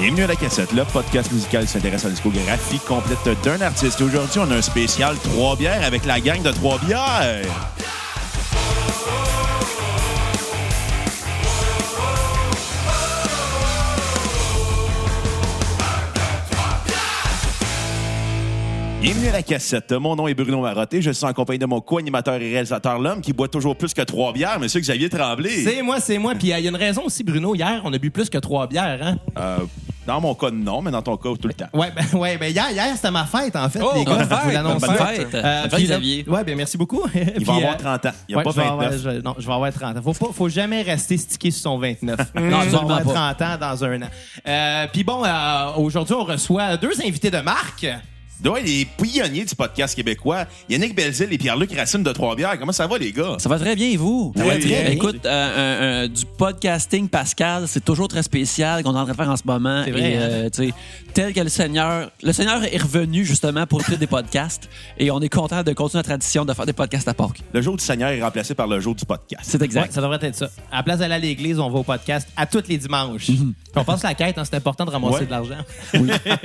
Bienvenue à La Cassette, le podcast musical qui s'intéresse à la discographie complète d'un artiste. Aujourd'hui, on a un spécial 3 bières avec la gang de 3 bières. Bienvenue à La Cassette. Mon nom est Bruno Marotte. Je suis en compagnie de mon co-animateur et réalisateur, l'homme qui boit toujours plus que 3 bières, Monsieur Xavier Tremblay. C'est moi. Puis il y a une raison aussi, Bruno. Hier, on a bu plus que 3 bières, hein? Dans mon cas, non, mais dans ton cas, tout le temps. Ouais, ben hier, c'était ma fête, en fait. Oh, les gars, bonne je vous fête, l'annonce. bonne fête. Xavier. Ouais, ben merci beaucoup. Il va avoir 30 ans. Il n'y a pas 29. Je vais avoir 30 ans. Faut jamais rester stické sur son 29. Non, je vais avoir pas. 30 ans dans un an. Puis bon, aujourd'hui, on reçoit 2 invités de marque. Ouais, les pionniers du podcast québécois, Yannick Belzile et Pierre-Luc Racine de Trois-Bières. Comment ça va, les gars? Ça va très bien, et vous? Très bien. Écoute, du podcasting, Pascal, c'est toujours très spécial qu'on est en train de faire en ce moment. C'est vrai, Et, tu sais, tel que le Seigneur est revenu justement pour écouter des podcasts. Et on est content de continuer la tradition de faire des podcasts à Pâques. Le jour du Seigneur est remplacé par le jour du podcast. C'est exact. Ouais, ça devrait être ça. À la place d'aller à l'église, on va au podcast à tous les dimanches. Puis on passe la quête, hein, c'est important de ramasser de l'argent. Oui.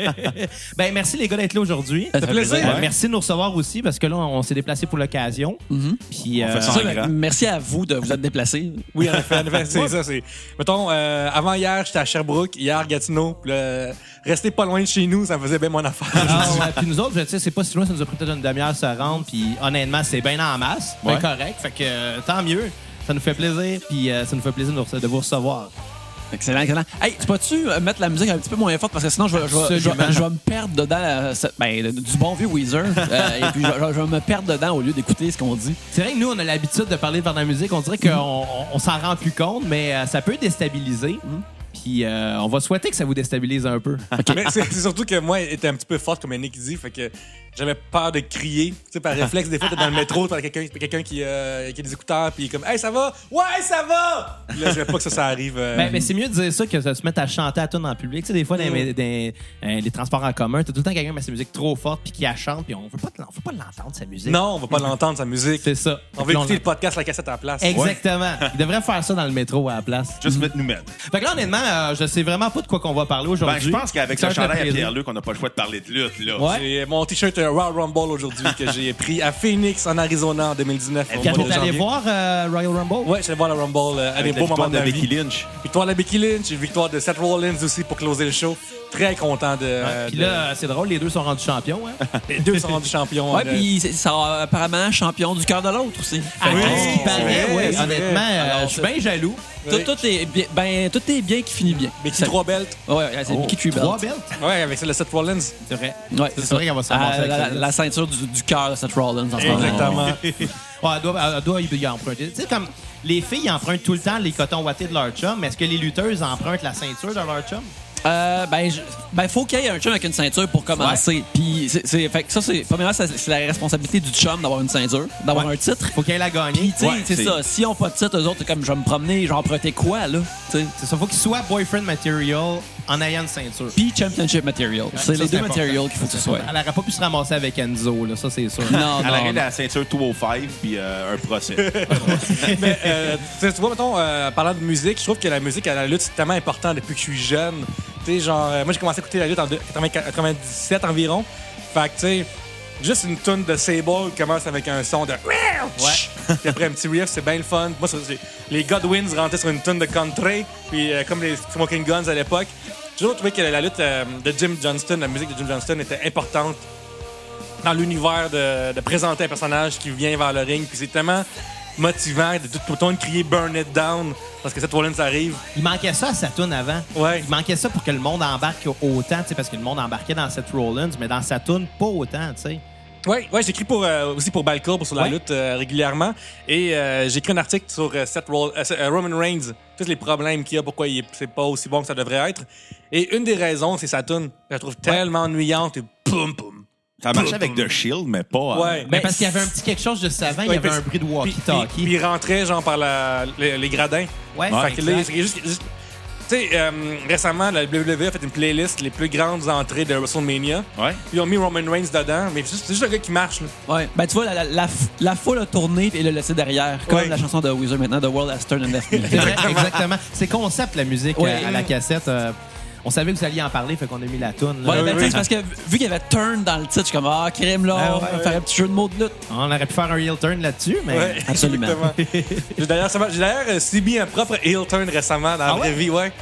Ben merci les gars d'être là aujourd'hui. Ça fait plaisir. Merci de nous recevoir aussi parce que là, on s'est déplacé pour l'occasion. Puis, On fait ça. Ça, en grand. merci à vous de vous être déplacés. Oui, en effet, c'est ça. Mettons, avant hier, j'étais à Sherbrooke, hier, Gatineau. Puis rester pas loin de chez nous, ça me faisait bien mon affaire. Puis nous autres, tu sais, c'est pas si loin, ça nous a pris peut-être une demi-heure se rendre. Puis honnêtement, c'est bien en masse, bien Ouais. correct. Fait que tant mieux. Ça nous fait plaisir. Puis ça nous fait plaisir de vous recevoir. Excellent. Hey, tu peux-tu mettre la musique un petit peu moins forte parce que sinon je vais me perdre dedans du bon vieux Weezer. Et puis je vais me perdre dedans au lieu d'écouter ce qu'on dit. C'est vrai que nous, on a l'habitude de parler par la musique. On dirait qu'on s'en rend plus compte, mais ça peut déstabiliser. Puis on va souhaiter que ça vous déstabilise un peu. Mais c'est surtout que moi, était un petit peu forte, comme Yannick dit. Fait que j'avais peur de crier. Tu sais, par réflexe, des fois, t'es dans le métro, t'as quelqu'un qui a des écouteurs, puis comme, hey, ça va? Ouais, ça va! Puis là, je veux pas que ça arrive. Mais c'est mieux de dire ça que de se mettre à chanter à tout dans le public. Tu sais, des fois, dans les transports en commun, t'as tout le temps quelqu'un qui met sa musique trop forte puis qui la chante, puis on veut pas l'entendre, sa musique. Non, on va pas l'entendre, sa musique. C'est ça. On va écouter le podcast La Cassette à la place. Exactement. Il devrait faire ça dans le métro à la place. Juste nous mettre. Fait que là, honnêtement, je sais vraiment pas de quoi qu'on va parler Ben, aujourd'hui. je pense qu'avec Ça le va être chandail à plaisir. Pierre-Luc, on n'a pas le choix de parler de lutte, là. Ouais. J'ai mon t-shirt Royal Rumble aujourd'hui que j'ai pris à Phoenix, en Arizona, en 2019. au Quand mois de t'es allé janvier. voir Royal Rumble? Ouais, je suis allé voir la Rumble à des Avec la beaux victoire moments de de ma Becky vie. Lynch. Victoire de Becky Lynch, victoire de Seth Rollins aussi pour closer le show. Très content de. Puis là, c'est drôle, les deux sont rendus champions. Hein? les deux sont rendus champions. Ouais, puis ça apparemment champion du cœur de l'autre aussi. À Oui, ce qui c'est paraît, vrai, ouais, c'est honnêtement, vrai. Alors, je suis bien jaloux. Tout est bien qui finit bien. Becky 3 belts. Ouais, c'est Becky Tree Belt. 3 belts? Ouais, avec le Seth Rollins. C'est vrai. Ouais, C'est vrai qu'on va se ramasser avec ça. la ceinture du cœur de Seth Rollins en ce moment. Exactement. Ouais, elle doit y emprunter. Tu sais, comme les filles empruntent tout le temps les cotons ouatés de leur chum, mais est-ce que les lutteuses empruntent la ceinture de leur chum? Faut qu'il y ait un chum avec une ceinture pour commencer. Puis fait que ça, premièrement, c'est la responsabilité du chum d'avoir une ceinture, d'avoir un titre. Faut qu'elle ait gagné. Puis, tu sais, Ouais, c'est ça. S'ils n'ont pas de titre, eux autres, c'est comme je vais me promener, je vais emprunter quoi, là? Tu sais. C'est ça, faut qu'il soit boyfriend material en ayant une ceinture. Puis championship material. C'est ça, les deux important. materials qu'il faut que ce soit. Elle n'aurait pas pu se ramasser avec Enzo, là, ça c'est sûr. Non, Elle aurait non. la ceinture 205 puis un procès. Mais tu vois, mettons, parlant de musique, je trouve que la musique à la lutte, c'est tellement important depuis que je suis jeune. Tu sais, genre, moi j'ai commencé à écouter la lutte en 97 environ. Fait que, tu sais, juste une tune de Sable qui commence avec un son de. Ouais. Puis après un petit riff, c'est bien le fun. Moi, les Godwins rentraient sur une tune de country, puis comme les Smoking Guns à l'époque. J'ai toujours trouvé que la lutte de Jim Johnston, la musique de Jim Johnston était importante dans l'univers de présenter un personnage qui vient vers le ring. Puis c'est tellement motivant de tout le temps de crier Burn It Down parce que Seth Rollins arrive. Il manquait ça à sa tune avant. Ouais. Il manquait ça pour que le monde embarque autant, tu sais, parce que le monde embarquait dans Seth Rollins, mais dans sa tune, pas autant, tu sais. Ouais, j'écris aussi pour Balcour, sur la lutte régulièrement. Et j'ai écrit un article sur Roman Reigns, tous les problèmes qu'il y a, pourquoi c'est pas aussi bon que ça devrait être. Et une des raisons, c'est sa tune. Je la trouve tellement ennuyante et poum poum. Ça marchait avec The Shield, mais pas... Ouais. Mais parce qu'il y avait un petit quelque chose juste avant, il y avait un bruit de walkie-talkie. Puis il rentrait genre par les gradins. Ouais, Fait que là, c'est juste tu sais, récemment, la WWE a fait une playlist les plus grandes entrées de WrestleMania. Ouais. Puis ils ont mis Roman Reigns dedans, mais c'est juste un gars qui marche. Là. Ouais. Ben, tu vois, la foule a tourné et l'a laissé derrière. Comme Ouais. la chanson de Weezer maintenant, The World Has Turned and Left Me. C'est vrai, exactement. C'est concept, la musique Ouais. à la cassette. on savait que vous alliez en parler, fait qu'on a mis la toune. là. Ouais, ben, oui. c'est parce que vu qu'il y avait turn dans le titre, je suis comme, crème là, on va faire un petit jeu de mots de lutte. On aurait pu faire un heel turn là-dessus, mais... Ouais, Absolument. exactement. J'ai d'ailleurs subi un propre heel turn récemment dans la vraie vie, ouais.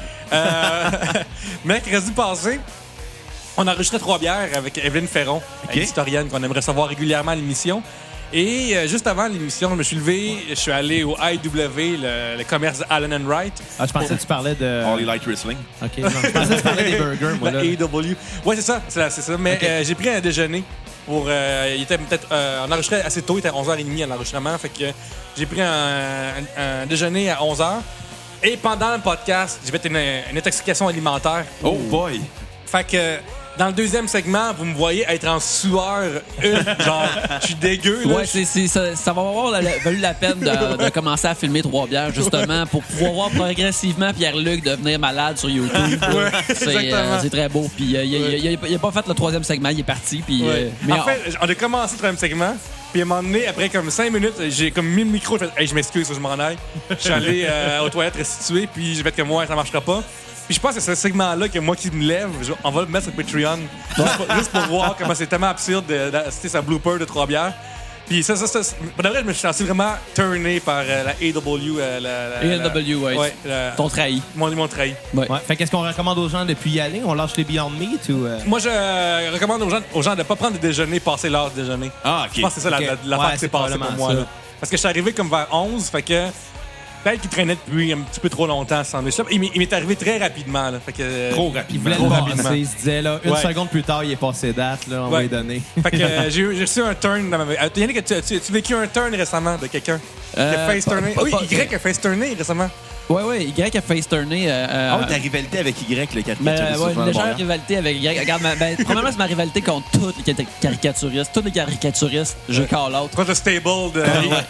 Mercredi passé, on a enregistré 3 bières avec Evelyne Ferron, une historienne qu'on aimerait recevoir régulièrement à l'émission. Et juste avant l'émission, je me suis levé, je suis allé au IW, le commerce Allen & Wright. Ah, je pensais que tu parlais de... All Elite Wrestling. OK, non, je pensais que tu parlais des burgers, moi, La là. AEW. Ouais, c'est ça. Mais Ok. j'ai pris un déjeuner. Il était peut-être. On enregistrait assez tôt, il était 11h30 à l'enregistrement. Fait que j'ai pris un déjeuner à 11h. Et pendant le podcast, j'ai fait une intoxication alimentaire. Oh boy! Fait que dans le deuxième segment, vous me voyez être en sueur. Genre, je suis dégueu. Là. Ouais, ça va avoir valu la peine de commencer à filmer 3 bières, justement, pour pouvoir voir progressivement Pierre-Luc devenir malade sur YouTube. Ouais, exactement. C'est très beau. Puis il a pas fait le 3e segment, il est parti. Puis, Ouais. mais En fait, on a commencé le 3e segment. Puis à un moment donné, après comme 5 minutes, j'ai comme mis le micro. J'ai fait, hey, je m'excuse, faut que je m'en aille. Je suis allé aux toilettes restituer. Puis j'ai fait comme moi, ça marchera pas. Puis je pense que c'est ce segment-là que moi qui me lève, on va le mettre sur Patreon. Juste pour voir comment c'est tellement absurde d'assister sa blooper de 3 bières. Puis ça, pour de vrai, je me suis senti vraiment turné par la AEW. AEW, ouais. Ton trahi. Mon trahi. Ouais. Ouais. Fait qu'est-ce qu'on recommande aux gens depuis y aller? On lâche les Beyond Meat ou... Moi, je recommande aux gens de ne pas prendre de déjeuner, passer l'heure de déjeuner. Ah, Je pense que c'est ça Ok. l'affaire Ouais, qui s'est c'est passée pour probablement moi. ça. Là. Parce que je suis arrivé comme vers 11, fait que peut-être qu'il traînait depuis un petit peu trop longtemps sans échappe. Il m'est arrivé très rapidement. Là, fait que, Trop Il rapidement. voulait Trop le rapidement. passer. Il se disait, là, une Ouais. seconde plus tard, il est passé date. Là, on va Ouais. lui donner. Fait que j'ai reçu un turn dans ma vie. Yannick, as-tu vécu un turn récemment de quelqu'un? Qui a face turné? Oui, Y a face turné récemment. Ouais, Y a face turné. Ah oui, ta rivalité avec Y, le caricaturiste. Une légère rivalité avec Y. Regarde, premièrement, c'est ma rivalité contre tous les caricaturistes. Tous les caricaturistes, je call out. Contre le stable de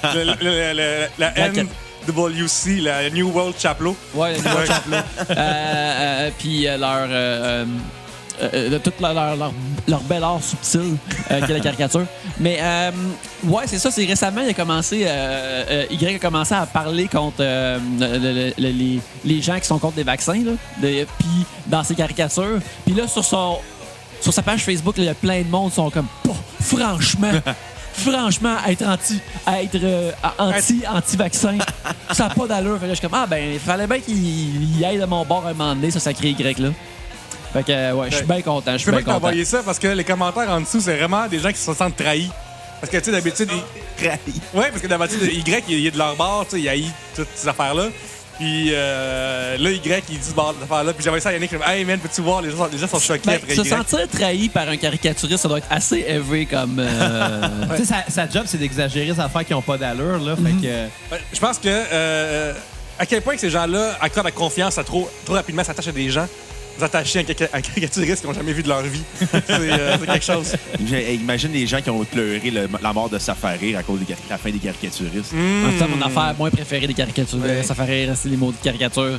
la NWC, la New World Chaplow. Ouais, les nouveaux chapelets. Puis de toute leur bel art subtil qu'est la caricature. Mais ouais, c'est ça. C'est récemment, il a commencé, Y a commencé à parler contre les gens qui sont contre les vaccins. Puis dans ses caricatures. Puis là, sur sa page Facebook, là, il y a plein de monde qui sont comme franchement, être anti-vaccin, ça n'a pas d'allure. Fait que là, je suis comme, il fallait bien qu'il aille de mon bord un moment donné, ça sacré Y là. Fait que, ouais, je suis bien content. Je Je suis peux bien pas content. t'envoyer ça parce que les commentaires en dessous, c'est vraiment des gens qui se sentent trahis. Parce que, tu sais, d'habitude, ouais, parce que d'habitude, Y, il est de leur bord, tu sais, il haït toutes ces affaires-là. Puis là, Y, il dit ce bord d'affaires-là. Puis j'avais ça à Yannick, je me dis, hey man, peux-tu voir, les gens sont choqués après Se Y. sentir trahi par un caricaturiste, ça doit être assez élevé comme. Tu sais, sa job, c'est d'exagérer des affaires qui n'ont pas d'allure. Là, fait que... Je pense que à quel point que ces gens-là accordent la confiance à trop rapidement s'attachent à des gens. Vous attachez un caricaturiste qu'ils n'ont jamais vu de leur vie. C'est quelque chose. Imagine les gens qui ont pleuré la mort de Safarir à cause de la fin des caricaturistes. C'est mon affaire moins préférée des caricatures. Ouais. Ça ferait rester les mots de caricature.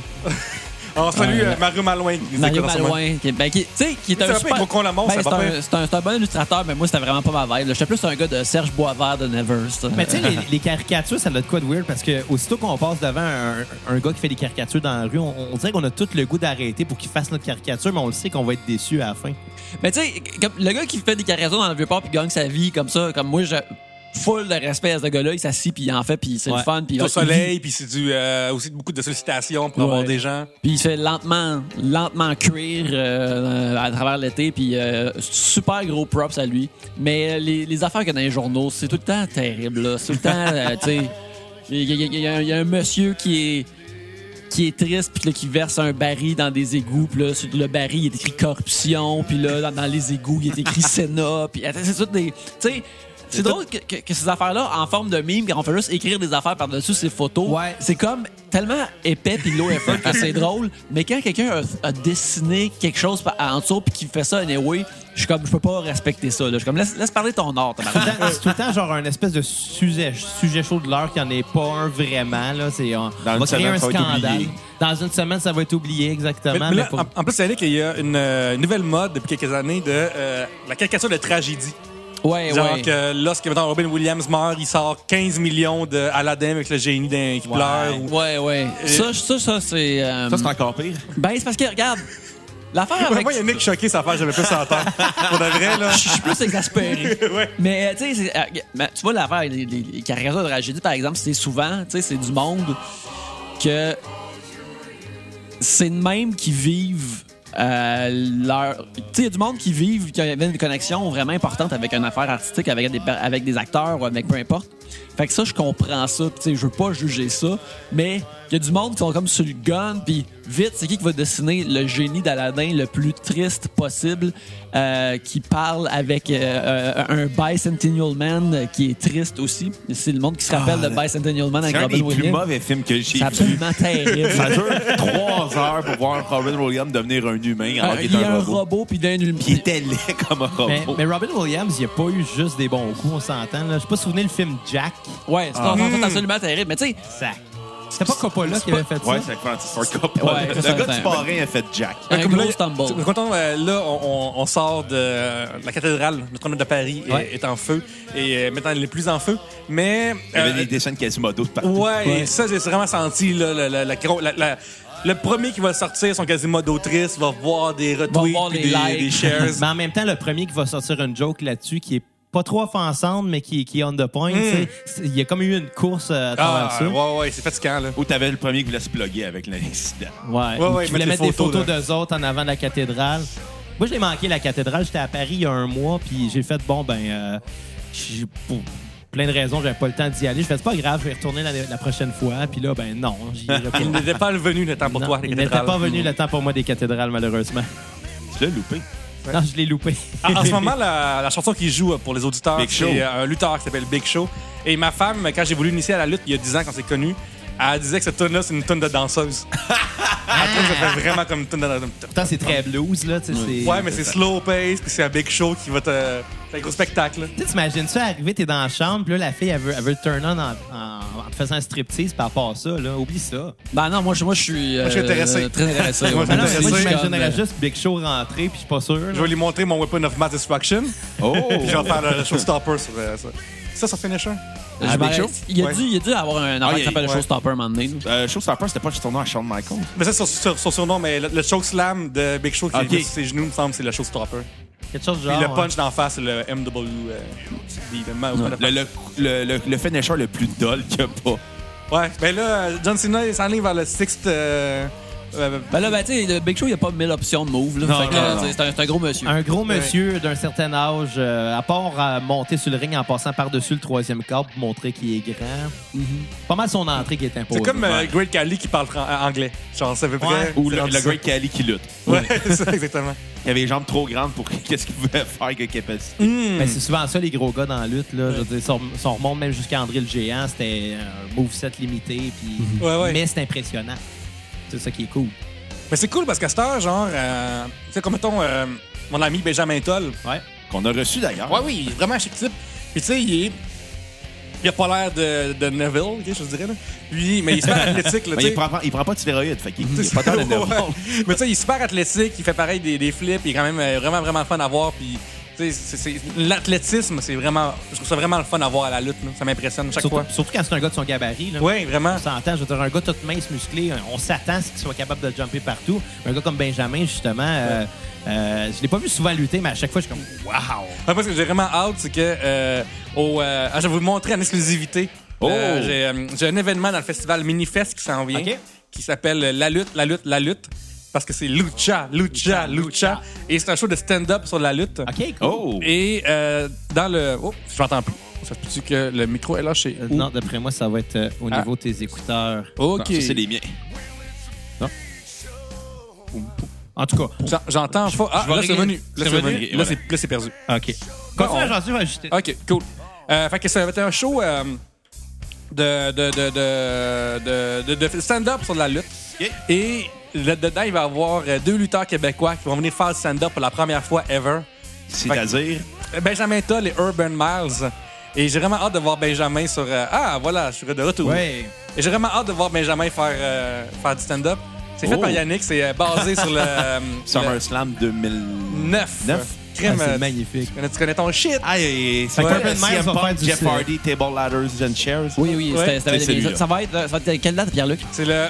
On salue Mario Malouin. qui nous Mario écoute en ce moment. Malouin, qui est un C'est un peu super... Gros Con Lamont, ça c'est va pas. un bon illustrateur, mais moi, c'était vraiment pas ma vibe. J'étais plus un gars de Serge Boisvert de Nevers. Mais tu sais, les caricatures, ça a de quoi de weird parce que aussitôt qu'on passe devant un gars qui fait des caricatures dans la rue, on dirait qu'on a tout le goût d'arrêter pour qu'il fasse notre caricature, mais on le sait qu'on va être déçu à la fin. Mais tu sais, comme le gars qui fait des caricatures dans le Vieux-Port puis gagne sa vie comme ça, comme moi, full de respect à ce gars-là, il s'assit puis il en fait puis c'est le fun puis Au soleil, puis c'est aussi beaucoup de sollicitations pour avoir des gens. Puis il fait lentement cuire à travers l'été puis super gros props à lui. Mais les affaires qu'il y a dans les journaux, c'est tout le temps terrible là. C'est tout le temps tu sais, il y a un monsieur qui est triste puis qui verse un baril dans des égouts puis là sur le baril il est écrit corruption puis là dans les égouts il est écrit Sénat puis c'est tout des tu sais. C'est drôle que ces affaires-là, en forme de meme, quand on fait juste écrire des affaires par-dessus ces photos, c'est comme tellement épais puis low effort que c'est drôle. Mais quand quelqu'un a dessiné quelque chose en dessous puis qu'il fait ça anyway, je peux pas respecter ça. Là. Je suis comme, laisse parler ton art. C'est tout le temps genre un espèce de sujet chaud de l'heure qui en est pas un vraiment. Là. On va créer un scandale. Dans une semaine, ça va être oublié, exactement. Mais là, en plus, c'est qu'il y a une nouvelle mode depuis quelques années de la caricature de tragédie. Genre que lorsque mettons, Robin Williams meurt, il sort 15 millions de Aladdin avec le génie qui pleure. Ouais. Ça, c'est... Ça, c'est encore pire. Ben, c'est parce que, regarde, L'affaire avec... Moi, il y a Nick choqué, ça fait, j'avais plus s'entendre. Pour de vrai, là. Je suis plus exaspéré. Ouais. Mais, tu sais, tu vois, l'affaire, les caricatures de tragédie, par exemple, c'est souvent, tu sais, c'est du monde que c'est de même qui vivent leur... Tu sais, il y a du monde qui vivent, qui avait une connexion vraiment importante avec une affaire artistique, avec des acteurs ou avec peu importe. Fait que ça, je comprends ça. Tu sais, je veux pas juger ça, mais il y a du monde qui sont comme sur le gun, puis vite, c'est qui va dessiner le génie d'Aladin le plus triste possible, qui parle avec un Bicentennial Man qui est triste aussi. C'est le monde qui se rappelle de Bicentennial Man avec C'est un Robin des plus Williams. mauvais films que j'ai C'est vu. absolument terrible. Ça dure 3 heures pour voir Robin Williams devenir un humain alors qu'il Il y est a un un robot. robot, puis d'un Puis il était laid comme un robot. Mais Robin Williams, il a pas eu juste des bons coups, on s'entend. Là. Je sais pas souvenir le film Jack. Ouais, c'est absolument terrible. Mais tu sais, Sac. C'était pas Coppola qui avait fait ça? Ouais, c'est Francis Ford Coppola. Ouais, Le ça, gars c'est du parrain a fait Jack. un Comme gros là, stumble. Content, là, on sort de la cathédrale Notre-Dame de Paris est en feu et maintenant elle n'est plus en feu. Mais Il y avait des dessins de Quasimodo de partout. ouais, et ça j'ai vraiment senti là, le premier qui va sortir son Quasimodo triste va voir des retweets voir puis les likes. des shares. Mais en même temps, le premier qui va sortir une joke là-dessus qui est pas trop offensante, mais qui est on the point. Tu sais, il y a comme eu une course à travers ça. Ouais, c'est fatigant là. Ou t'avais le premier qui voulait se plugger avec l'incident. Ouais. Ouais, Qui voulait mettre mettre des des photos photos, d'eux autres en avant de la cathédrale. Moi, j'ai manqué la cathédrale. J'étais à Paris il y a un mois, puis j'ai fait, pour plein de raisons, j'avais pas le temps d'y aller. Je fais, c'est pas grave, je vais y retourner la prochaine fois. Puis là, non, j'y irai pas. Il n'était pas venu le temps pour Non, toi, les il n'était cathédrales. pas venu le temps pour moi des cathédrales, malheureusement. Tu l'as loupé. Non, je l'ai loupé. En ce moment, la chanson qui joue pour les auditeurs, Big Show. c'est un lutteur qui s'appelle Big Show. Et ma femme, quand j'ai voulu initier à la lutte il y a 10 ans, quand c'est connu, elle disait que cette tune-là, c'est une tune de danseuse. Elle trouve que ça fait vraiment comme une tune de danseuse. Pourtant, c'est très blues, là. Tu sais, c'est- Ouais, mais c'est slow pace, puis c'est un Big Show qui va te... C'est un gros spectacle. là. Tu sais, t'imagines ça, arriver, t'es dans la chambre, puis là, la fille, elle veut le turn on en te faisant un striptease, puis à part ça, là, oublie ça. Ben non, moi, je suis je suis intéressé. très intéressé. Moi, ouais. je suis Non, intéressé. moi, C'est j'imaginerais juste Big Show rentrer, puis je suis pas sûr. là. Je vais lui montrer mon weapon of mass destruction, Oh! puis je vais faire le showstopper sur ça. Ça finisher. Je Big m'arrête. Show? Il Ouais. a dû avoir un affaire qui s'appelle le ouais. Showstopper un moment donné. Showstopper, c'était pas juste ton nom à Shawn Michaels. Mais ça, sur son surnom, mais le choke slam de Big Show qui Ok. est sur ses genoux, me semble, c'est le showstopper. Quelque chose de Puis genre. le punch d'en face, c'est le MW. Le finisher le plus dull qu'il y a pas. Ouais, ben là, John Cena, il s'enligne vers le sixth. Ben là, tu sais, le Big Show, il n'y a pas 1000 options de move. Là. Non, Fait que, non, tu sais, c'est un gros monsieur. Un gros monsieur d'un certain âge, à part monter sur le ring en passant par-dessus le 3e câble pour montrer qu'il est grand. Pas mal son entrée qui est imposée. C'est comme Great Khali qui parle anglais. Genre, c'est à peu près. Ouais. Ou c'est le rendu ça. Great Khali qui lutte. Ouais, c'est ça, exactement. Il avait les jambes trop grandes pour qu'est-ce qu'il pouvait faire que capacité. Ben, c'est souvent ça, les gros gars dans la lutte. Là. Je veux dire, si on remonte même jusqu'à André le Géant, c'était un moveset limité. Puis... Ouais. Mais c'est impressionnant. C'est ça qui est cool. Mais c'est cool parce qu'à cette heure, genre, tu sais, comme mettons, mon ami Benjamin Toll. Ouais. Qu'on a reçu d'ailleurs. Ouais, oui, il est vraiment un chic type. Puis tu sais, il a pas l'air de Neville, ok, je te dirais. Là. Lui, mais il est super athlétique, là, Mais tu sais. il prend pas de stéroïdes, fait qu'il est pas tant de nerveux. Ouais. Mais tu sais, il est super athlétique, il fait pareil des flips, il est quand même vraiment, vraiment fun à voir. Puis, tu sais, l'athlétisme, c'est vraiment. Je trouve ça vraiment le fun à voir à la lutte. Là. Ça m'impressionne chaque fois. Surtout quand c'est un gars de son gabarit. Là. Oui, vraiment. On s'entend, je veux dire, un gars tout mince, musclé, on s'attend à ce qu'il soit capable de jumper partout. Un gars comme Benjamin, justement, je l'ai pas vu souvent lutter, mais à chaque fois, je suis comme, wow! Après, ce que j'ai vraiment hâte, c'est que je vais vous le montrer en exclusivité. Oh! J'ai un événement dans le festival Minifest qui s'en vient, OK. qui s'appelle La lutte. Parce que c'est lucha. Et c'est un show de stand-up sur la lutte. OK, cool. Oh! Et dans le... Oh, je m'entends plus. Ça se peut-tu que le micro est lâché? Non, d'après moi, ça va être au niveau de tes écouteurs. OK. Non, ça, c'est les miens. En tout cas, J'entends pas. Ah, je vais là, c'est régler. venu. C'est venu? Là, c'est perdu. OK. Continue à jaser, je vais ajuster. OK, cool. Fait que ça va être un show de stand-up sur la lutte. OK. Et dedans, il va y avoir 2 lutteurs québécois qui vont venir faire le stand-up pour la première fois ever. C'est-à-dire... Benjamin Toll et Urban Miles. Et j'ai vraiment hâte de voir Benjamin sur... Ah, voilà, je suis de retour. Ouais. Et j'ai vraiment hâte de voir Benjamin faire du stand-up. C'est fait Oh. par Yannick, c'est basé sur le... SummerSlam 2009. 9. crème. c'est magnifique. Tu connais ton shit. Ah, et c'est Fait quoi que Open Mic CM va faire Punk, du Jeff cirque. Hardy, Table Ladders and Chairs? Oui, Ouais, c'était c'est celui-là. ça va être quelle date, Pierre-Luc? C'est le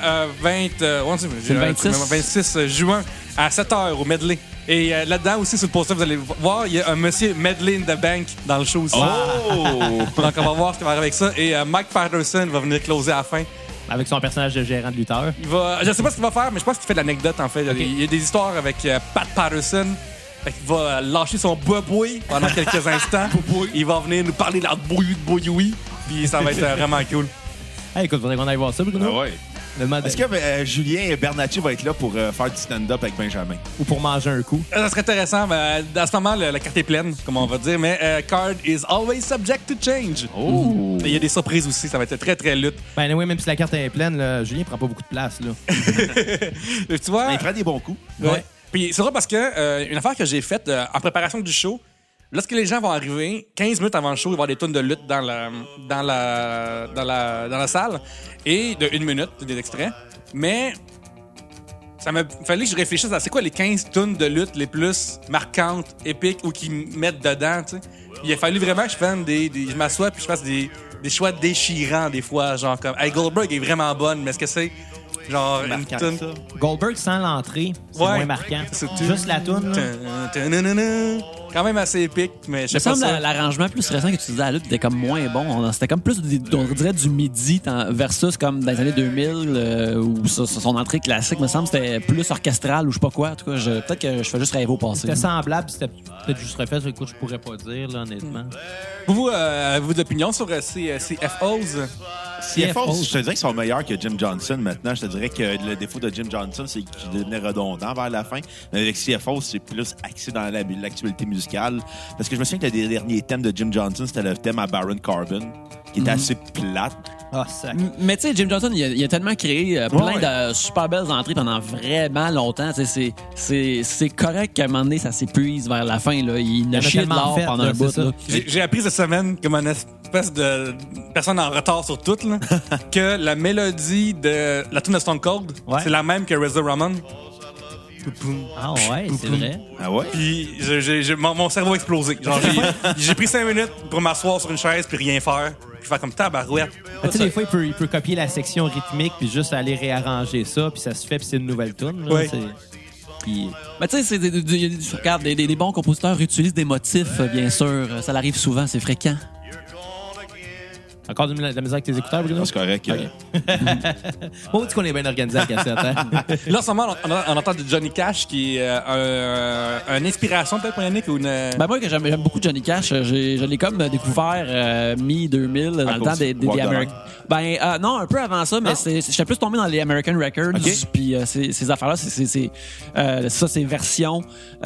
26 juin à 7h au Medley. Et là-dedans aussi, sur le poster, vous allez voir, il y a un monsieur Medley in the Bank dans le show aussi. Oh! Donc, on va voir ce qui va arriver avec ça. Et Mike Patterson va venir closer à la fin. Avec son personnage de gérant de lutteur. Je sais pas ce qu'il va faire, mais je pense qu'il fait de l'anecdote, en fait. Il y a des histoires avec Pat Patterson. Fait qu'il va lâcher son boboui pendant quelques instants. Il va venir nous parler de la bouilloui. Puis ça va être vraiment cool. Hey, écoute, faudrait qu'on aille voir ça, Bruno. Ah ouais. Est-ce que Julien Bernacchi va être là pour faire du stand-up avec Benjamin? Ou pour manger un coup. Ça serait intéressant. Mais à ce moment, la carte est pleine, comme on va dire. Mais card is always subject to change. Oh! Et il y a des surprises aussi. Ça va être très, très lutte. Ben oui, même si la carte est pleine, là, Julien prend pas beaucoup de place. Là. Tu vois? Il prend des bons coups. Ouais. Puis c'est vrai parce que une affaire que j'ai faite en préparation du show, lorsque les gens vont arriver, 15 minutes avant le show, il va y avoir des tonnes de lutte dans la salle. Et de 1 minute, des extraits. Mais ça m'a fallu que je réfléchisse à c'est quoi les 15 tonnes de lutte les plus marquantes, épiques ou qui mettent dedans, tu sais. Il a fallu vraiment que je fasse je m'assoie puis je fasse des choix déchirants des fois, genre comme hey, Goldberg est vraiment bonne, mais est-ce que c'est genre une Marquant, toune? ça. Goldberg sans l'entrée, c'est Ouais. moins marquant. C'est Juste la toune, là. Quand même assez épique, mais je Me sais pas semble ça. l'arrangement plus récent que tu disais à la lutte était comme moins bon. C'était comme plus, on dirait, du midi versus comme dans les années 2000 où son entrée classique, me semble, c'était plus orchestral ou je sais pas quoi. En tout cas, peut-être que je fais juste rêver au passé. C'était semblable, c'était peut-être juste refait. Écoute, je pourrais pas dire, là, honnêtement. Vous, avez-vous d'opinion sur ces CFOs? CFO, je te dirais qu'ils sont meilleurs que Jim Johnson maintenant. Je te dirais que le défaut de Jim Johnson, c'est qu'il devenait redondant vers la fin. Mais avec CFO, c'est plus axé dans l'actualité musicale. Parce que je me souviens que le dernier thème de Jim Johnson, c'était le thème à Baron Corbin, qui était assez plate. Ah, sac. Mais tu sais, Jim Johnson, il a tellement créé plein de super belles entrées pendant vraiment longtemps. C'est correct qu'à un moment donné, ça s'épuise vers la fin. Là. Il a a chié de tellement l'or fait, pendant là, un bout. c'est ça. Là. J'ai appris cette semaine, comme une espèce de personne en retard sur tout, là, que la mélodie de la tune de Stone Cold, Ouais. c'est la même que Razor Ramon. Ah ouais, c'est vrai. Ah ouais? Puis mon cerveau a explosé. Genre, j'ai pris 5 minutes pour m'asseoir sur une chaise puis rien faire. Puis faire comme tabarouette. Tu sais, des fois, il peut copier la section rythmique puis juste aller réarranger ça, puis ça se fait, puis c'est une nouvelle tune. Ouais. Puis Mais tu sais, regarde, des bons compositeurs utilisent des motifs, bien sûr. Ça l'arrive souvent, c'est fréquent. encore de la misère avec tes écouteurs, Bruno? C'est correct. Bon, on dit qu'on est bien organisé à cassette, hein? Là, en ce moment, on entend du Johnny Cash qui est une inspiration peut-être pour Yannick ou une... Ben moi, que j'aime beaucoup Johnny Cash, je l'ai comme découvert mi-2000 dans le temps des Walk the American. Ben non, un peu avant ça, mais j'étais plus tombé dans les American Records. Ok. Puis ces affaires-là, c'est version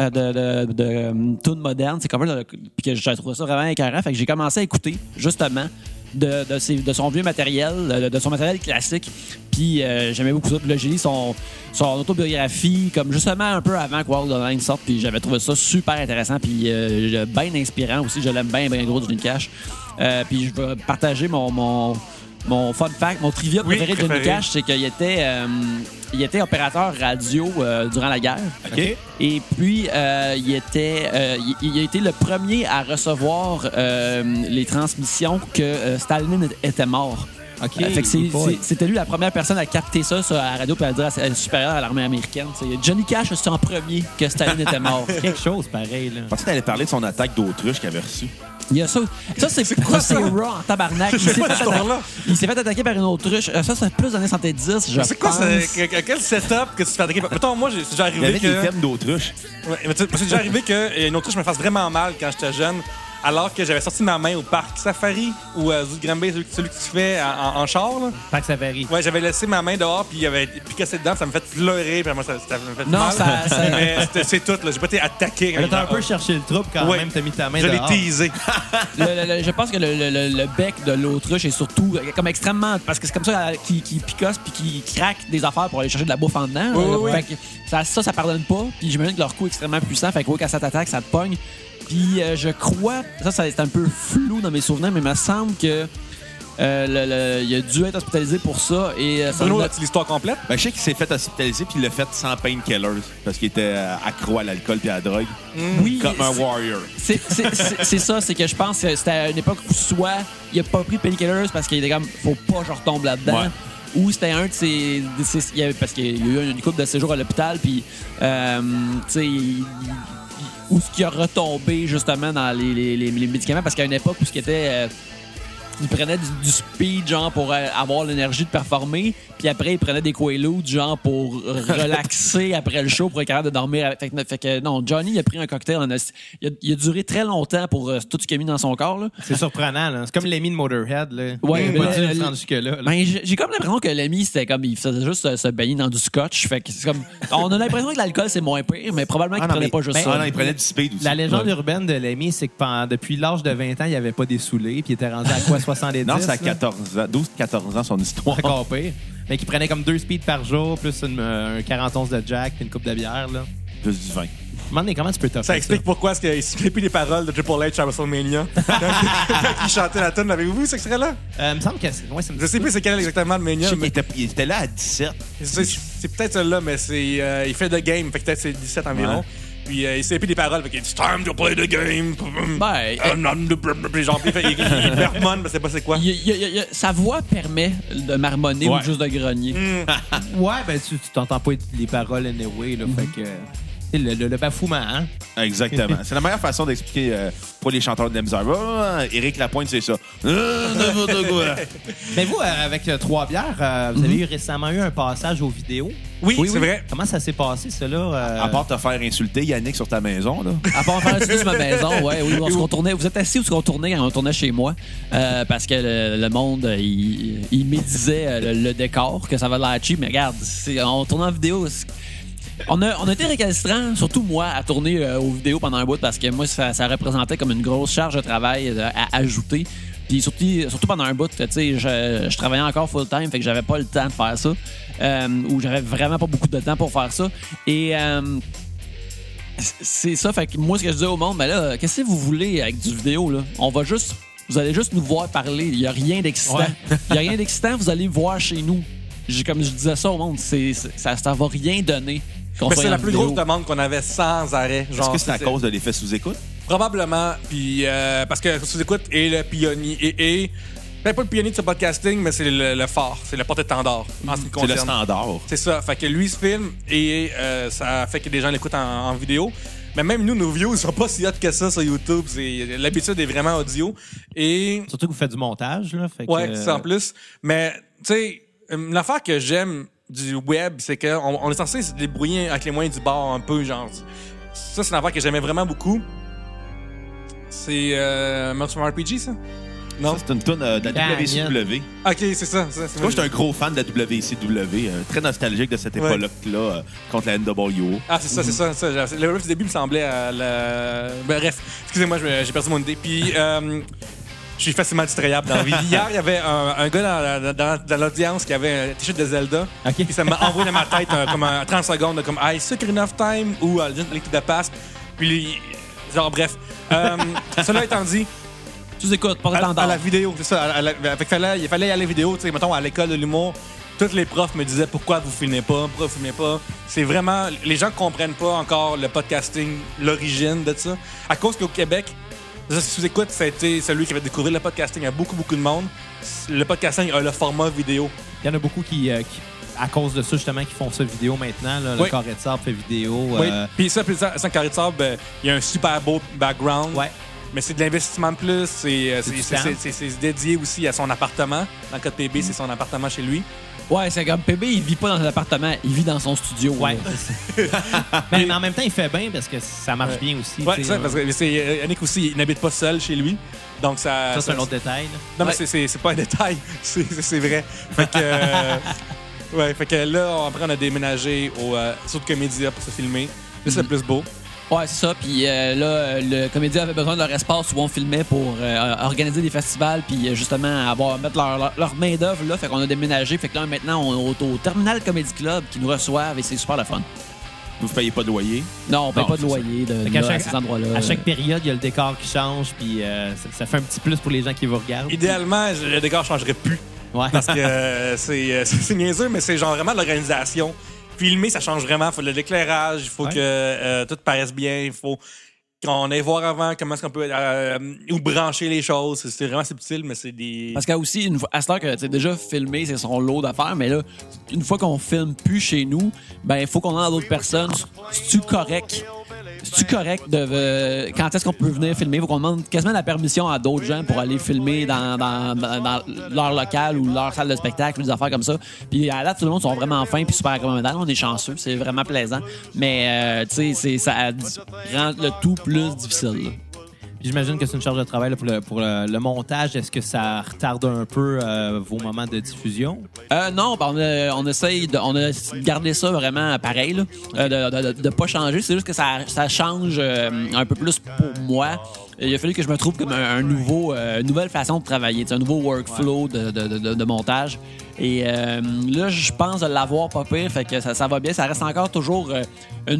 de tune moderne. C'est comme puis que j'ai trouvé ça vraiment écœurant. Fait que j'ai commencé à écouter justement de son vieux matériel, de son matériel classique. Puis j'aimais beaucoup ça. Puis là, j'ai lu son autobiographie, comme justement un peu avant que Wild Online sorte. Puis j'avais trouvé ça super intéressant. Puis bien inspirant aussi. Je l'aime bien gros, Johnny Cash. Puis je vais partager mon fun fact, mon trivia préféré de Johnny Cash, c'est qu'il était opérateur radio durant la guerre. OK. Et puis, il a été le premier à recevoir les transmissions que Staline était mort. OK. Fait que c'était lui la première personne à capter ça sur la radio et à dire à être supérieur à l'armée américaine. C'est Johnny Cash, c'est en premier que Staline était mort. Quelque chose pareil, là. Je pensais que t'allais parler de son attaque d'autruche qu'il avait reçue. Il y a ça. Ça, c'est raw en tabarnak. Il s'est fait attaquer par une autruche. Ça, c'est plus des années 70, je C'est quoi pense. quel setup que tu te fais attaquer? Mettons, moi, c'est déjà Il y avait arrivé des que... thèmes d'autruche. Ouais, mais c'est déjà arrivé qu'une autruche me fasse vraiment mal quand j'étais jeune, alors que j'avais sorti ma main au parc Safari ou à Zoo de Granby, celui que tu fais en char. Là. Pas que ça varie. Ouais, j'avais laissé ma main dehors, puis il avait picassé dedans, ça me fait pleurer, puis moi, ça me fait Non, mal. ça- Mais c'est tout, là. J'ai pas été attaqué. Là, t'as un peu cherché le trouble quand Ouais. même, t'as mis ta main Je l'ai dehors. teasé. Je pense que le bec de l'autruche est surtout comme extrêmement... Parce que c'est comme ça qui picosse puis qui craque des affaires pour aller chercher de la bouffe en dedans. Oui. Fait que ça pardonne pas. Puis j'imagine que leur coup est extrêmement puissant. Fait que quand ça t'attaque, ça te pogne. Puis je crois... Ça c'est un peu flou dans mes souvenirs, mais il me semble que Il a dû être hospitalisé pour ça. Et ça Bruno, l'a- as-tu l'histoire complète? Ben, je sais qu'il s'est fait hospitaliser puis il l'a fait sans painkillers parce qu'il était accro à l'alcool et à la drogue. Oui, Comme un warrior. c'est ça, c'est que je pense que c'était à une époque où soit il a pas pris painkillers parce qu'il était comme faut pas que je retombe là-dedans. Ouais. Ou c'était un de ses parce qu'il y a eu une couple de séjours à l'hôpital puis tu sais où ce qui a retombé justement dans les médicaments parce qu'à une époque où ce qui était il prenait du speed genre pour avoir l'énergie de performer puis après il prenait des Quaaludes genre pour relaxer après le show pour être capable de dormir. Fait que non, Johnny il a pris un cocktail il a duré très longtemps pour tout ce qu'il a mis dans son corps là. C'est surprenant, là. C'est comme Lemmy de Motorhead, là. Ouais, Il a pas mais dû le prendre jusque-là. là. Ben, j'ai comme l'impression que Lemmy, c'était comme, il faisait juste se baigner dans du scotch. Fait que c'est comme, on a l'impression que l'alcool, c'est moins pire, mais probablement qu'il non, prenait mais- pas juste ben, ça. Ah non, il prenait du speed aussi. La légende Ouais. urbaine de Lemmy, c'est que depuis l'âge de 20 ans, il avait pas dessoulé, puis il était rendu à quoi, 70? Non, c'est à là? 14 ans, 12-14 ans son histoire. Encore pire. Mais qui prenait comme 2 speeds par jour, plus un 40 onces de Jack, puis une coupe de bière, là. Plus du vin. Demande comment tu peux toffer Ça explique pourquoi est-ce qu'il se plus les paroles de Triple H à WrestleMania. Quand il chantait la tune, l'avez-vous vu cet extrait-là? Il me semble que c'est... Ouais, ça me Je sais plus c'est quel exactement le Je Mania, sais mais qu'il était là à 17. c'est peut-être celle-là, mais c'est il fait The Game, fait que peut-être c'est 17 environ. Ouais. Puis il sait plus des paroles, fait qu'il dit It's time to play the game. Ben, Puis genre, il marmonne, mais c'est pas c'est quoi. sa voix permet de marmonner Ouais. ou juste de grogner. Ouais, ben tu t'entends pas les paroles anyway, là, fait que... Le bafouement, hein? Exactement. C'est la meilleure façon d'expliquer pour les chanteurs de la misère. Éric Lapointe, c'est ça. N'importe quoi. Mais vous, avec Trois Bières, vous avez récemment eu un passage aux vidéos. Oui, c'est vrai. Comment ça s'est passé, ça, là? À part te faire insulter, Yannick, sur ta maison, là. À part faire un studio sur ma maison, ouais, oui, on se retournait. Vous êtes assis où on tournait quand on tournait chez moi? Parce que le monde, il médisait le décor, que ça va de l'air cheap. Mais regarde, on tournait en vidéo. On a été récalcitrants, surtout moi, à tourner aux vidéos pendant un bout parce que moi, ça représentait comme une grosse charge de travail à ajouter. Puis surtout pendant un bout, tu sais, je travaillais encore full-time, fait que j'avais pas le temps de faire ça. Ou j'avais vraiment pas beaucoup de temps pour faire ça. Et c'est ça, fait que moi, ce que je dis au monde, ben là, qu'est-ce que vous voulez avec du vidéo, là? Vous allez juste nous voir parler. Il y a rien d'excitant. Ouais. Il y a rien d'excitant, vous allez me voir chez nous. Comme je disais ça au monde, ça va rien donner. Mais c'est la plus grosse demande qu'on avait sans arrêt. Est-ce que c'est à cause de l'effet sous-écoute? Probablement, puis parce que sous-écoute est le pionnier et peut-être pas le pionnier de ce podcasting, mais c'est le phare, c'est le porte-étendard en ce qui me C'est le concerne. standard. C'est ça, fait que lui se filme et ça fait que des gens l'écoutent en vidéo. Mais même nous, nos views sont pas si hot que ça sur YouTube. L'habitude est vraiment audio. Et Surtout que vous faites du montage, là. Fait que, ouais, c'est ça en plus. Mais tu sais, l'affaire que j'aime du web, c'est qu'on est censé se débrouiller avec les moyens du bord un peu, genre. Ça, c'est une affaire que j'aimais vraiment beaucoup. C'est Multiple RPG, ça? Non? Ça, c'est une toune de la WCW. Ok, c'est ça. Moi, j'étais un gros fan de la WCW, très nostalgique de cette époque-là contre la NWO. Ah, c'est ça. Le riff du début me semblait à la... Bref, excusez-moi, j'ai perdu mon idée. Puis, je suis facilement distrayable dans la vie. Hier, il y avait un gars dans l'audience qui avait un t-shirt de Zelda. OK. Puis ça m'a envoyé dans ma tête comme 30 secondes de comme « I Sucker Enough Time » ou « Link to the Past ». Puis, genre, bref. Cela étant dit, Tu écoutes, pas à la vidéo, c'est ça. Fait qu'il il fallait y aller vidéo. Tu sais, mettons, à l'école de l'humour, tous les profs me disaient pourquoi vous filmez pas, pourquoi vous filmez pas. C'est vraiment... Les gens comprennent pas encore le podcasting, l'origine de ça. À cause qu'au Québec, si vous écoutez, ça a été celui qui avait découvert le podcasting à beaucoup de monde. Le podcasting a le format vidéo. Il y en a beaucoup qui, à cause de ça, justement, qui font ça vidéo maintenant. Là, Oui. Le Carré de Sable fait vidéo. Oui. Puis ça, sans Carré de Sable, il y a un super beau background. Ouais. Mais c'est de l'investissement de plus. C'est dédié aussi à son appartement. Dans le cas de PB, c'est son appartement chez lui. Ouais, c'est comme PB, il vit pas dans un appartement, il vit dans son studio. Ouais. Mais en même temps, il fait bien parce que ça marche bien aussi. Ouais, tu sais, ça, parce que Yannick aussi, il n'habite pas seul chez lui. Donc ça c'est un autre détail. là. Non, Ouais. mais c'est pas un détail. C'est vrai. Fait que, ouais, fait que là, après, on a déménagé au Sud Comédia pour se filmer. Là, c'est le plus beau. Ouais, c'est ça. Puis là, le comédien avait besoin de leur espace où on filmait pour organiser des festivals, puis justement mettre leur main-d'œuvre là. Fait qu'on a déménagé. Fait que là, maintenant, on est au Terminal Comedy Club qui nous reçoivent et c'est super le fun. Vous ne payez pas de loyer. Non, on paye Non, pas de c'est loyer Fait qu'à à ces endroits-là. À chaque période, il y a le décor qui change, puis ça fait un petit plus pour les gens qui vous regardent. Idéalement, le décor ne changerait plus. Ouais. Parce que c'est niaiseux, mais c'est genre vraiment l'organisation. Filmer, ça change vraiment. Il faut de l'éclairage, il faut que tout paraisse bien, il faut qu'on aille voir avant comment est-ce qu'on peut où brancher les choses. C'est vraiment subtil, mais c'est des... Parce qu'il y a aussi, à cette heure que déjà filmer, c'est son lot d'affaires, mais là, une fois qu'on filme plus chez nous, ben il faut qu'on en a d'autres personnes. C'est-tu correct? C'est-tu correct de quand est-ce qu'on peut venir filmer? Il faut qu'on demande quasiment la permission à d'autres gens pour aller filmer dans leur local ou leur salle de spectacle ou des affaires comme ça. Puis à la date, tout le monde sont vraiment fins puis super accommodants. On est chanceux, c'est vraiment plaisant. Mais tu sais, ça rend le tout plus difficile. Là. J'imagine que c'est une charge de travail là, pour le montage. Est-ce que ça retarde un peu vos moments de diffusion? Non, ben on essaye on a gardé ça vraiment pareil, là, de pas changer. C'est juste que ça change un peu plus pour moi. Il a fallu que je me trouve comme une nouvelle façon de travailler, un nouveau workflow de montage. Et là, je pense de l'avoir pas pire, fait que ça va bien. Ça reste encore toujours un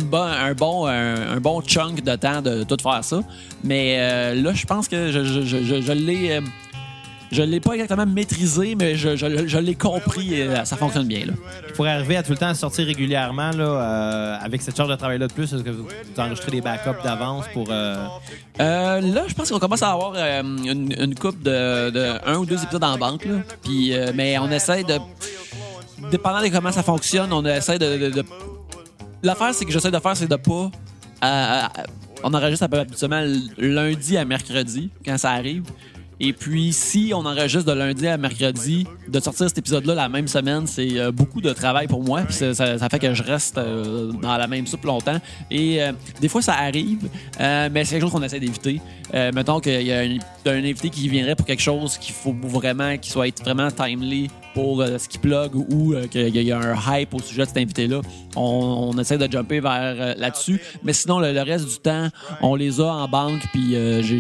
bon chunk de temps de tout faire ça. Mais là, je pense que je l'ai... Je l'ai pas exactement maîtrisé, mais je l'ai compris et ça fonctionne bien. Là. Pour arriver à tout le temps sortir régulièrement là, avec cette charge de travail-là de plus, est-ce que vous enregistrez des backups d'avance pour... Là, je pense qu'on commence à avoir une couple de 1 ou 2 épisodes en banque. Là. Puis, mais on essaie de... Dépendant de comment ça fonctionne, on essaie de... L'affaire, c'est que j'essaie de faire, c'est de pas... on enregistre habituellement lundi à mercredi, quand ça arrive. Et puis, si on enregistre de lundi à mercredi, de sortir cet épisode-là la même semaine, c'est beaucoup de travail pour moi. Puis ça fait que je reste dans la même soupe longtemps. Et des fois, ça arrive, mais c'est quelque chose qu'on essaie d'éviter. Mettons qu'il y a un invité qui viendrait pour quelque chose qu'il faut vraiment, qu'il soit vraiment timely pour ce qui plug ou qu'il y a un hype au sujet de cet invité-là. On essaie de jumper vers là-dessus. Mais sinon, le reste du temps, on les a en banque. Puis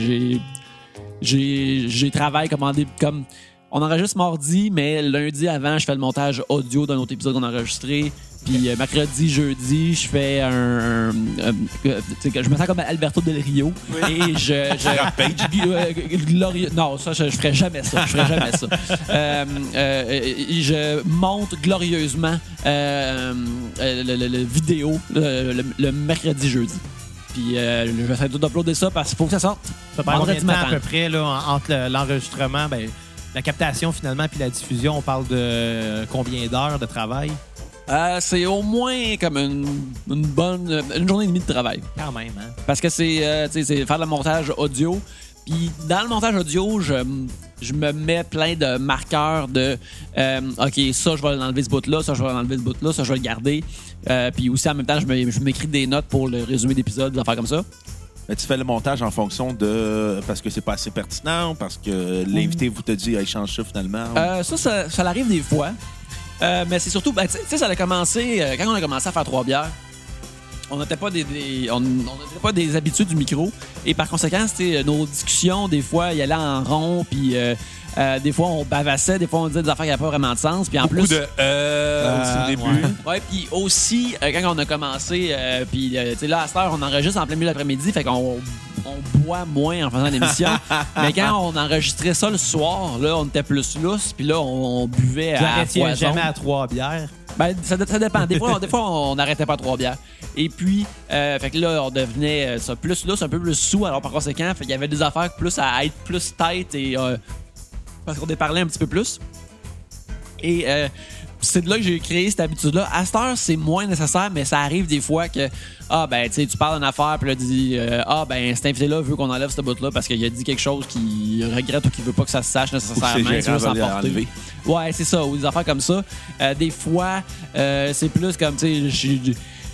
j'ai travail commandé comme... On enregistre mardi, mais lundi avant, je fais le montage audio d'un autre épisode qu'on a enregistré. Puis mercredi, jeudi, je fais je me sens comme Alberto Del Rio. Oui. Et glorieux. Non, ça, je ferais jamais ça. Je monte glorieusement le vidéo le mercredi, jeudi. Puis je vais essayer d'uploader ça parce qu'il faut que ça sorte. Ça prend combien de temps à peu près là, entre l'enregistrement, la captation finalement puis la diffusion? On parle de combien d'heures de travail? C'est au moins comme une journée et demie de travail. Quand même, hein? Parce que c'est faire le montage audio. Puis dans le montage audio, je me mets plein de marqueurs de OK, ça, je vais l'enlever ce bout-là, ça, je vais l'enlever ce bout-là, ça, je vais le garder. Puis aussi, en même temps, je m'écris des notes pour le résumé d'épisode, des affaires comme ça. Mais tu fais le montage en fonction de... Parce que c'est pas assez pertinent, parce que l'invité vous te dit « change ça finalement ». Ça arrive des fois. Mais c'est surtout... tu sais, ça a commencé... quand on a commencé à faire 3 bières, on n'était pas pas des habitués du micro. Et par conséquent, nos discussions, des fois, y allaient en rond, puis des fois, on bavassait, des fois, on disait des affaires qui n'avaient pas vraiment de sens. Puis en beaucoup plus... aussi au début. Ouais, puis aussi, quand on a commencé, puis là, à cette heure, on enregistre en plein milieu de l'après-midi, fait qu'on boit moins en faisant l'émission. Mais quand on enregistrait ça le soir, là, on était plus lousse, puis là, on buvait à foison. Jamais à 3 bières? Ben, ça dépend. Des fois, on n'arrêtait pas à 3 bières. Et puis, fait que là, on devenait ça plus lousse, un peu plus sous. Alors, par conséquent, il y avait des affaires plus à être plus tête et parce qu'on déparlait un petit peu plus. Et c'est de là que j'ai créé cette habitude-là. À cette heure, c'est moins nécessaire, mais ça arrive des fois que tu parles d'une affaire, puis là, tu dis cet invité-là veut qu'on enlève ce bout-là parce qu'il a dit quelque chose qu'il regrette ou qu'il veut pas que ça se sache nécessairement. Il veut s'emporter. Ouais, c'est ça, ou des affaires comme ça. Des fois, c'est plus comme, tu sais,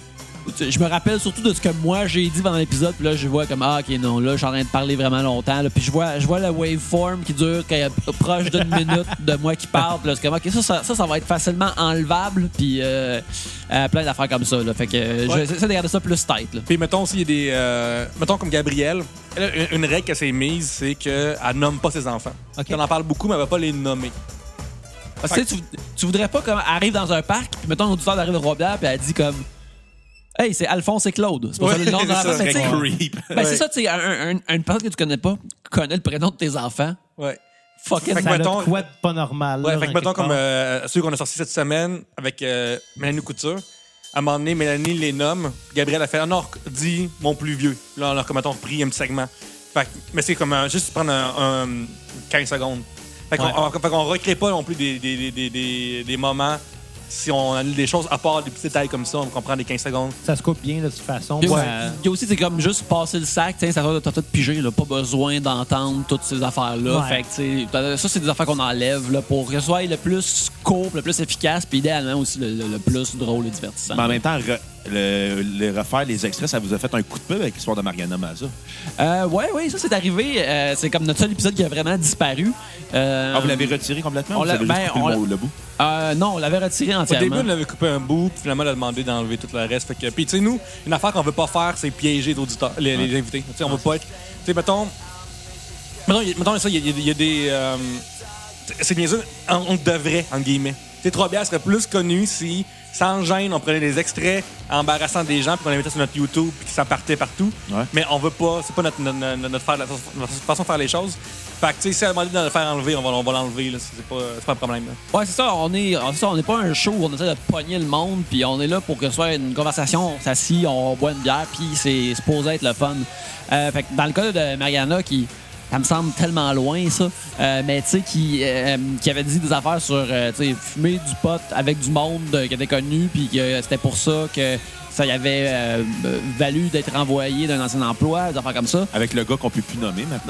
je me rappelle surtout de ce que moi j'ai dit pendant l'épisode, puis là je vois comme OK, non, là je suis en train de parler vraiment longtemps, là, puis je vois le waveform qui dure proche d'une minute de moi qui parle, puis là c'est comme OK, ça va être facilement enlevable, puis plein d'affaires comme ça, là. Fait que j'essaie de garder ça plus tight, là. Puis mettons s'il y a des mettons comme Gabrielle, une règle qu'elle s'est mise, c'est qu'elle nomme pas ses enfants. Okay. Elle en parle beaucoup mais elle va pas les nommer. Parce que tu voudrais pas comme elle arrive dans un parc, puis mettons un auditeur arrive à Trois-Bières, puis elle dit comme Hey, c'est Alphonse et Claude. C'est pas ça le nom de l'enfant. Ça Mais serait tu sais, creep. ben, c'est ça, tu sais, une personne que tu connais pas connaît le prénom de tes enfants. Ouais. Fucking Fait que Ça a mettons- de quoi de pas normal. Ouais, là, fait que en mettons quelque comme part. ceux qu'on a sortis cette semaine avec Mélanie Couture. À un moment donné, Mélanie les nomme. Gabriel a fait « Ah non, dis mon plus vieux. » Là, on a comme, mettons, repris un petit segment. Fait que, mais c'est comme juste prendre un 15 secondes. Fait qu'on recrée pas non plus des moments si on annule des choses, à part des petits détails comme ça, on comprend des 15 secondes. Ça se coupe bien de toute façon. Il y a Ouais. aussi- il y a aussi, c'est comme juste passer le sac, t'as tout pigé, là, pas besoin d'entendre toutes ces affaires-là. Ouais. Fait que, tu sais, ça, c'est des affaires qu'on enlève là, pour que ce soit le plus court, le plus efficace, puis idéalement aussi le plus drôle et divertissant. Mais en même temps, refaire les extraits, ça vous a fait un coup de pub avec l'histoire de Mariana Maza. Ouais, ça, c'est arrivé. C'est comme notre seul épisode qui a vraiment disparu. Ah, vous l'avez retiré complètement on ou vous l'a- avez juste ben, coupé on le bout? Non, on l'avait retiré Au entièrement. début, on avait coupé un bout, puis finalement, on a demandé d'enlever tout le reste. Fait que, puis, tu sais, nous, une affaire qu'on veut pas faire, c'est piéger les auditeurs, les invités. Tu sais, on veut pas être. Tu sais, mettons, ça, il y a des. C'est niaiseux, on devrait, en guillemets. Tu sais, Trois Bières serait plus connu si, sans gêne, on prenait des extraits embarrassant des gens, puis qu'on les mettait sur notre YouTube, puis que ça partait partout. Ouais. Mais on veut pas, c'est pas notre façon de faire les choses. Fait que, tu sais, si elle a demandé de le faire enlever, on va l'enlever, là. C'est pas un problème, là. Ouais, c'est ça. On n'est pas un show où on essaie de pogner le monde, puis on est là pour que ce soit une conversation. On s'assit, on boit une bière, puis c'est supposé être le fun. Fait que dans le cas de Mariana, ça me semble tellement loin, ça. Mais tu sais, qui avait dit des affaires sur tu sais, fumer du pot avec du monde qui était connu, puis que c'était pour ça que ça y avait valu d'être renvoyé d'un ancien emploi, des affaires comme ça. Avec le gars qu'on peut plus nommer maintenant.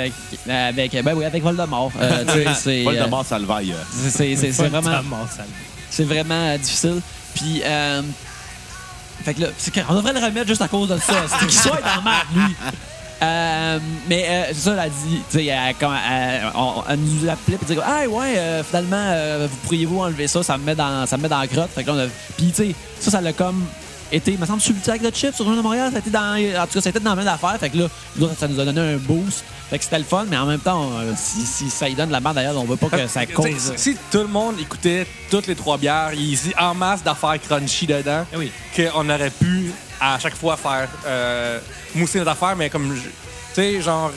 Avec Voldemort. Tu sais, c'est Voldemort Salvaille. c'est vraiment. Totalement, ça. C'est vraiment difficile. Puis, fait que là, on devrait le remettre juste à cause de ça. C'est qu'il soit dans marre, lui. Mais c'est ça, elle a dit, tu sais, elle nous appelait et dit ah ouais, finalement, vous pourriez-vous enlever ça, ça me met dans la crotte. Fait que là, puis tu sais, ça l'a comme été, il me semble, sur le sac de chips sur le Journal de Montréal, ça a été en tout cas, ça a été dans la même affaire. Fait que là, ça nous a donné un boost. Fait que c'était le fun, mais en même temps, si ça y donne de la merde d'ailleurs, on veut pas que ça cause. T'sais, si tout le monde écoutait toutes les Trois Bières, il y a en masse d'affaires crunchy dedans, Eh oui. qu'on aurait pu à chaque fois faire mousser notre affaire, mais comme, tu sais, genre,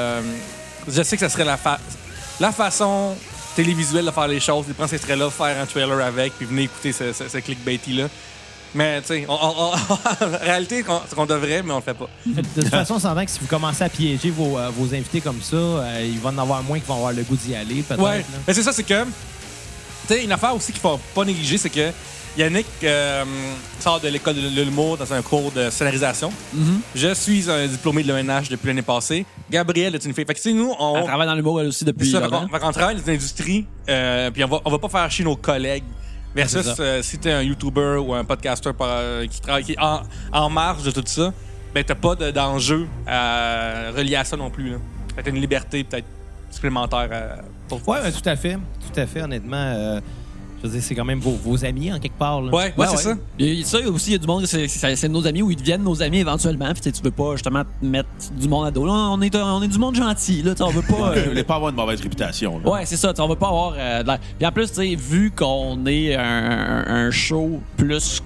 je sais que ça serait la façon télévisuelle de faire les choses, de prendre ces extraits-là, faire un trailer avec, puis venir écouter ce clickbaity-là. Mais, tu sais, en réalité, qu'on devrait, mais on le fait pas. De toute façon, on s'entend que si vous commencez à piéger vos invités comme ça, il va en avoir moins qui vont avoir le goût d'y aller, peut-être. Ouais, là. mais c'est ça, c'est que, tu sais, une affaire aussi qu'il faut pas négliger, c'est que Yannick sort de l'école de l'humour dans un cours de scénarisation. Mm-hmm. Je suis un diplômé de l'ENH depuis l'année passée. Gabrielle est une fille. Fait que, tu sais, nous, on. Elle travaille dans l'humour elle aussi depuis C'est ça, longtemps. fait qu'on travaille dans une industrie, puis on va pas faire chier nos collègues. Versus si t'es un YouTuber ou un podcaster qui travaille qui est en marge de tout ça, ben t'as pas d'enjeu relié à ça non plus. Là. Fait que t'as une liberté peut-être supplémentaire pour Ouais, ben, tout à fait. Tout à fait, honnêtement. Je veux dire, c'est quand même vos amis, en quelque part. Là. Ouais, c'est ça. Et ça aussi, il y a du monde, c'est nos amis ou ils deviennent nos amis éventuellement. Puis tu veux pas justement mettre du monde à dos. Là, on est du monde gentil. Là, on veut pas. Vous voulez pas avoir une mauvaise réputation. Là. Ouais, c'est ça. On veut pas avoir de la... Puis en plus, tu sais, vu qu'on est un show plus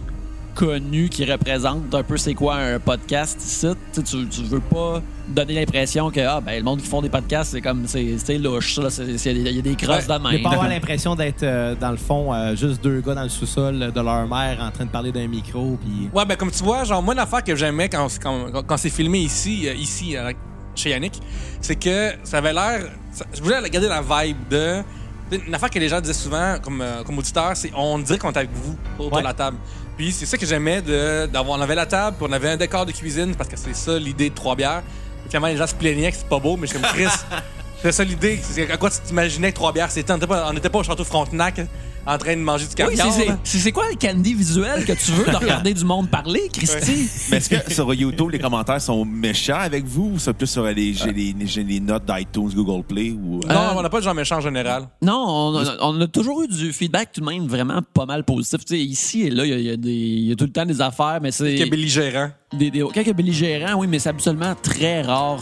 connu qui représente un peu c'est quoi un podcast ici, tu veux pas donner l'impression que le monde qui font des podcasts, c'est comme c'est louche, ça. Il y a des crosses de Ne même. pas avoir l'impression d'être, dans le fond, juste deux gars dans le sous-sol de leur mère en train de parler d'un micro. Puis... Ouais, ben comme tu vois, genre, moi, une affaire que j'aimais quand c'est filmé ici chez Yannick, c'est que ça avait l'air. Je voulais garder la vibe de. Une affaire que les gens disaient souvent comme auditeurs, c'est on dirait qu'on est avec vous autour de la table. Puis c'est ça que j'aimais on avait la table, puis on avait un décor de cuisine, parce que c'est ça l'idée de Trois Bières. Et finalement, les gens se plaignaient que c'est pas beau, mais je suis comme Chris. C'est ça l'idée. C'est à quoi tu t'imaginais que Trois Bières c'était? On n'était pas au château Frontenac en train de manger du caviar. Oui, c'est quoi le candy visuel que tu veux de regarder du monde parler, Christy? Mais est-ce que sur YouTube, les commentaires sont méchants avec vous ou c'est plus sur les notes d'iTunes, Google Play? Ou, Non, on n'a pas de gens méchants en général. Non, on a toujours eu du feedback tout de même vraiment pas mal positif. Tu sais, ici et là, il y a tout le temps des affaires, mais c'est... Quelques belligérants. Quelques belligérants, oui, mais c'est habituellement très rare.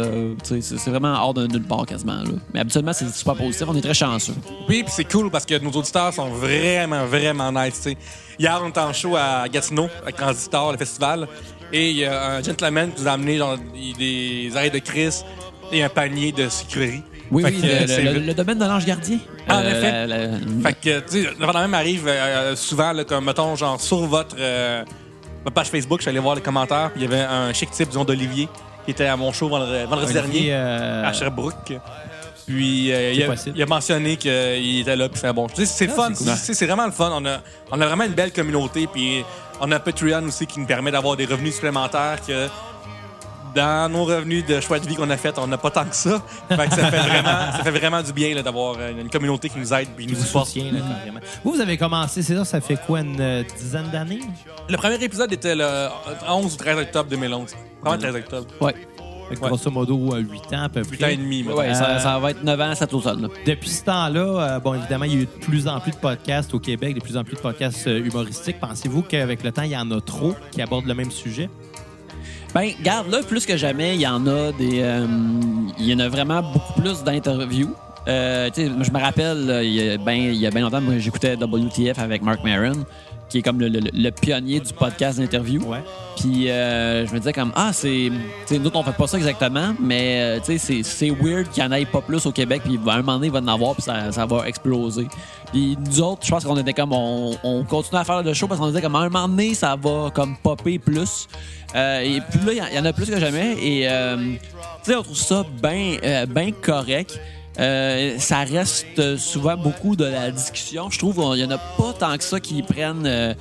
C'est vraiment hors de nulle part quasiment. Là. Mais habituellement, c'est super positif. On est très chanceux. Oui, puis c'est cool parce que nos auditeurs animateurs sont vraiment, vraiment nice. T'sais. Hier, on était en show à Gatineau, à Transistor, le festival. Et il y a un gentleman qui nous a amené genre, des oreilles de Chris et un panier de sucreries. Oui, Fait oui, que le domaine de l'ange gardien. Ah, en effet. Fait que, tu sais, le même arrive souvent, là, comme, mettons, genre, sur votre page Facebook, je suis allé voir les commentaires, puis il y avait un chic type, disons, d'Olivier, qui était à mon show vendredi dernier, à Sherbrooke. Puis, il a mentionné qu'il était là, puis c'est un bon show. Tu sais, c'est le fun. C'est vraiment le fun. On a vraiment une belle communauté, puis on a Patreon aussi qui nous permet d'avoir des revenus supplémentaires que dans nos revenus de choix de vie qu'on a fait, on n'a pas tant que ça. Fait que ça fait vraiment du bien là, d'avoir une communauté qui nous aide et qui nous supporte. Carrément. Vous avez commencé, c'est ça fait quoi, une dizaine d'années? Le premier épisode était le 11 ou 13 octobre 2011. Vraiment 13 octobre. Ouais. Fait que grosso modo, 8 ans à peu près. 8 ans et demi, moi. Ouais, ça va être 9 ans cet automne. Là. Depuis ce temps-là, bon, évidemment, il y a eu de plus en plus de podcasts au Québec, de plus en plus de podcasts humoristiques. Pensez-vous qu'avec le temps, il y en a trop qui abordent le même sujet? Ben, garde là, plus que jamais, il y en a il y en a vraiment beaucoup plus d'interviews. Je me rappelle, il y a bien longtemps, moi, j'écoutais WTF avec Mark Maron, qui est comme le pionnier du podcast d'interview. Ouais. Puis je me disais comme, nous autres, on fait pas ça exactement, mais c'est weird qu'il y en ait pas plus au Québec, puis à un moment donné, il va en avoir, puis ça va exploser. Puis nous autres, je pense qu'on était comme, on continue à faire le show parce qu'on disait comme, à un moment donné, ça va comme popper plus. Et puis là, il y en a plus que jamais. Et on trouve ça bien correct. Ça reste souvent beaucoup de la discussion. Je trouve qu'il n'y en a pas tant que ça qui prennent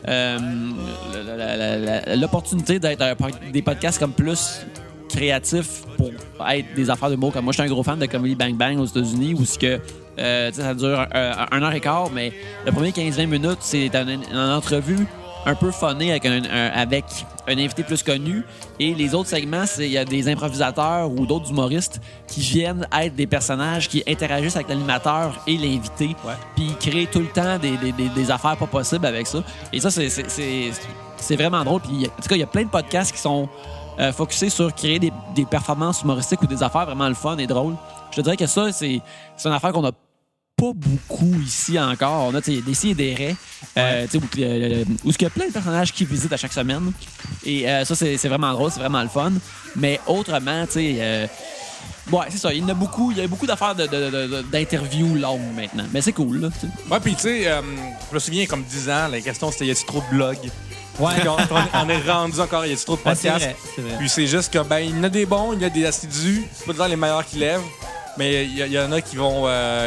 l'opportunité d'être des podcasts comme plus créatifs pour être des affaires de mots. Comme moi, je suis un gros fan de Comedy Bang Bang aux États-Unis où ça dure 1h15, mais le premier 15-20 minutes, c'est une entrevue un peu funné avec un invité plus connu. Et les autres segments, il y a des improvisateurs ou d'autres humoristes qui viennent être des personnages qui interagissent avec l'animateur et l'invité. Ouais. Puis ils créent tout le temps des affaires pas possibles avec ça. Et ça, c'est vraiment drôle. Puis en tout cas, il y a plein de podcasts qui sont focusés sur créer des performances humoristiques ou des affaires vraiment le fun et drôles. Je te dirais que ça, c'est une affaire qu'on a pas beaucoup ici encore. On a des si et des raies, où il y a plein de personnages qui visitent à chaque semaine. Et ça, c'est vraiment drôle, c'est vraiment le fun. Mais autrement, c'est ça. Il y a beaucoup d'affaires d'interviews longues maintenant. Mais c'est cool, là. T'sais. Ouais, puis tu sais, je me souviens, comme 10 ans, la question c'était y a-t-il trop de blogs? Ouais. on est rendu encore, y a-t-il trop de podcasts? C'est vrai. Puis c'est juste que, il y en a des bons, il y en a des assidus. C'est pas dire les meilleurs qui lèvent. Mais il y en a qui vont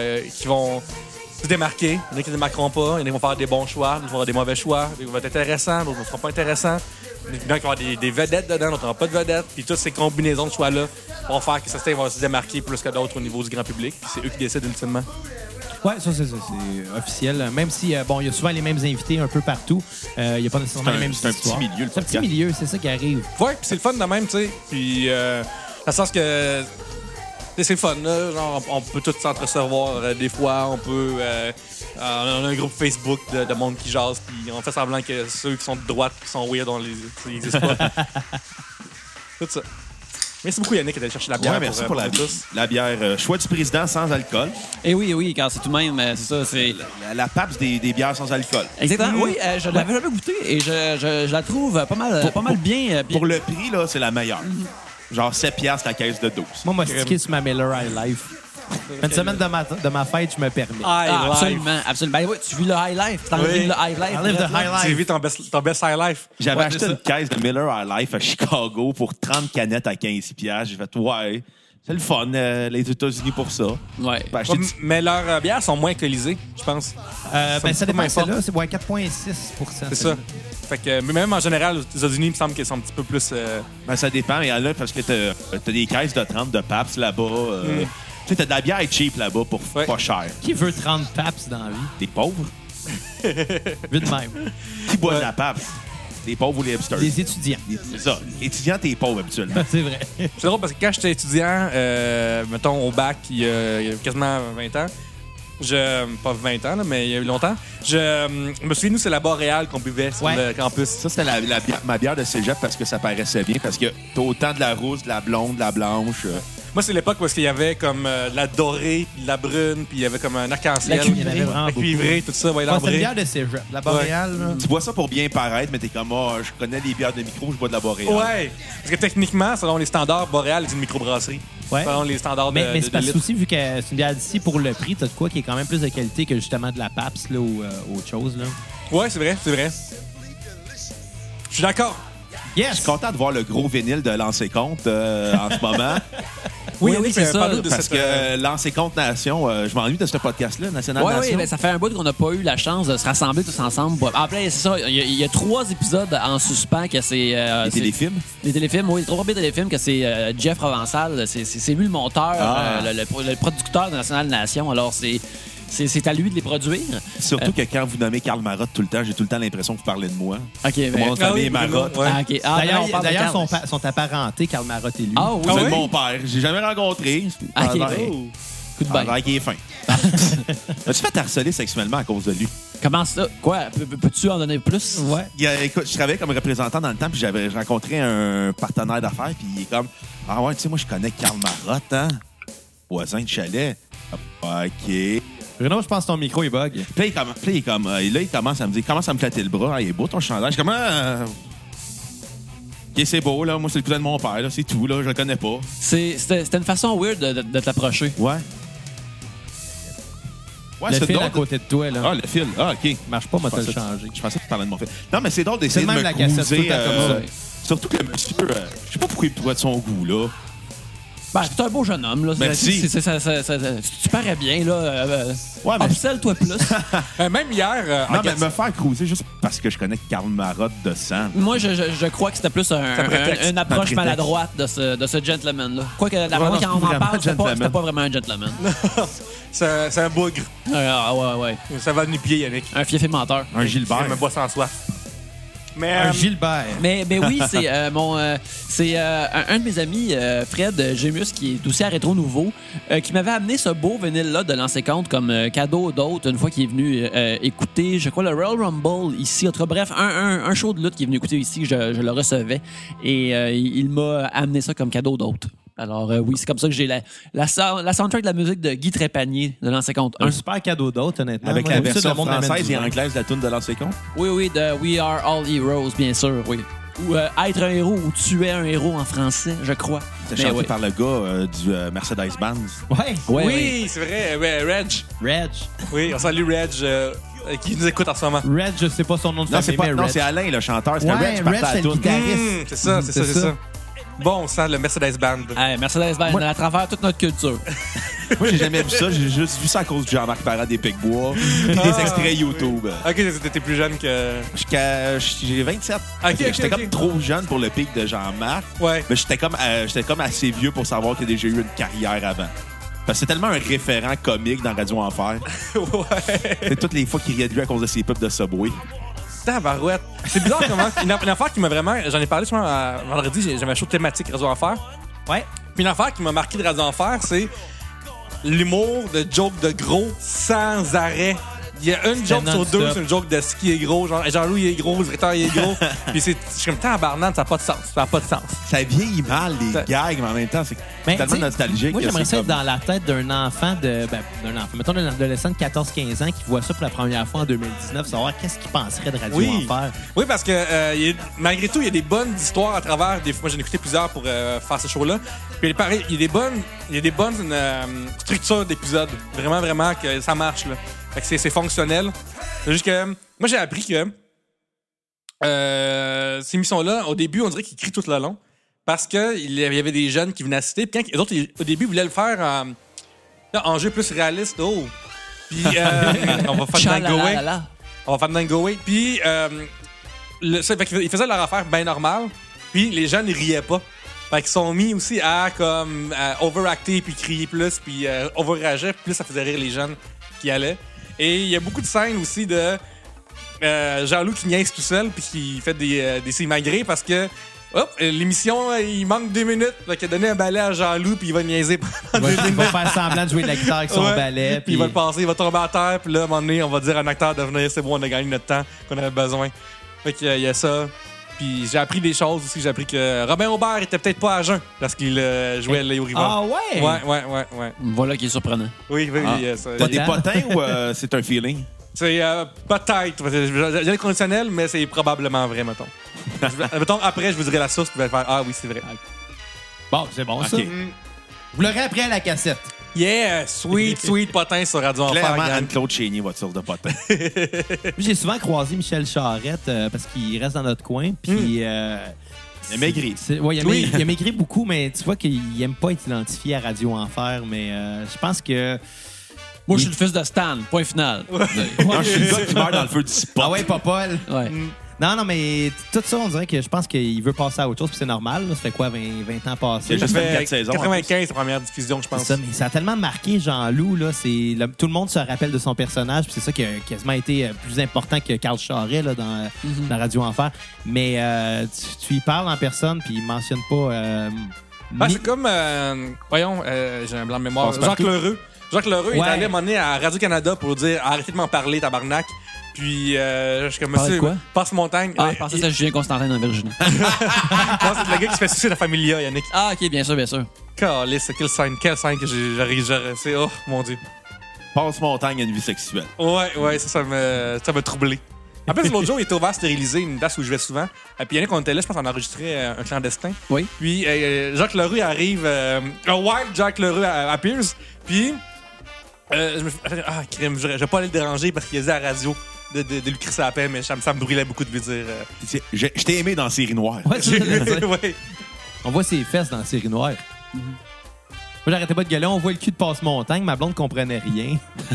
se démarquer. Il y en a qui ne démarqueront pas. Il y en a qui vont faire des bons choix, d'autres vont avoir des mauvais choix. D'autres vont être intéressants, d'autres ne seront pas intéressants. Il y en a qui vont avoir des vedettes dedans, d'autres n'auront pas de vedettes. Puis toutes ces combinaisons de choix-là vont faire que certains vont se démarquer plus que d'autres au niveau du grand public. Puis c'est eux qui décident ultimement. Oui, ça, c'est officiel. Même si, il y a souvent les mêmes invités un peu partout. Il n'y a pas nécessairement les mêmes histoires. C'est un petit milieu, le C'est un petit milieu, c'est ça qui arrive. Ouais, puis c'est le fun de même, tu sais. Puis, dans le sens que c'est le fun, là. Genre, on peut tous s'entrecevoir des fois. On peut. On a un groupe Facebook de monde qui jase, puis on fait semblant que ceux qui sont de droite, qui sont weird, ils n'existent pas. Tout ça. Merci beaucoup, Yannick, d'aller chercher la bière. Ouais, merci pour la bière. Choix du président sans alcool. Et oui, car c'est tout de même, c'est ça. La PAPS des bières sans alcool. Exactement. Oui, je l'avais jamais goûté et je la trouve pas mal bien. Pour le prix, là, c'est la meilleure. Genre 7$ la caisse de 12. Moi, m'a stické sur ma Miller High Life. Une semaine de ma fête, je me permets. Absolument. Ben oui, tu vis le High Life. T'as enlevé le High Life. Enlève le High Life. Tu vis ton best High Life. J'avais acheté une caisse de Miller High Life à Chicago pour 30 canettes à 15$. J'ai fait, ouais, c'est le fun, les États-Unis pour ça. Ouais. Mais leurs bières sont moins alcoolisées, je pense. Ça dépend, celle-là, c'est 4,6 C'est ça. Fait que, mais même en général, aux États-Unis, il me semble qu'elles sont un petit peu plus. Ça dépend. Il y en a parce que t'as des caisses de 30 de PAPS là-bas. Tu sais, t'as de la bière cheap là-bas pour pas cher. Qui veut 30 PAPS dans la vie? Des pauvres. Vu de même. Qui boit de la PAPS? Les pauvres ou les hipsters? Les étudiants. C'est ça. Étudiants, t'es pauvre habituellement. C'est vrai. C'est drôle parce que quand j'étais étudiant, mettons au bac, il y a quasiment 20 ans, pas 20 ans, là, mais il y a eu longtemps. Je me souviens, nous, c'est la Boréale qu'on buvait sur le campus. Ça, c'était ma bière de cégep parce que ça paraissait bien. Parce que t'as autant de la rousse, de la blonde, de la blanche. Moi, c'est l'époque où il y avait comme de la dorée, de la brune, puis il y avait comme un arc-en-ciel. La cuivrée. Il y en avait vraiment La cuivrée, tout ça, ouais, C'est une l'ambrée. bière de cégep. La Boréale, là. Tu bois ça pour bien paraître, mais t'es comme, je connais les bières de micro, je bois de la Boréale. Ouais, parce que techniquement, selon les standards, Boréal est une microbrasserie. Ouais. Selon les standards Mais de c'est parce que litres. aussi, vu que c'est une bière d'ici, pour le prix, t'as de quoi qui est quand même plus de qualité que justement de la Pabst là, ou autre chose. Là. Ouais, c'est vrai, c'est vrai. Je suis d'accord. Je Yes! suis content de voir le gros vinyle de Lancer Compte en ce moment. Oui, c'est ça. parle-nous de Parce cette, que Lancer Compte Nation, je m'ennuie de ce podcast-là, National Oui, Nation. ben, ça fait un bout qu'on n'a pas eu la chance de se rassembler tous ensemble. Après, c'est ça, il y a 3 épisodes en suspens que c'est... Les téléfilms. Les téléfilms, oui, 3 premiers téléfilms que c'est Jeff Provençal. C'est lui le monteur, le producteur de National Nation. Alors, c'est à lui de les produire. Surtout que quand vous nommez Karl Marotte tout le temps, j'ai tout le temps l'impression que vous parlez de moi. OK, Mon nom de Ah famille oui, est Marotte. ouais. Ah, OK. Ah, D'ailleurs, on parle de d'ailleurs, Karl. sont apparentés, Karl Marotte et lui. Ah oui, C'est Ah de oui? mon père. J'ai jamais rencontré. Ah, ok. Oh. coup de bain. Ah, qui est fin. As-tu fait harceler sexuellement à cause de lui? Comment ça? Quoi? Peux-tu en donner plus? Ouais. Écoute, je travaillais comme représentant dans le temps, puis j'avais rencontré un partenaire d'affaires, puis il est comme, ah ouais, tu sais, moi, je connais Karl Marotte, hein? Voisin de chalet. OK. Bruno, je pense que ton micro est bug. Puis là, il commence à me dire, commence à me flatter le bras. Ah, il est beau ton chandail. Je suis comme, OK, c'est beau, là. Moi, c'est le cousin de mon père, là. C'est tout, là. Je le connais pas. C'était une façon weird de t'approcher. Ouais. Ouais, Le c'est fil drôle. à côté de toi, là. Ah, le fil. Ah, OK. Il marche pas, moi, te le Je changer. pensais que tu parlais de mon fil. Non, mais c'est drôle d'essayer de C'est me même la cassette, cruiser, tout le temps comme ça. surtout que le monsieur, je sais pas pourquoi il doit de son goût, là. Ben, c'est un beau jeune homme, là. Merci. Tu parais bien, là. Ouais, mais- Upsell-toi plus. Même hier, en Non, mais quatre- me faire cruiser juste parce que je connais Karl Marotte de sang. Moi, je crois que c'était plus prétexte. une approche Un prétexte. maladroite de ce gentleman-là. Quoique, la Ouais, première non, quand on c'est en vraiment parle, gentleman. c'était pas vraiment un gentleman. c'est un bougre. Ah, ouais. Ça va nu-pied, Yannick. Un fief et menteur. Un Il Gilbert. me boit sans soif. Mais Un Gilbert. Mais oui, c'est un de mes amis, Fred Gémus, qui est aussi à Rétro Nouveau, qui m'avait amené ce beau vinyle-là de Lancer Compte comme cadeau d'autre une fois qu'il est venu écouter, je crois, le Royal Rumble ici. En tout cas, bref, un show de lutte qui est venu écouter ici, je le recevais. Et il m'a amené ça comme cadeau d'autre. Alors oui, c'est comme ça que j'ai la soundtrack de la musique de Guy Trépanier de Lancer Compte 1. Un super cadeau d'autre, honnêtement. Avec Moi, la d'habitude, version le monde m'amène française du et vin. anglaise de la toune de Lancer Compte. Oui, de We Are All Heroes, bien sûr, oui. Ou Être un héros ou Tuer un héros en français, je crois. C'est Mais chanté oui. par le gars du Mercedes-Benz. Ouais. Ouais, oui, c'est vrai. Reg. Reg. Oui, on salue Reg qui nous écoute en ce moment. Red, je sais pas son nom de Non, c'est famille, pas, mais non, Reg. c'est Alain, le chanteur. C'est Ouais, un Reg qui partait Reg, à c'est la le toune. guitariste. C'est ça, c'est ça. Bon, on sent le Mercedes Band. Hey, Mercedes-Benz, à travers toute notre culture. Moi, j'ai jamais vu ça. J'ai juste vu ça à cause de Jean-Marc Parent des Picbois puis des extraits YouTube. Ok, t'étais plus jeune que. J'ai 27. Ok, J'étais ok. comme trop jeune pour le pic de Jean-Marc. Ouais. Mais j'étais comme assez vieux pour savoir qu'il a déjà eu une carrière avant. Parce que c'est tellement un référent comique dans Radio Enfer. Ouais. C'est toutes les fois qu'il riait de lui à cause de ses pubs de Subway. Tabarouette. C'est bizarre comment. Une affaire qui m'a vraiment. J'en ai parlé souvent vendredi, j'avais un show thématique Radio Enfer. Ouais. Puis une affaire qui m'a marqué de Radio Enfer, c'est l'humour de joke de gros sans arrêt. Il y a une joke sur non-stop. deux, c'est une joke de ski est gros. Genre, Jean-Louis il est gros, le directeur il est gros. Puis je suis comme tabarnak, ça n'a pas de sens. Ça n'a pas de sens. Ça vieillit mal, les Ça- gags, mais en même temps, c'est Mais, tellement tu sais, nostalgique. Moi, que j'aimerais c'est ça être comme- dans la tête d'un enfant mettons d'un adolescent de 14-15 ans qui voit ça pour la première fois en 2019, savoir qu'est-ce qu'il penserait de Radio Oui. Enfer. Oui, parce que malgré tout, il y a des bonnes histoires à travers. Moi, j'en ai écouté plusieurs pour faire ce show-là. Puis pareil, il y a des bonnes structures d'épisodes. Vraiment, vraiment, que ça marche. Là. Fait que c'est fonctionnel. C'est juste que moi, j'ai appris que ces émissions-là, au début, on dirait qu'ils crient tout le long. Parce qu'il y avait des jeunes qui venaient assister. Puis quand les autres, au début, voulaient le faire en jeu plus réaliste. Oh! Puis on va faire Dango Way. On va faire Dango Way. Puis fait qu'ils faisaient leur affaire bien normale. Puis les jeunes, ils riaient pas. Fait qu'ils sont mis aussi à comme overacter puis crier plus puis overrager. Plus ça faisait rire les jeunes qui allaient. Et il y a beaucoup de scènes aussi de Jean-Loup qui niaise tout seul puis qui fait des simagrées parce que hop, l'émission, il manque 2 minutes. Fait qu'il a donné un balai à Jean-Loup puis il va niaiser pendant 2 Il minutes. va faire semblant de jouer de la guitare avec son Ouais. balai. Puis il va le passer, il va tomber à terre, puis là, à un moment donné, on va dire à un acteur de venir, c'est bon, on a gagné notre temps qu'on avait besoin. Fait qu'il y a ça. Puis j'ai appris des choses aussi. J'ai appris que Robin Aubert était peut-être pas à jeun lorsqu'il jouait Léo Rivard. Ah ouais? Ouais. Voilà qui est surprenant. Oui. T'as des potins ou c'est un feeling? C'est peut-être. J'ai le conditionnel, mais c'est probablement vrai, mettons. Mettons, après, je vous dirai la source, puis je vais faire ah oui, c'est vrai. Bon, c'est bon, ça. OK. Vous l'aurez appris à la cassette. Yeah, sweet potin sur Radio Enfer. Clairement, gang. Anne-Claude Chénier, votre source de potins. J'ai souvent croisé Michel Charette parce qu'il reste dans notre coin. Puis. Il a maigri. Ouais, Oui. il a maigri beaucoup, mais tu vois qu'il aime pas être identifié à Radio Enfer. Mais je pense que. Moi, je suis le fils de Stan. Point final. Non, je suis le gars qui meurt dans le feu du spot. Ah ouais, pas Paul. Ouais. Non, mais tout ça, on dirait que je pense qu'il veut passer à autre chose, puis c'est normal. Là. Ça fait quoi, 20 ans passés? Il a juste Ça fait fait 4 saisons. 95, première diffusion, je C'est pense. ça, mais ça a tellement marqué Jean-Loup. Là, tout le monde se rappelle de son personnage, puis c'est ça qui a quasiment été plus important que Carl Charret là, dans Radio Enfer. Mais tu y parles en personne, puis il mentionne pas... C'est comme, voyons, j'ai un blanc de mémoire. Passe-partout. Jacques Lheureux, il est Ouais. allé m'emmener à Radio-Canada pour dire arrêtez de m'en parler, tabarnak. Puis, je suis comme, Parler de monsieur, quoi? Passe-Montagne. Ah, je pensais que c'était Julien Constantin dans Virginie. Non, c'est le gars qui se fait sucer de la Familia, Yannick. Ah, OK, bien sûr. Calisse, quelle scène que j'arrive. C'est, oh, mon Dieu. Passe-montagne à une vie sexuelle. Ouais, ça m'a troublé. En plus, l'autre jour, il était ouvert à stériliser, une place où je vais souvent. Et puis, Yannick, on était là, je pense qu'on enregistrait un clandestin. Oui. Puis, Jacques Lheureux arrive, un wild Jacques Lheureux à Pierce. Puis, je me fais, crime, je vais pas aller le déranger parce qu'il a dit à la radio de lui crisser la paix, mais ça me brûlait beaucoup de lui dire. Je t'ai aimé dans Série Noire. Ouais, c'est ça, je veux dire. Ouais. On voit ses fesses dans la série noire. Moi, j'arrêtais pas de gueuler. On voit le cul de Passe-Montagne. Ma blonde comprenait rien.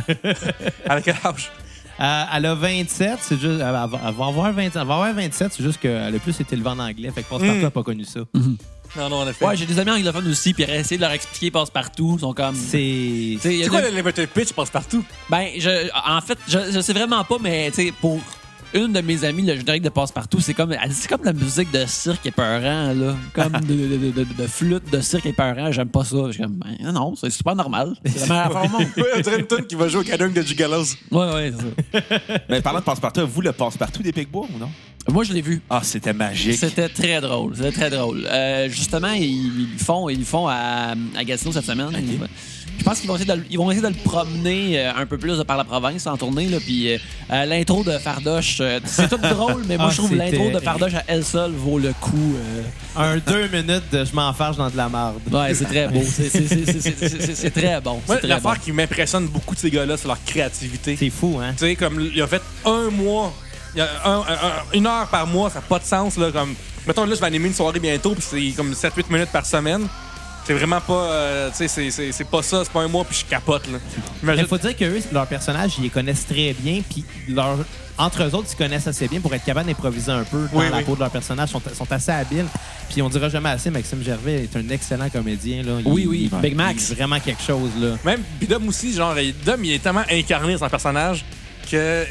À quel âge? Elle a 27. C'est juste, elle va avoir 27. C'est juste qu'elle a plus été élevée en anglais. Fait que Passe-Partout n'a pas connu ça. Non, en effet. Ouais, j'ai des amis anglophones aussi, puis essayé de leur expliquer Passe-Partout. Ils sont comme. C'est... Tu sais, il y a C'est quoi deux- le elevator pitch passe partout? Ben, je sais vraiment pas, mais tu sais, pour une de mes amies, le générique de Passe-Partout, c'est comme la musique de cirque épeurant, là. Comme de flûte de cirque épeurant. J'aime pas ça. Je suis comme, ben, non, c'est super normal. C'est la meilleure affaire au monde. Ouais, on dirait une tune qui va jouer au gathering de Gigalos. Ouais, c'est ça. Mais parlant de Passe-Partout, vous, le Passe-Partout des Picbois ou non? Moi, je l'ai vu. Ah, c'était magique. C'était très drôle. Justement, ils le font à Gatineau cette semaine. Je pense qu'ils vont essayer de le promener un peu plus par la province en tournée. Là, puis l'intro de Fardoche, c'est tout drôle, mais moi, je trouve l'intro de Fardoche à elle seule vaut le coup. Un 2 minutes de je m'enfarge dans de la marde. Ouais, c'est très beau. C'est très bon. Moi, C'est très l'affaire bon. qui m'impressionne beaucoup de ces gars-là, c'est leur créativité. C'est fou, hein? Tu sais, comme il a fait un mois, il y a une heure par mois, ça n'a pas de sens. Là, comme, mettons, là, je vais animer une soirée bientôt, puis c'est comme 7-8 minutes par semaine. C'est vraiment pas. Tu sais, c'est pas ça, c'est pas un mois, puis je capote. Là. Il faut dire que eux, leurs personnages, ils les connaissent très bien, puis entre eux autres, ils se connaissent assez bien pour être capables d'improviser un peu dans la peau de leurs personnages. Ils sont assez habiles. Puis on dira jamais assez, Maxime Gervais est un excellent comédien. Là. Oui, Big Max. Il est vraiment quelque chose. Là. Même Bidom aussi, genre, Dom, il est tellement incarné dans son personnage que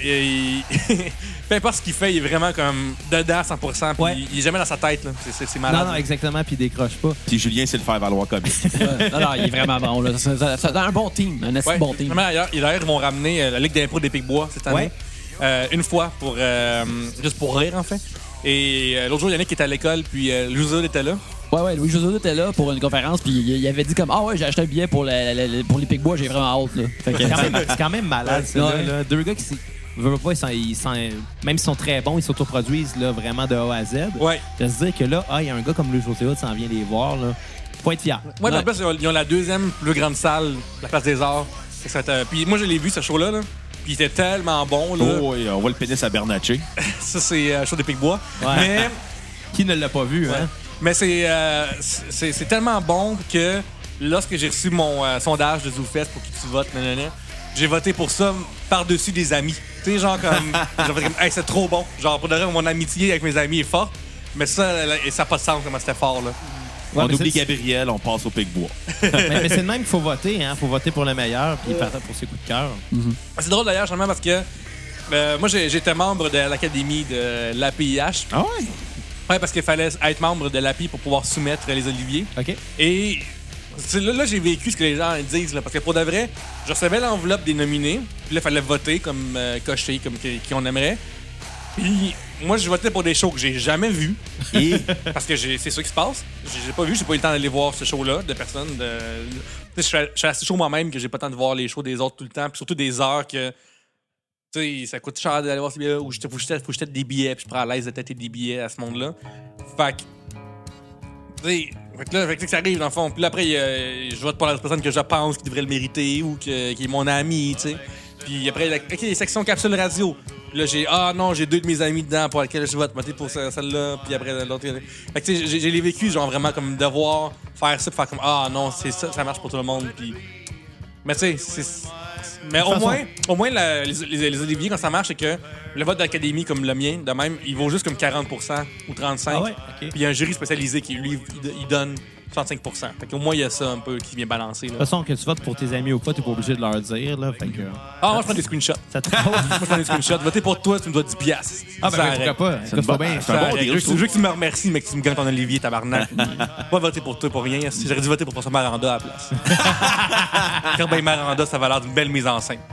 peu importe ce qu'il fait, il est vraiment comme dedans à 100%, puis Ouais. il est jamais dans sa tête. Là. C'est malade. Non, exactement, puis il décroche pas. Puis Julien, c'est le faire valoir comme Non, il est vraiment bon. Là. C'est un bon team. Un assez Ouais. bon team. D'ailleurs, ils vont ramener la Ligue d'impro des Picbois cette année. Une fois, juste pour rire, en fait. Et l'autre jour, Yannick était à l'école, puis Louis était là. Ouais, Louis José était là pour une conférence, puis il avait dit comme ah ouais, j'ai acheté un billet pour les Picbois, j'ai vraiment hâte là. Fait que, C'est quand même malade, ça. Ouais. Là. Deux gars qui veulent pas, même s'ils sont très bons, ils s'autoproduisent là, vraiment de A à Z. Ouais. De se dire que là, il y a un gars comme Louis José qui s'en vient les voir. Là. Faut être fier. Moi, Ouais. en plus, ils ont la deuxième plus grande salle, la Place des Arts. Puis moi, je l'ai vu, ce show-là. Là. Puis il était tellement bon. Là. Oh, oui, on voit le pénis à Bernatchez. Ça, c'est le show des Picbois. Ouais. Mais, Qui ne l'a pas vu, hein? mais c'est tellement bon que lorsque j'ai reçu mon sondage de ZooFest pour qui tu votes, j'ai voté pour ça par-dessus des amis. Tu sais, genre comme... j'ai fait comme, hey, c'est trop bon. Genre, pour de vrai, mon amitié avec mes amis est forte. Mais ça n'a pas de sens comment c'était fort, là. Ouais, On mais oublie c'est- Gabriel, on passe au Picbois. mais c'est de même qu'il faut voter, hein? Faut voter pour le meilleur, puis partir pour ses coups de cœur. C'est drôle, d'ailleurs, justement, parce que moi, j'étais membre de l'académie de l'APIH. Ah ouais? Ouais, parce qu'il fallait être membre de l'API pour pouvoir soumettre les oliviers. OK? Et là, j'ai vécu ce que les gens disent. Là, parce que pour de vrai, je recevais l'enveloppe des nominés. Puis là, il fallait voter, comme cocher, comme qui on aimerait. Puis moi, je votais pour des shows que j'ai jamais vus. Et Parce que c'est ça qui se passe. J'ai pas vu, j'ai pas eu le temps d'aller voir ce show-là de personne. Je suis assez chaud moi-même que j'ai pas le temps de voir les shows des autres tout le temps. Puis surtout des heures que. Tu sais, ça coûte cher d'aller voir ces billets ou faut que je tête des billets. Puis je prends à l'aise de têter des billets à ce monde-là. Fait que. Tu sais. Fait que ça arrive dans le fond. Puis là, après, je vote pour la personne que je pense qui devrait le mériter ou qui est mon ami, tu sais. Puis après, les sections capsule radio. Puis là, j'ai 2 de mes amis dedans pour lesquels je vote. Pour celle-là, puis après l'autre. Fait que tu sais, j'ai les vécu, genre vraiment comme devoir faire ça, puis faire comme non, c'est ça marche pour tout le monde. Puis. Mais tu sais, mais au moins les Oliviers, quand ça marche, c'est que le vote d'académie comme le mien, de même, il vaut juste comme 40% ou 35%. Ah ouais? OK. Puis il y a un jury spécialisé qui, lui, il donne 65%. Fait qu'au moins, il y a ça un peu qui vient balancer. De toute façon, que tu votes pour tes amis ou pas, t'es pas obligé de leur dire. Là, fait que, moi, je prends des screenshots. ça te Moi, je prends des screenshots. Voter pour toi, tu me dois 10$. Ah, ben oui, pourquoi pas? C'est une Écoute, faut bonne- bien. c'est un bon deal, je Je trouve. veux que tu me remercies, mais que tu me gagnes ton Olivier, tabarnak. Pas voter pour toi pour rien. J'aurais dû voter pour François Maranda à la place. Corbeil Maranda, ça va l'air d'une belle mise en scène.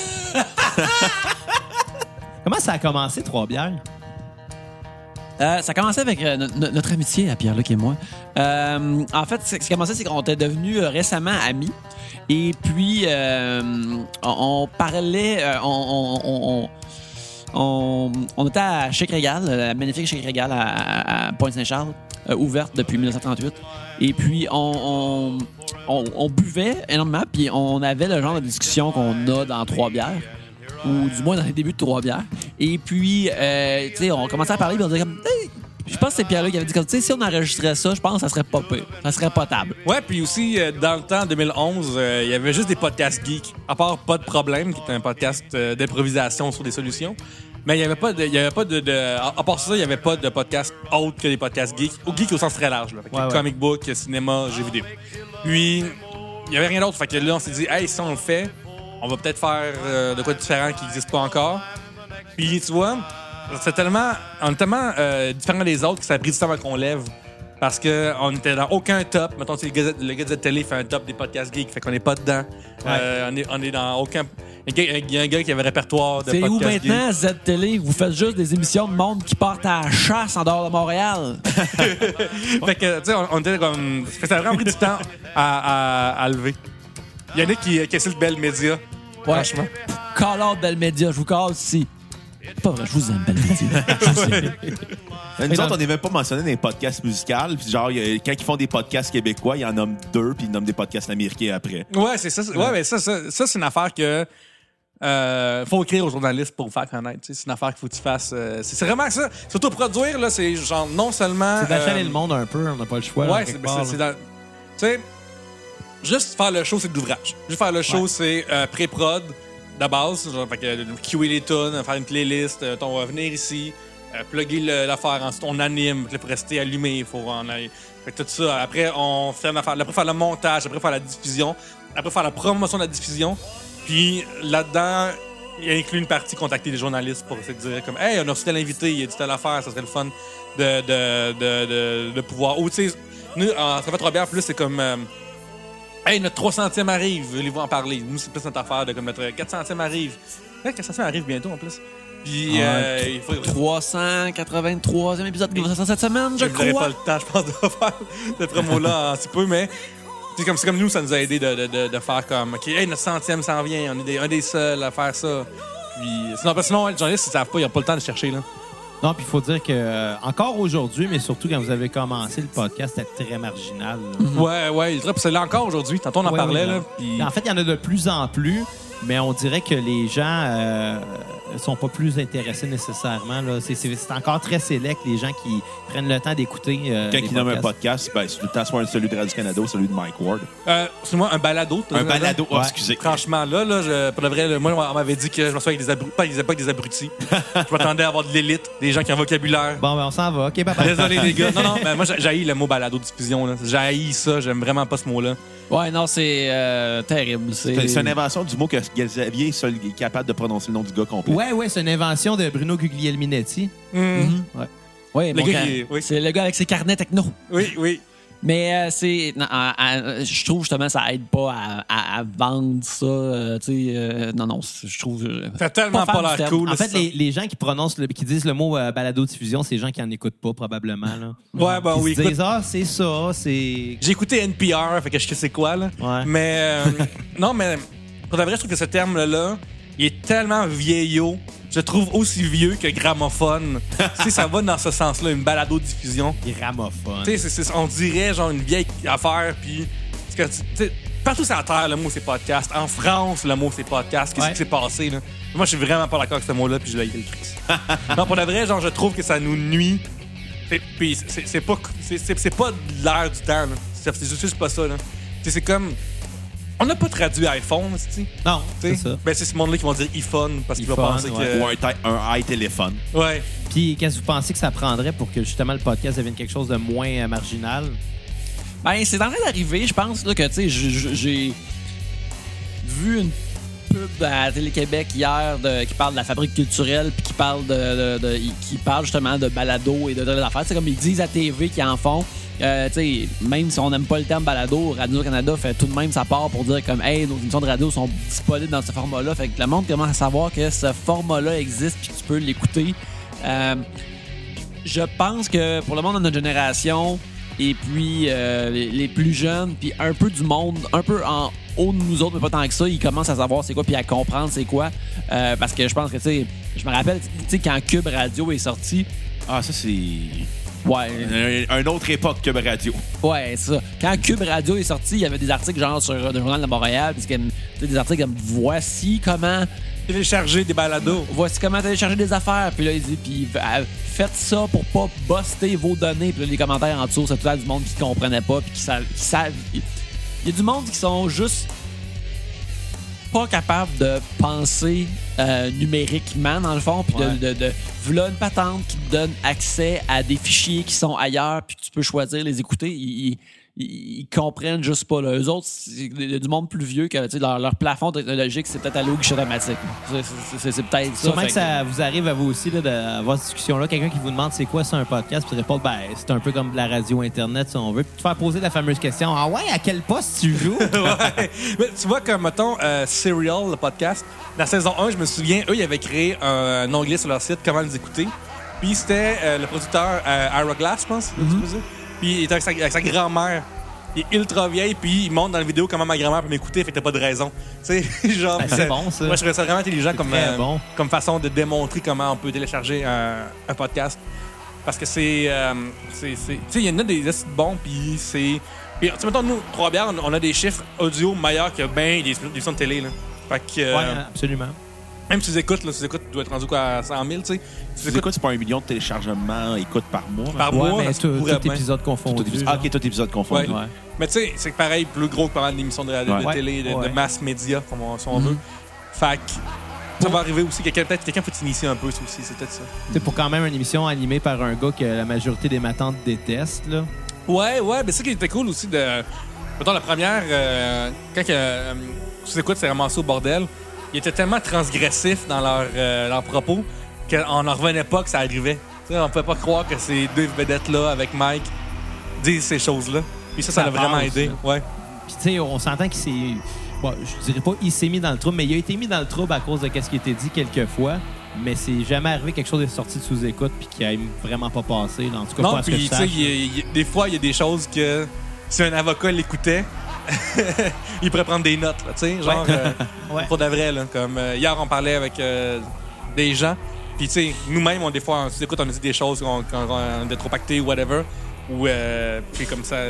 Comment ça a commencé, Trois-Bières? Ça a commencé avec notre amitié à Pierre-Luc et moi. En fait, ce qui a commencé, c'est qu'on était devenus récemment amis. Et puis, on parlait... On était à Chic Régal, la magnifique Chic Régal à Pointe-Saint-Charles, ouverte depuis 1938. Et puis, on buvait énormément, puis on avait le genre de discussion qu'on a dans Trois-Bières, ou du moins dans les débuts de Trois-Bières. Et puis, tu sais, on commençait à parler, puis on disait comme... Hey! Je pense que c'est Pierre-Luc qui avait dit comme, tu sais, si on enregistrait ça, je pense que ça serait pas pire. Ça serait potable. Ouais, puis aussi, dans le temps, 2011, il y avait juste des podcasts geeks. À part Pas de problème, qui était un podcast d'improvisation sur des solutions. Mais il y avait pas à part ça, il y avait pas de podcast autre que des podcasts geeks. Ou geeks au sens très large, là. Fait que Ouais. comic book, cinéma, jeux vidéo. Puis, il y avait rien d'autre. Fait que là, on s'est dit, hey, si on le fait, on va peut-être faire de quoi de différent qui n'existe pas encore. Puis, tu vois, on est tellement différents des autres que ça a pris du temps avant qu'on lève. Parce qu'on était dans aucun top. Mettons, le gars de télé fait un top des podcasts geeks, fait qu'on n'est pas dedans. On est dans aucun. Il y a un gars qui avait un répertoire de C'est où podcasts geeks. maintenant, Z-Télé? Vous faites juste des émissions de monde qui partent à la chasse en dehors de Montréal. Fait que, tu sais, on était comme. Ça a vraiment pris du temps à lever. Il y en a qui essaient le Bell Media. Franchement. Call out Bell Media, je vous call ici. C'est pas vrai, je vous aime, Bell Media. Je vous aime. nous autres, on n'est même pas mentionné dans les podcasts musicaux. Puis genre, quand ils font des podcasts québécois, ils en nomment 2, puis ils nomment des podcasts américains après. Ouais, c'est ça. Ouais, mais ça c'est une affaire que. Faut écrire aux journalistes pour vous faire connaître. C'est une affaire qu'il faut que tu fasses. C'est vraiment ça. Surtout produire, là, c'est genre non seulement. C'est d'achaler le monde un peu, on n'a pas le choix. là, Ouais, quelque c'est part, c'est là. dans. Tu sais, juste faire le show, c'est de l'ouvrage. Juste faire le show, c'est pré-prod de base. Genre, fait que QA les tunes, faire une playlist. On va venir ici, plugger l'affaire. Ensuite, on anime. Puis là, pour rester allumé, il faut en aller. Fait que tout ça. Après, on fait une affaire. Après, faire le montage. Après, faire la diffusion. Après, faire la promotion de la diffusion. Puis là-dedans, il inclut une partie contacter les journalistes pour se dire comme hey, on a reçu tel invité, il a dit telle affaire, ça serait le fun de pouvoir. Ou tu sais, nous, en Ça fait trop bien, plus c'est comme hey, notre 300e arrive, voulez-vous en parler? Nous, c'est plus notre affaire de comme notre 400e arrive. Ouais, 400e arrive bientôt en plus. Puis il faut. 383e épisode qui va sortir cette semaine, je Vous n'aurez pas crois. le temps, je pense, de faire cette promo-là en si peu, mais c'est comme nous, ça nous a aidé de faire comme OK, hey, notre 100e s'en vient, on est un des seuls à faire ça. Puis sinon les journalistes, ils savent pas, ils n'ont pas le temps de chercher, là. Non, puis il faut dire que encore aujourd'hui, mais surtout quand vous avez commencé le podcast, c'était très marginal. là. Ouais, ultra. Puis c'est là encore aujourd'hui. Tantôt, on en Ouais, parlait, ouais, là. non. Puis En fait, il y en a de plus en plus, mais on dirait que les gens sont pas plus intéressés nécessairement. Là. C'est encore très sélect, les gens qui prennent le temps d'écouter. Quand ils nomment un podcast, ben, c'est tout le temps soit celui de Radio-Canada ou celui de Mike Ward. c'est moi un balado. Un balado. Ouais. Excusez. Franchement, pour de vrai, moi, on m'avait dit que je me souviens avec des abrutis. Pas avec des abrutis. Je m'attendais à avoir de l'élite, des gens qui ont un vocabulaire. Bon, ben on s'en va. OK, papa. Désolé, les gars. Non, mais moi, j'haïs le mot balado-diffusion, là. J'haïs ça. J'aime vraiment pas ce mot-là. Ouais, non, c'est terrible. C'est une invention du mot que Xavier est seul capable de prononcer le nom du gars complet. Ouais, c'est une invention de Bruno Guglielminetti. Ouais, Le mon gars gars, qui est- oui. c'est le gars avec ses carnets techno. Oui. Mais je trouve justement ça aide pas à vendre ça. Non, je trouve. T'as tellement pas l'air cool. En fait, les gens qui disent le mot balado-diffusion, c'est les gens qui en écoutent pas, probablement. Là. Ouais, ben oui. Ils disent, c'est ça, c'est. J'ai écouté NPR, fait que je sais c'est quoi, là. Ouais. Mais, non, mais, pour de vrai, je trouve que ce terme-là, il est tellement vieillot. Je trouve aussi vieux que gramophone. Tu sais, ça va dans ce sens-là, une balado-diffusion. Gramophone. Tu sais, on dirait genre une vieille affaire, puis partout sur la terre, le mot c'est podcast. En France, le mot c'est podcast. Qu'est-ce qui s'est passé, là? Moi, je suis vraiment pas d'accord avec ce mot-là, puis je l'ai écrit le Christ. Non, pour de vrai, genre, je trouve que ça nous nuit. Puis c'est pas de l'air du temps, là. C'est juste pas ça, là. T'sais, c'est comme. On n'a pas traduit iPhone, tu sais. Non, c'est ça. Ben, c'est ce monde-là qui vont dire iPhone parce qu'il va penser que. Ou un iTéléphone. Ouais. Puis, qu'est-ce que vous pensez que ça prendrait pour que justement le podcast devienne quelque chose de moins marginal? Ben, c'est en train d'arriver, je pense, là, que, tu sais, j'ai vu une pub à Télé-Québec hier qui parle de la fabrique culturelle puis qui parle qui parle justement de balado et de affaires. C'est comme ils disent à TV qu'ils en font. Même si on n'aime pas le terme balado, Radio-Canada fait tout de même sa part pour dire comme hey, nos émissions de radio sont disponibles dans ce format-là. Fait que le monde commence à savoir que ce format-là existe puis que tu peux l'écouter. Je pense que pour le monde de notre génération et puis les plus jeunes puis un peu du monde, un peu en haut de nous autres, mais pas tant que ça, ils commencent à savoir c'est quoi puis à comprendre c'est quoi. Parce que je pense que, tu sais, je me rappelle, tu sais, quand Cube Radio est sorti. Ah, ça, c'est. Ouais. Une autre époque, Cube Radio. Ouais, c'est ça. Quand Cube Radio est sorti, il y avait des articles genre sur le Journal de Montréal, puis des articles comme voici comment télécharger des balados. Voici comment télécharger des affaires. Puis là, il dit, faites ça pour pas buster vos données. Puis là, les commentaires en dessous, c'est tout le temps du monde qui comprenait pas, puis qui savent. Il y a du monde qui sont juste pas capables de penser numériquement, dans le fond, puis voilà une patente qui te donne accès à des fichiers qui sont ailleurs, puis que tu peux choisir les écouter. Ils comprennent juste pas. Là. Eux autres, il y a du monde plus vieux que leur plafond technologique, c'est peut-être aller au guichet automatique. C'est peut-être ça. Sûrement que ça vous arrive à vous aussi là, d'avoir cette discussion-là. Quelqu'un qui vous demande c'est quoi ça un podcast, puis répondre c'est un peu comme de la radio Internet, si on veut. Puis te faire poser la fameuse question ah ouais, à quel poste tu joues? Ouais. Mais tu vois, comme mettons Serial, le podcast, la saison 1, je me souviens, eux, ils avaient créé un onglet sur leur site, comment les écouter. Puis c'était le producteur Ira Glass, je pense. Puis il était avec sa grand-mère. Il est ultra vieille, puis il montre dans la vidéo comment ma grand-mère peut m'écouter, fait que t'as pas de raison. Tu sais, genre. C'est bon, ça. Moi, je trouvais ça vraiment intelligent comme façon de démontrer comment on peut télécharger un podcast. Parce que tu sais, il y en a des bons, puis c'est. Puis, mettons, nous, Trois-Bières, on a des chiffres audio meilleurs que ben des émissions de télé, là. Fait que. Ouais, absolument. Même si tu écoutes, tu dois être rendu quoi, à 100 000, tu sais. Tu écoutes, c'est pas 1 million de téléchargements écoute par mois. Par mois, mais tout épisode confondu. OK, tout épisode confondu. Ouais. Mais tu sais, c'est pareil, plus gros que pas mal d'émissions de télé, de mass média, si on veut. Fait que ça va arriver aussi. Peut-être quelqu'un faut t'initier un peu, ça aussi. C'est peut-être ça. C'est pour quand même une émission animée par un gars que la majorité des matantes détestent, là. Ouais, mais c'est ça qui était cool aussi de. Mettons, la première, quand tu écoutes, c'est ramassé au bordel. Ils étaient tellement transgressifs dans leurs propos qu'on n'en revenait pas que ça arrivait. T'sais, on ne pouvait pas croire que ces deux vedettes-là, avec Mike, disent ces choses-là. Puis ça l'a vraiment aidé. Là. Ouais. Puis tu sais, on s'entend qu'il s'est... Bon, je dirais pas il s'est mis dans le trouble, mais il a été mis dans le trouble à cause de ce qui a été dit quelques fois. Mais c'est jamais arrivé quelque chose de sorti de sous-écoute puis qui a vraiment pas passé. Là. En tout cas, non, pas à ce que je sache. Des fois, il y a des choses que si un avocat l'écoutait, il pourrait prendre des notes, tu sais, genre pour de vrai, là, comme hier on parlait avec des gens, puis tu sais, nous-mêmes des fois on s'écoute, on a dit des choses quand on est trop pacté ou whatever, ou puis comme ça,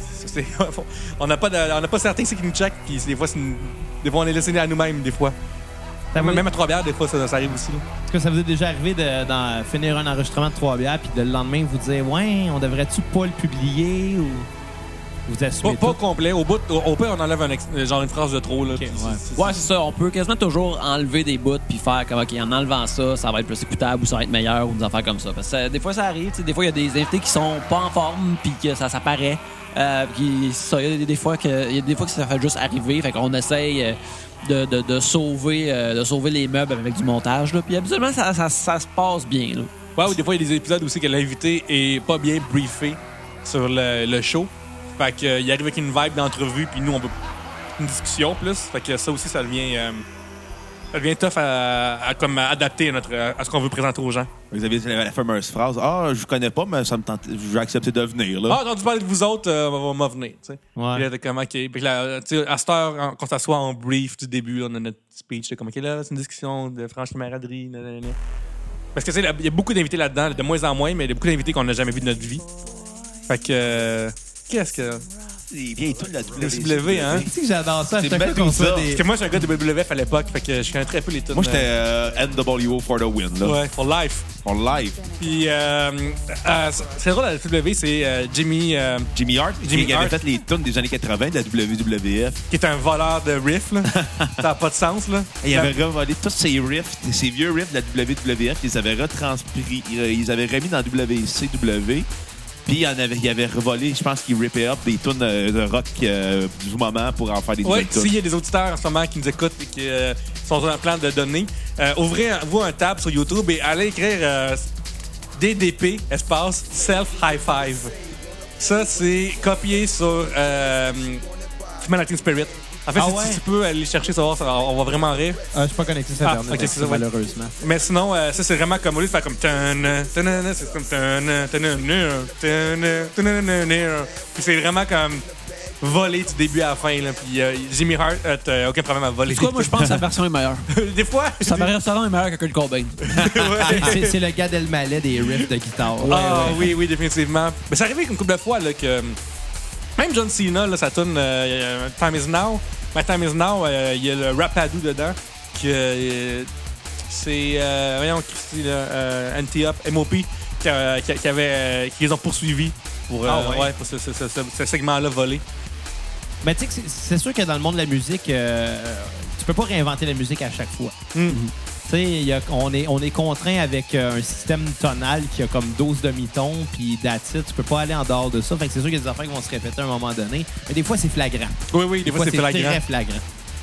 on n'a pas certains qui nous check, puis des fois on est laissé à nous-mêmes des fois. Même à Trois-Bières, des fois ça arrive aussi. Est-ce que ça vous est déjà arrivé de finir un enregistrement de Trois-Bières puis de le lendemain vous dire ouais, on devrait-tu pas le publier ou vous assumez pas complet. Au pire, on enlève genre une phrase de trop. Là, okay, ouais, c'est ça. On peut quasiment toujours enlever des bouts puis faire comme, OK, en enlevant ça, ça va être plus écoutable ou ça va être meilleur ou des affaires comme ça. Parce que des fois, ça arrive. Des fois, il y a des invités qui sont pas en forme puis que ça paraît. Il y a des fois que ça fait juste arriver. Fait qu'on essaye de sauver les meubles avec du montage. Là. Puis habituellement, ça se passe bien. Là. Ouais, ou des fois, il y a des épisodes aussi que l'invité est pas bien briefé sur le show. Fait qu'il arrive avec une vibe d'entrevue, puis nous, on veut une discussion plus. Fait que ça aussi, ça devient tough à adapter à ce qu'on veut présenter aux gens. Vous avez la fameuse phrase « Ah, je vous connais pas, mais ça me tente, je vais accepter de venir. » Ah, j'ai entendu parler de vous autres, on va venir. Tu sais. Ouais. Puis là, t'es comme, OK. Puis là, tu sais, à cette heure, quand on s'assoit en brief du début, on a notre speech. C'est comme, OK, là, c'est une discussion de franche camaraderie. Nanana. Parce que, tu sais, il y a beaucoup d'invités là-dedans, de moins en moins, mais il y a beaucoup d'invités qu'on n'a jamais vus de notre vie. Fait que, qu'est-ce que. Les vieilles tunes de la WCW, hein? Tu sais que j'adore ça. C'est Chaque fois belle qu'on tout ça. fait des... Parce que moi, je suis un gars de WWF à l'époque, fait que je connais très peu les tunes. Moi, j'étais NWO for the win, là. Ouais, for life. For life. Puis, c'est drôle à la WWE, c'est Jimmy Hart, Jimmy qui avait Hart. fait les tunes des années 80 de la WWF. qui est un voleur de riffs, là. Ça n'a pas de sens, là. Et il avait revolé tous ces riffs, ces vieux riffs de la WWF, ils avaient retranscrit, ils avaient remis dans WCW. Puis il avait revolé, je pense qu'il rippait up des tunes de rock du moment pour en faire des Oui, nouvelles tunes. s'il y a des auditeurs en ce moment qui nous écoutent et qui sont en plan de donner, ouvrez-vous un tab sur YouTube et allez écrire DDP, espace, Self High Five. Ça, c'est copié sur Human Spirit. En fait, si tu peux aller chercher, savoir, on va vraiment rire. Je suis pas connecté sur Internet, ok, c'est ça, ouais. malheureusement. Mais sinon, ça, c'est vraiment comme au lieu de faire comme c'est comme puis c'est vraiment comme voler du début à la fin. Là. Puis Jimmy Hart a aucun problème à voler. C'est quoi, moi, je pense que sa version est meilleure. Des fois, Sa version est meilleure que Kurt Cobain. C'est le gars Elmaleh des riffs de guitare. Oui, définitivement. Mais c'est arrivé une couple de fois là, que même John Cena, là, sa tune Time Is Now. My Time Is Now, il y a le Rapadoo dedans. C'est voyons, Anti-Up, MOP, qui les ont poursuivis pour ce segment-là volé. Mais tu sais que c'est sûr que dans le monde de la musique, tu peux pas réinventer la musique à chaque fois. Tu sais, on est contraint avec un système tonal qui a comme 12 demi-tons, puis that's it. Tu peux pas aller en dehors de ça. Fait que c'est sûr qu'il y a des affaires qui vont se répéter à un moment donné. Mais des fois, c'est flagrant. Oui, des fois, c'est flagrant. Très flagrant.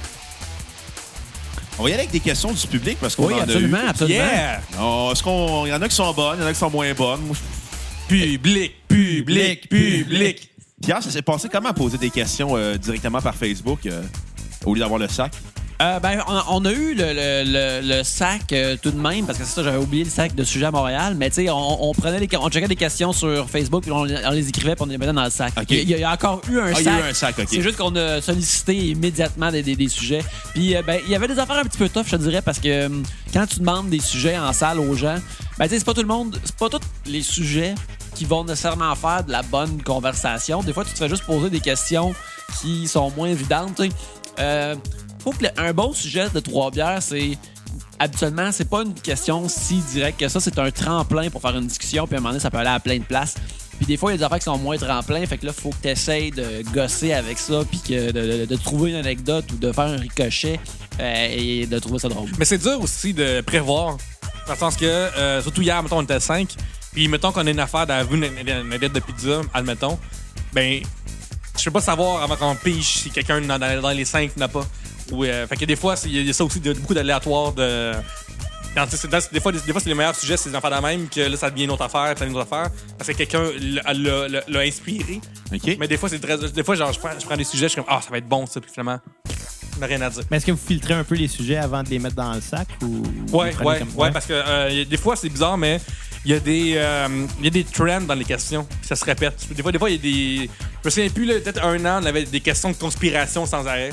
On va y aller avec des questions du public parce qu'on Oui, en absolument, a eu. absolument. Yeah! Il y en a qui sont bonnes, il y en a qui sont moins bonnes. Moi, Public. Pierre, ça s'est passé comment à poser des questions directement par Facebook au lieu d'avoir le sac? On a eu le sac tout de même, parce que c'est ça, j'avais oublié le sac de sujet à Montréal, mais tu sais, on checkait des questions sur Facebook, puis on les écrivait, puis on les mettait dans le sac. Okay. Il y a encore eu un sac. Il y a eu un sac, OK. C'est juste qu'on a sollicité immédiatement des sujets. Puis, il y avait des affaires un petit peu tough, je te dirais, parce que quand tu demandes des sujets en salle aux gens, tu sais, c'est pas tous les sujets qui vont nécessairement faire de la bonne conversation. Des fois, tu te fais juste poser des questions qui sont moins évidentes, tu sais. Faut que un bon sujet de Trois Bières, habituellement, c'est pas une question si directe que ça. C'est un tremplin pour faire une discussion, puis à un moment donné, ça peut aller à plein de places. Puis des fois, il y a des affaires qui sont moins tremplins, fait que là, faut que tu essaies de gosser avec ça, puis de trouver une anecdote ou de faire un ricochet et de trouver ça drôle. Mais c'est dur aussi de prévoir, dans le sens que, surtout hier, mettons, on était 5, puis mettons qu'on a une affaire d'avoir vu une assiette de pizza, admettons, ben, je peux pas savoir avant qu'on pige si quelqu'un dans les 5 n'a pas. Fait que des fois, il y a ça aussi, beaucoup d'aléatoires de. Des fois, c'est les meilleurs sujets, c'est des affaires de même, que là, ça devient une autre affaire, puis une autre affaire, parce que quelqu'un l'a inspiré. OK. Mais des fois, genre, je prends des sujets, je suis comme, ça va être bon, ça, puis finalement, on n'a rien à dire. Mais est-ce que vous filtrez un peu les sujets avant de les mettre dans le sac? Ouais, parce que des fois, c'est bizarre, mais il y a des trends dans les questions, puis ça se répète. Des fois, il y a des. Je me souviens plus, peut-être un an, on avait des questions de conspiration sans arrêt.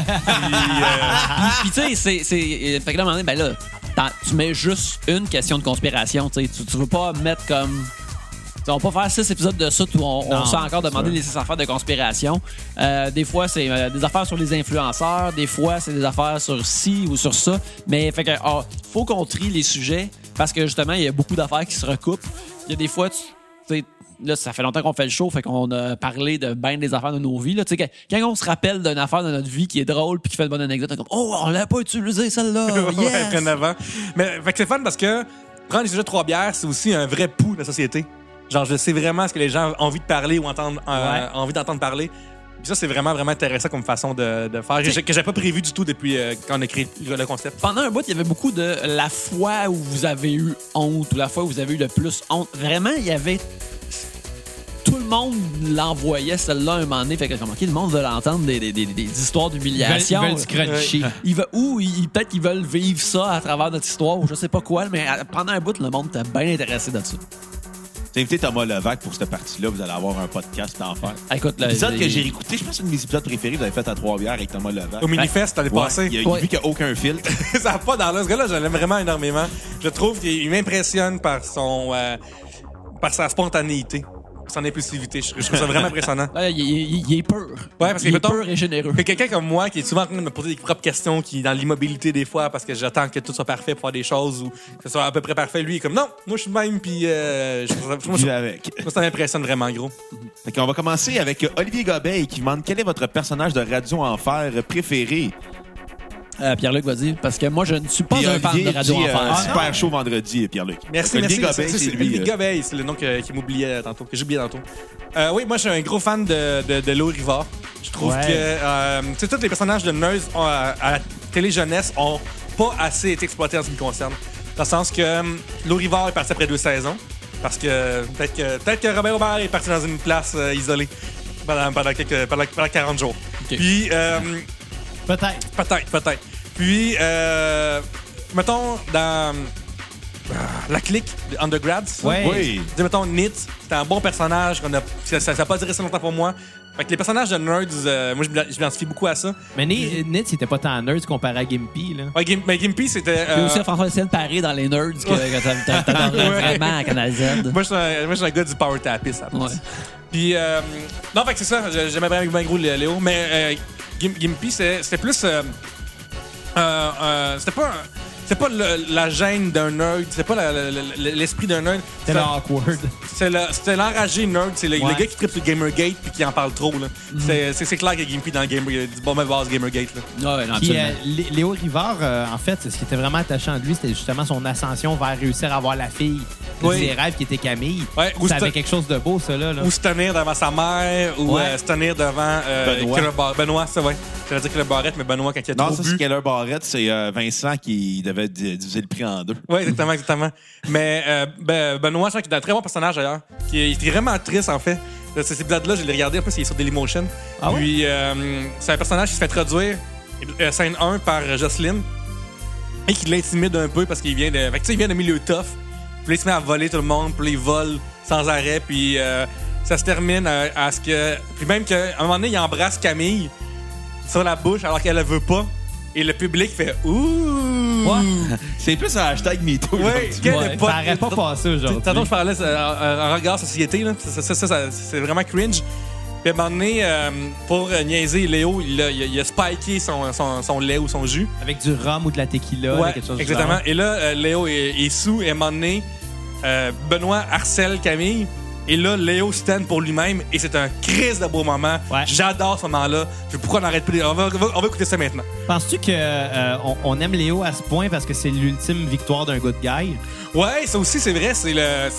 Puis tu sais, fait que là, à un moment donné, ben là, tu mets juste une question de conspiration, tu sais. Tu veux pas mettre comme. On va pas faire 6 épisodes de ça où on s'est encore demandé des 6 affaires de conspiration. Des fois, c'est des affaires sur les influenceurs. Des fois, c'est des affaires sur ci ou sur ça. Mais fait que faut qu'on trie les sujets parce que justement, il y a beaucoup d'affaires qui se recoupent. Il y a des fois, tu sais, là, ça fait longtemps qu'on fait le show, fait qu'on a parlé de bien des affaires de nos vies. Là. Quand on se rappelle d'une affaire de notre vie qui est drôle puis qui fait une bonne anecdote, on est comme « Oh, on l'a pas utilisé, celle-là! Yes! » Ouais, avant. Mais fait que c'est fun parce que prendre les sujets de Trois Bières, c'est aussi un vrai pouls de la société. Genre, je sais vraiment ce que les gens ont envie de parler ou envie d'entendre parler. Puis ça, c'est vraiment, vraiment intéressant comme façon de faire, que j'avais pas prévu du tout depuis quand on a créé le concept. Pendant un bout, il y avait beaucoup de la fois où vous avez eu honte ou la fois où vous avez eu le plus honte. Vraiment, il y avait... Tout le le monde l'envoyait, celle-là, un moment donné, fait que comme, OK, le monde veut l'entendre des histoires d'humiliation. Ils veulent du cruncher. Peut-être qu'ils veulent vivre ça à travers notre histoire ou je sais pas quoi, mais pendant un bout, le monde était bien intéressé de ça. J'ai invité Thomas Levac pour cette partie-là. Vous allez avoir un podcast en faire. Écoute, L'épisode que j'ai réécouté, je pense que c'est un de mes épisodes préférés que vous avez fait à Trois-Bières avec Thomas Levac. Au Minifest, l'année passée. Il a vu qu'il n'y a aucun filtre. Ça n'a pas dans là. Ce gars-là, je l'aime vraiment énormément. Je trouve qu'il m'impressionne par sa spontanéité, par son impulsivité. Je trouve ça vraiment impressionnant. Là, il est pur. Ouais, parce que il est mettons, pur et généreux. que quelqu'un comme moi qui est souvent en train de me poser des propres questions, qui est dans l'immobilité des fois parce que j'attends que tout soit parfait pour faire des choses ou que ce soit à peu près parfait, lui il est comme non, moi je suis le même puis Je vais avec. moi, ça m'impressionne vraiment gros. Fait qu'on va commencer avec Olivier Gobeil qui demande quel est votre personnage de Radio Enfer préféré. Pierre-Luc, vas-y, parce que moi, je ne suis pas Puis un fan Olivier de Radio dit, Enfer. super chaud vendredi, Pierre-Luc. Merci, Olivier merci. Gobeil, c'est lui. Olivier Gobeil, c'est le nom qui m'oubliait tantôt, que j'oubliais tantôt. Oui, moi, je suis un gros fan de Léo Rivard. Je trouve que tu sais, tous les personnages de Nerds à la télé-jeunesse ont pas assez été exploités en ce qui me concerne. Dans le sens que Léo Rivard est parti après 2 saisons. Parce que peut-être que Robert Aubert est parti dans une place isolée pendant 40 jours. Okay. Puis, Peut-être. peut-être. Puis, mettons, dans la clique de Undergrads, Ouais. Oui. mettons, Nitz, c'était un bon personnage. Ça n'a pas duré si longtemps pour moi. Fait que les personnages de Nerds, moi, je m'identifie beaucoup à ça. Mais Nitz, c'était pas tant nerd comparé à Gimpy, là. Ouais, mais Gimpy, c'était... Il y a aussi François-Étienne Paré dans les Nerds que t'adorais vraiment à Canal Z. Moi, je suis un gars du Power Tapis, à Ouais. Puis, non, fait que c'est ça. J'aimais bien gros Léo. Mais Gimpy, c'était plus... c'était pas la gêne d'un nerd. C'était pas l'esprit d'un nerd. C'était awkward. C'était l'enragé nerd. C'est le Ouais. gars qui tripe sur Gamergate puis qui en parle trop. Là. C'est clair que Gimpy dans du bon base Gamergate. Là. Ouais, non, Puis absolument. Léo Rivard, en fait, ce qui était vraiment attachant de lui, c'était justement son ascension vers réussir à avoir la fille de Oui. ses rêves qui était Camille. Ouais, ou Ça avait c'était- quelque chose de beau, ça, là. Ou se tenir devant sa mère, ou Ouais. se tenir devant Benoît, c'est vrai. J'allais dire que le Barrette, mais Benoît, quand il a Non, trop ça, bu. c'est Keller Barrett. C'est Vincent qui devait diviser le prix en 2. Oui, exactement. Mais Benoît, je crois qu'il est un très bon personnage d'ailleurs. Il est vraiment triste en fait. Cet épisode-là, je l'ai regardé, en plus, il est sur Dailymotion. Ah ouais? Puis c'est un personnage qui se fait traduire, scène 1, par Jocelyne, et qui l'intimide un peu parce qu'il vient de. Fait que, tu sais, il vient d'un milieu tough. Puis là, il se met à voler tout le monde, puis là, il vole sans arrêt, puis ça se termine à ce que. Puis même qu'à un moment donné, il embrasse Camille sur la bouche alors qu'elle ne veut pas. Et le public fait ouh! C'est plus un hashtag MeToo. Ouais, aujourd'hui. quelle Ouais, époque. ça aurait pas passé aujourd'hui. Tantôt, je parlais un regard société, là. Ça, c'est vraiment cringe. Puis à un moment donné, pour niaiser Léo, il a spiké son lait ou son jus. Avec du rhum ou de la tequila, Ouais, quelque chose du exactement. genre. Et là, Léo est sous. Et à un moment donné, Benoît harcèle Camille. Et là, Léo stand pour lui-même. Et c'est un crise de beau moment. Ouais. J'adore ce moment-là. Pourquoi on n'arrête plus? On va écouter ça maintenant. Penses-tu que on aime Léo à ce point parce que c'est l'ultime victoire d'un good guy? Ouais, ça aussi, c'est vrai. C'est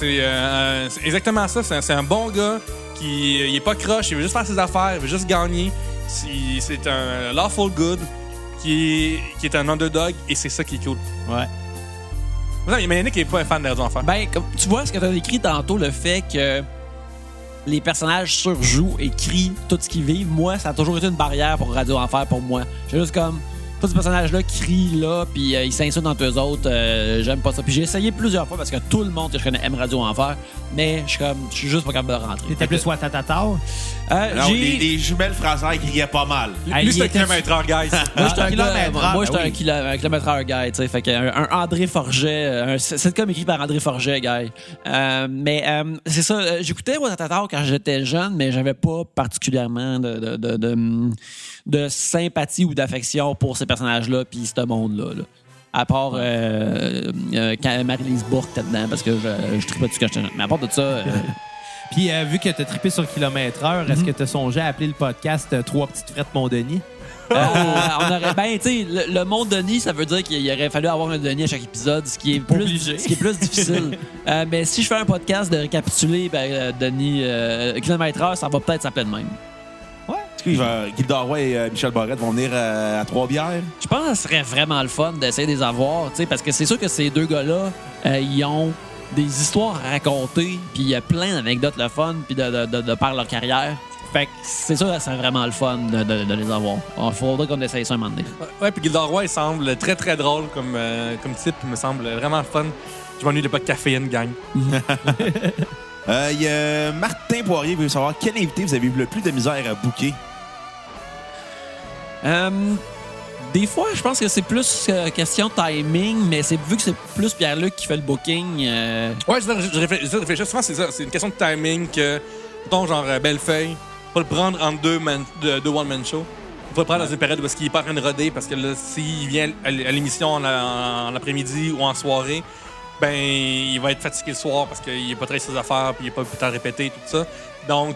exactement ça. C'est un bon gars qui il est pas croche. Il veut juste faire ses affaires. Il veut juste gagner. C'est un lawful good qui est un underdog. Et c'est ça qui est cool. Ouais. Non, il y a Yannick qui est pas un fan de Radio Enfer. Ben, comme tu vois ce que tu as décrit tantôt, le fait que les personnages surjouent et crient tout ce qu'ils vivent, moi, ça a toujours été une barrière pour Radio Enfer pour moi. J'ai juste comme. Tous ces personnages-là crient là, puis ils s'insultent entre eux autres. J'aime pas ça. Puis j'ai essayé plusieurs fois parce que tout le monde que je connais aime Radio Enfer, mais je suis juste pas capable de rentrer. T'étais plus Watatata? Non, les jumelles françaises criaient pas mal. Lui, c'est un il était- kilomètre-heure, guys. Moi, j'étais un kilomètre-heure, moi, j'étais ben oui. un kilomètre-heure guy, tu sais. Fait un André Forget, un sitcom écrit par André Forget, guy. Mais c'est ça, j'écoutais Watatata quand j'étais jeune, mais j'avais pas particulièrement de sympathie ou d'affection pour ces personnages-là puis ce monde-là. Là. À part quand Marie-Lise Bourque était dedans, parce que je tripais dessus quand j'étais jeune. Mais à part de ça... Puis vu que t'as trippé sur kilomètre-heure, est-ce que t'as songé à appeler le podcast Trois petites frettes Montdenis? on aurait ben tu sais le mot Denis, ça veut dire qu'il aurait fallu avoir un Denis à chaque épisode, ce qui est plus difficile. Mais si je fais un podcast de récapituler Denis kilomètre-heure, ça va peut-être s'appeler de même. Est-ce que Gilda Roy et Michel Barrette vont venir à Trois-Bières? Je pense que ce serait vraiment le fun d'essayer de les avoir, tu sais, parce que c'est sûr que ces deux gars-là, ils ont des histoires à raconter, puis il y a plein d'anecdotes le fun, puis de par leur carrière. Fait que c'est ça, c'est vraiment le fun de les avoir. Il faudrait qu'on essaye ça un moment donné. Ouais, puis Gilderoy, Roy, il semble très, très drôle comme type. Il me semble vraiment fun. Je m'ennuie de pas de caféine, gang. Il y a Martin Poirier qui veut savoir quel invité vous avez eu le plus de misère à booker. Des fois, je pense que c'est plus question de timing, mais vu que c'est plus Pierre-Luc qui fait le booking. Ouais, je réfléchis. Souvent, c'est ça. C'est une question de timing que, mettons, genre Bellefeuille, faut le prendre entre deux one-man show. Faut le prendre dans une période où il n'est pas en train de roder, parce que là, s'il vient à l'émission en après-midi ou en soirée, ben il va être fatigué le soir parce qu'il n'est pas très ses affaires puis il n'est pas plus temps de répéter, tout ça. Donc,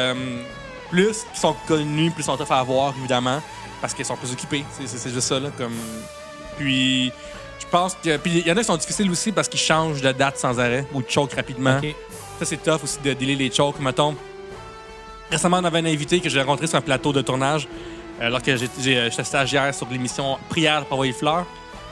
plus ils sont connus, plus ils sont tough à avoir, évidemment, parce qu'ils sont plus occupés. C'est juste ça, là. Puis, je pense que... Puis, il y en a qui sont difficiles aussi parce qu'ils changent de date sans arrêt ou de choke rapidement. Okay. Ça, c'est tough aussi de dealer les chokes. Mettons, récemment, on avait un invité que j'ai rencontré sur un plateau de tournage alors que j'étais stagiaire sur l'émission Prière pour envoyer fleurs.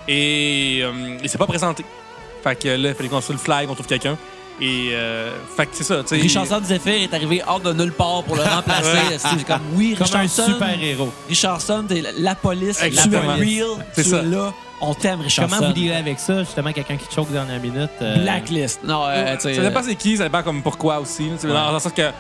Et il s'est pas présenté. Fait que là, il fallait qu'on soit le flag, on trouve quelqu'un. Et fait que c'est ça. T'sais, Richardson Zephyr est arrivé hors de nulle part pour le remplacer. C'est comme, oui, Comme un Richardson. super-héros. Richardson, t'es la police. Exactement. Tu es real. C'est tu ça. es là. On t'aime, Richardson. Comment vous dealez avec ça, justement, quelqu'un qui choke dernière minute? Blacklist. Non, ça dépend c'est qui, ça dépend comme pourquoi aussi. Dans le sens que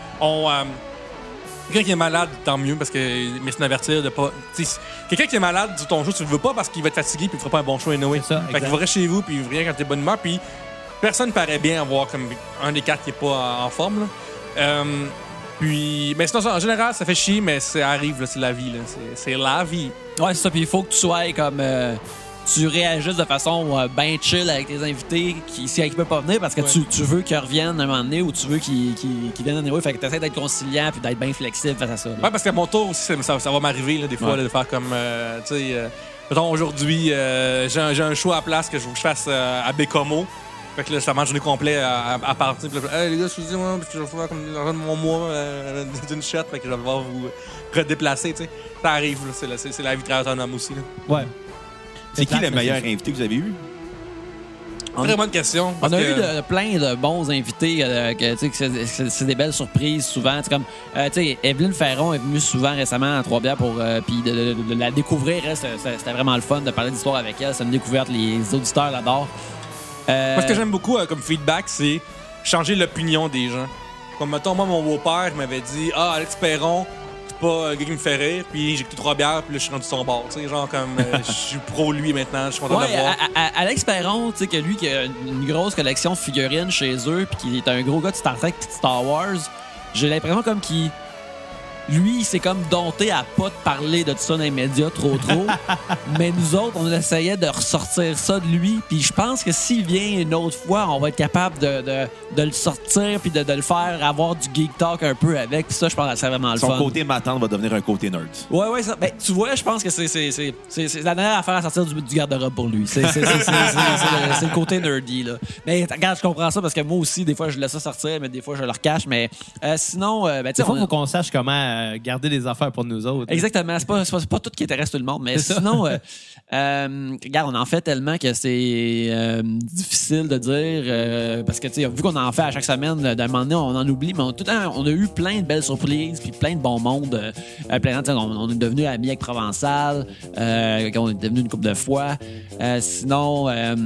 quelqu'un qui est malade, tant mieux, parce que mais c'est un avertir de pas. Quelqu'un qui est malade sur ton show, tu le veux pas parce qu'il va être fatigué puis il fera pas un bon show anyway. C'est ça, Fait qu'il va rester chez vous puis il vient quand t'es de bonne humeur puis personne paraît bien avoir comme un des quatre qui est pas en forme. Là. Puis, mais sinon, en général, ça fait chier, mais ça arrive, là, c'est la vie. Là. C'est la vie. Ouais, c'est ça. Puis il faut que tu sois comme. Tu réagisses de façon bien chill avec tes invités s'ils ne peuvent pas venir parce que tu veux qu'ils reviennent à un moment donné ou tu veux qu'ils viennent à nouveau. Fait que tu essaies d'être conciliant puis d'être bien flexible face à ça. Là. Ouais, parce qu'à mon tour aussi, ça va m'arriver là, des fois là, de faire comme. Tu sais, mettons, aujourd'hui, j'ai un show à place que je veux que je fasse à Bécomo. Fait que là, ça mange une journée complète à partir. Puis là, hey, les gars, excusez-moi, je vais faire comme l'argent de mon mois d'une shot. Fait que je vais devoir vous redéplacer. Tu sais. Ça arrive, là, c'est la vie de travailleur autonome aussi. Là. Ouais. C'est qui le meilleur invité que vous avez eu? Très bonne question. On a eu plein de bons invités, c'est des belles surprises souvent. Comme, Evelyne Ferron est venue souvent récemment à Trois-Bières puis de la découvrir. C'était vraiment le fun de parler d'histoire avec elle. C'est une découverte, les auditeurs l'adorent. Moi, ce que j'aime beaucoup comme feedback, c'est changer l'opinion des gens. Comme, mettons, moi, mon beau-père m'avait dit « Ah, Alex Perron, c'est pas le gars qui me fait rire. » Puis j'ai écouté Trois-Bières, puis là, je suis rendu son bord. Tu sais, genre, comme, je suis pro lui maintenant, je suis content de le voir. Alex Perron, tu sais, que lui, qui a une grosse collection de figurines chez eux, puis qui est un gros gars de Star Trek et de Star Wars, j'ai l'impression comme qu'il... Lui, il s'est comme dompté à pas te parler de tout ça dans les médias trop. Mais nous autres, on essayait de ressortir ça de lui. Puis je pense que s'il vient une autre fois, on va être capable de le sortir puis de le faire avoir du geek talk un peu avec. Puis ça, je pense que c'est vraiment le fun. Son côté matin va devenir un côté nerd. Ouais, ça. Ben, tu vois, je pense que c'est la dernière affaire à sortir du garde-robe pour lui. C'est le côté nerdy, là. Mais regarde, je comprends ça parce que moi aussi, des fois, je laisse ça sortir, mais des fois, je le recache. Mais sinon, ben, tu sais, il faut qu'on sache comment garder des affaires pour nous autres. Exactement. C'est pas tout qui intéresse tout le monde. Mais sinon, regarde, on en fait tellement que c'est difficile de dire parce que, tu sais, vu qu'on en fait à chaque semaine, d'un moment donné, on en oublie, mais on a eu plein de belles surprises puis plein de bons mondes. On est devenu amis avec Provençal. On est devenu une couple de fois. Sinon...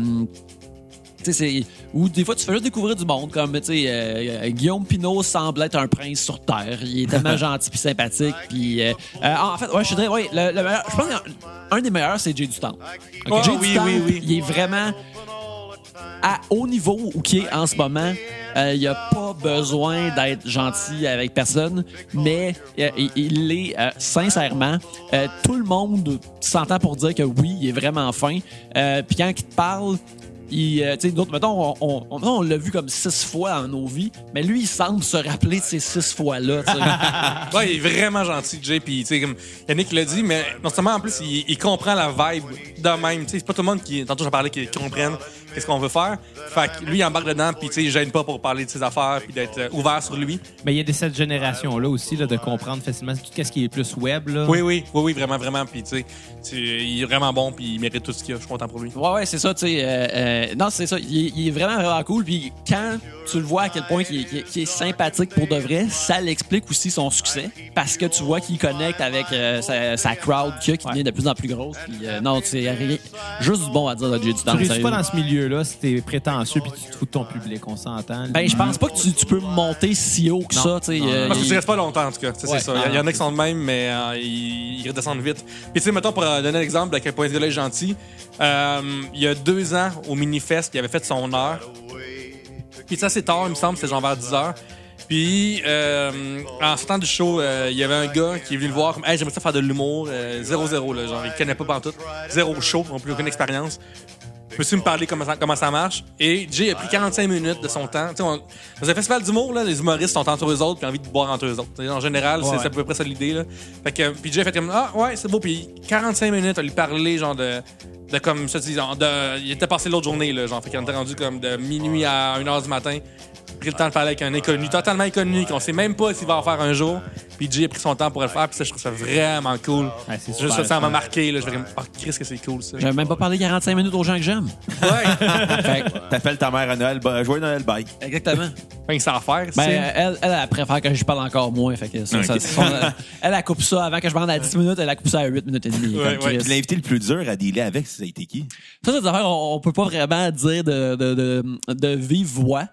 ou des fois, tu fais juste découvrir du monde, comme Guillaume Pinault semble être un prince sur Terre. Il est tellement gentil puis sympathique. Puis, en fait, ouais, je dirais, ouais, le meilleur, je pense qu'un des meilleurs, c'est Jay du Temple. Okay? Jay du Temple, oui. il est vraiment au niveau où il est en ce moment. Il n'a pas besoin d'être gentil avec personne, mais il l'est sincèrement. Tout le monde s'entend pour dire que oui, il est vraiment fin. Puis quand il te parle, mettons, on l'a vu comme 6 fois dans nos vies, mais lui, il semble se rappeler de ces 6 fois-là. Ouais, il est vraiment gentil, Jay. Puis, comme Yannick l'a dit, mais non seulement en plus, il comprend la vibe de même. C'est pas tout le monde qui, tantôt, j'en parlais, qui comprenne qu'est-ce qu'on veut faire. Fait que lui, il embarque dedans, puis il gêne pas pour parler de ses affaires, puis d'être ouvert sur lui. Mais il y a de cette génération-là aussi, là, de comprendre facilement tout ce qui est plus web. Là. Oui, vraiment. Puis, il est vraiment bon, puis il mérite tout ce qu'il a. Je suis content pour lui. Ouais, c'est ça, tu sais. non, c'est ça. Il est vraiment, vraiment cool. Puis quand tu le vois à quel point il est sympathique pour de vrai, ça l'explique aussi son succès. Parce que tu vois qu'il connecte avec sa crowd qui devient de plus en plus grosse. Puis non, c'est rien. Juste du bon à dire de Jay du Temple. Tu réussis pas dans ce milieu-là si t'es prétentieux puis tu te fous de ton public, on s'entend. Ben, je pense pas que tu peux monter si haut que ça. Tu sais, Parce que tu restes pas longtemps, en tout cas. C'est ça. Il y en a qui sont de même, mais ils redescendent vite. Puis, tu sais, mettons, pour donner un exemple de quel point ce gars-là est gentil, il y a 2 ans, au Minifest, il avait fait son heure. Puis, ça, c'est tard, il me semble, c'était genre vers 10 heures. Puis, en sortant du show, il y avait un gars qui est venu le voir comme « Hey, j'aimerais ça faire de l'humour. 0-0, là. Genre, il connaît pas pantoute. 0 show, non plus aucune expérience. Peux-tu me parler comment ça marche? » Et Jay a pris 45 minutes de son temps. Dans un festival d'humour, là, les humoristes sont entre eux autres puis ont envie de boire entre eux autres. T'sais, en général, c'est à peu près ça l'idée. Là. Fait que, puis Jay a fait comme « Ah, ouais, c'est beau. » Puis 45 minutes à lui parler, genre de comme je te dis, genre il était passé l'autre journée, là, genre. Fait qu'il était rendu comme de minuit à 1h du matin. Pris le temps de parler avec un inconnu, totalement inconnu, qu'on sait même pas s'il va en faire un jour. Puis Jay a pris son temps pour le faire. Puis ça, je trouve ça vraiment cool. Ouais, c'est Juste super, ça m'a marqué. Là. Je fais comme « Ah, Christ, que c'est cool, ça. » J'avais même pas parlé 45 minutes aux gens que j'aime. Ouais. Fait que, T'appelles ta mère à Noël, joyeux Noël, bye. exactement. Enfin, ça à faire, Ben, elle préfère que je parle encore moins. Fait que elle coupe ça avant que je me rende à 10 minutes, elle a coupé ça à 8 minutes et demie. Ouais, comme ouais. Chris. L'invité le plus dur à dealer avec, ça a été qui? Ça, c'est des affaires, on peut pas vraiment dire de vive voix.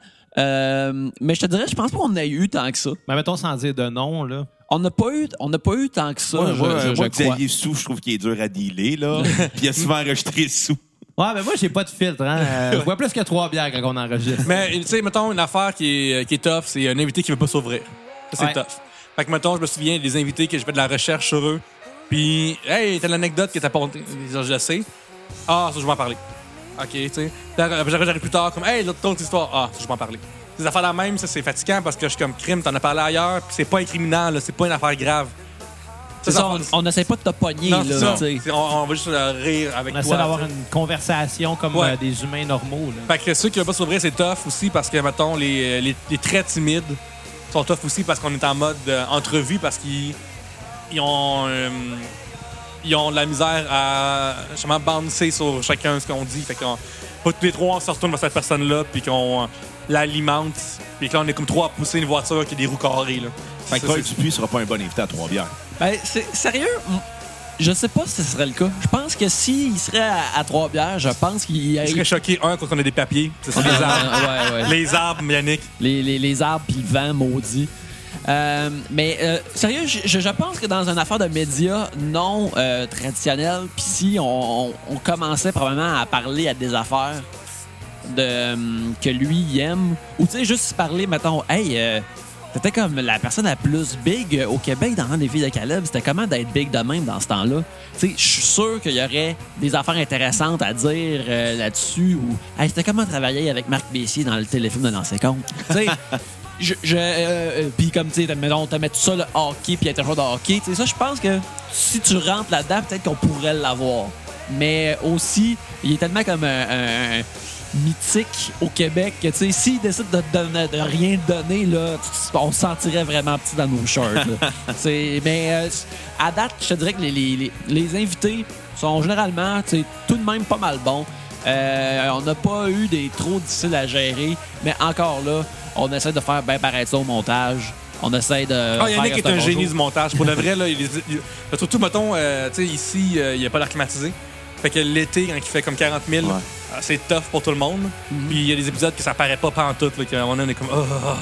Mais je te dirais, je pense pas qu'on en ait eu tant que ça. Mais mettons sans dire de nom, là. On n'a pas eu tant que ça, Moi, je crois. Xavier Sou, je trouve qu'il est dur à dealer, là. Puis il a souvent enregistré Sou. Ouais, mais moi, j'ai pas de filtre, hein. Je bois plus que 3 bières quand on enregistre. Mais, tu sais, mettons, une affaire qui est tough, c'est un invité qui veut pas s'ouvrir. Ça, c'est Ouais. tough. Fait que, mettons, je me souviens des invités que j'ai fait de la recherche sur eux. Puis, hey, t'as l'anecdote que t'as pas. Je sais. Ah, ça, je vais en parler. OK, tu sais. J'arrive plus tard, comme, hey, l'autre histoire. Ah, ça, je vais en parler. Ces affaires-là même, ça, c'est fatigant parce que je suis comme crime, t'en as parlé ailleurs, puis c'est pas incriminant, là, c'est pas une affaire grave. C'est ça, on n'essaie pas de te pogner, Non, c'est là. ça. tu sais. On va juste rire avec On toi. essaie d'avoir t'sais. une conversation comme Ouais. des humains normaux, là. Fait que ceux qui veulent pas s'ouvrir, c'est tough aussi parce que, mettons, les très timides sont tough aussi parce qu'on est en mode entrevue parce qu'ils ont de la misère à justement bouncer sur chacun ce qu'on dit. Fait qu'on pas tous les trois on se retourne vers cette personne-là puis qu'on l'alimente. Puis que là, on est comme trois à pousser une voiture qui a des roues carrées. Là. Fait que Paul Dupuis sera pas un bon invité à 3 bières. Ben, c'est sérieux, je sais pas si ce serait le cas. Je pense que s'il serait à 3 bières, je pense qu'il Je serais choqué, quand on a des papiers. C'est ça, les arbres. ouais. Les arbres, Yannick. Les arbres puis le vent maudit. Mais sérieux, je pense que dans une affaire de médias non traditionnelle, puis si on commençait probablement à parler à des affaires que lui il aime, ou tu sais, juste parler, mettons, hey, c'était comme la personne la plus big au Québec dans des filles de Caleb. C'était comment d'être big de même dans ce temps-là? Tu sais, je suis sûr qu'il y aurait des affaires intéressantes à dire là-dessus. Ou, hey, c'était comment travailler avec Marc Bessier dans le téléfilm de L'ancien compte? Tu sais, puis comme, tu sais, mettons, te mettre tout ça, le hockey, puis être un joueur de hockey. Tu sais, ça, je pense que si tu rentres là-dedans, peut-être qu'on pourrait l'avoir. Mais aussi, il est tellement comme un mythique au Québec que, tu sais, s'il décide de rien donner, là, on se sentirait vraiment petit dans nos shorts. Mais à date, je te dirais que les invités sont généralement, tu sais, tout de même pas mal bons. On n'a pas eu des trop difficiles à gérer, mais encore là, on essaie de faire bien paraître ça au montage. On essaie de. Ah, Yannick est un génie du du montage. Pour le vrai, là, surtout, mettons, tu sais, ici, il n'y a pas d'air climatisé. Fait que l'été, quand il fait comme 40 000, Ouais. c'est tough pour tout le monde. Puis il y a des épisodes que ça paraît pas pantoute, là, qu'on on est comme.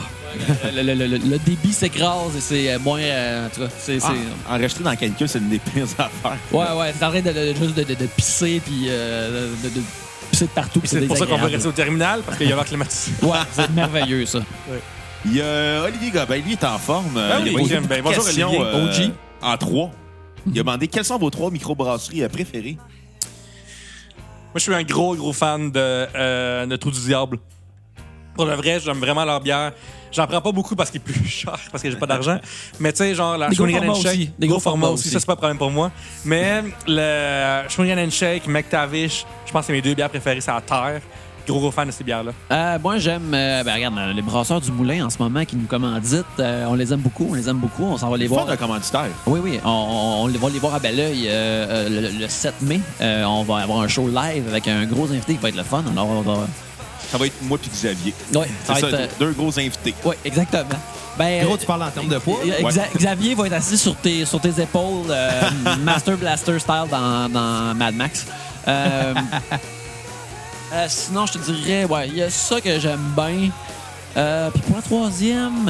le débit s'écrase et c'est moins. En tout cas, c'est. Enregistrer dans canicule, c'est une des pires affaires. Ouais, t'es en train juste de pisser puis de pisser de partout. Puis c'est pour ça qu'on va rester au terminal, parce qu'il y a l'air climatisé. Ouais, c'est merveilleux, ça. Il y a Olivier Gobin, lui est en forme. Ben il a oui, posé j'aime beaucoup bien. de Bonjour, questions, Olivier. OG. En 3. Il a demandé quelles sont vos 3 microbrasseries préférées. Moi, je suis un gros fan de Trou du Diable. Pour le vrai, j'aime vraiment leur bière. J'en prends pas beaucoup parce qu'il est plus cher, parce que j'ai pas d'argent. Mais tu sais, genre, la Des gros Shawinigan formats Shake. aussi. Des gros formats aussi. Ça, c'est pas un problème pour moi. Mais le Shawinigan Shake, McTavish, je pense que c'est mes 2 bières préférées, c'est à terre. gros fan de ces bières-là? Moi, j'aime... regarde, les brasseurs du Moulin, en ce moment, qui nous commanditent, on les aime beaucoup. On s'en va les voir. Fort de commanditaire. Oui. On va les voir à Belleuil le 7 mai. On va avoir un show live avec un gros invité qui va être le fun. Alors, Ça va être moi puis Xavier. Oui, C'est ça, deux gros invités. Oui, exactement. Gros, tu parles en termes de poids? Xavier va être assis sur tes épaules, Master Blaster style dans Mad Max. Sinon, je te dirais, il y a ça que j'aime bien. Puis pour la troisième,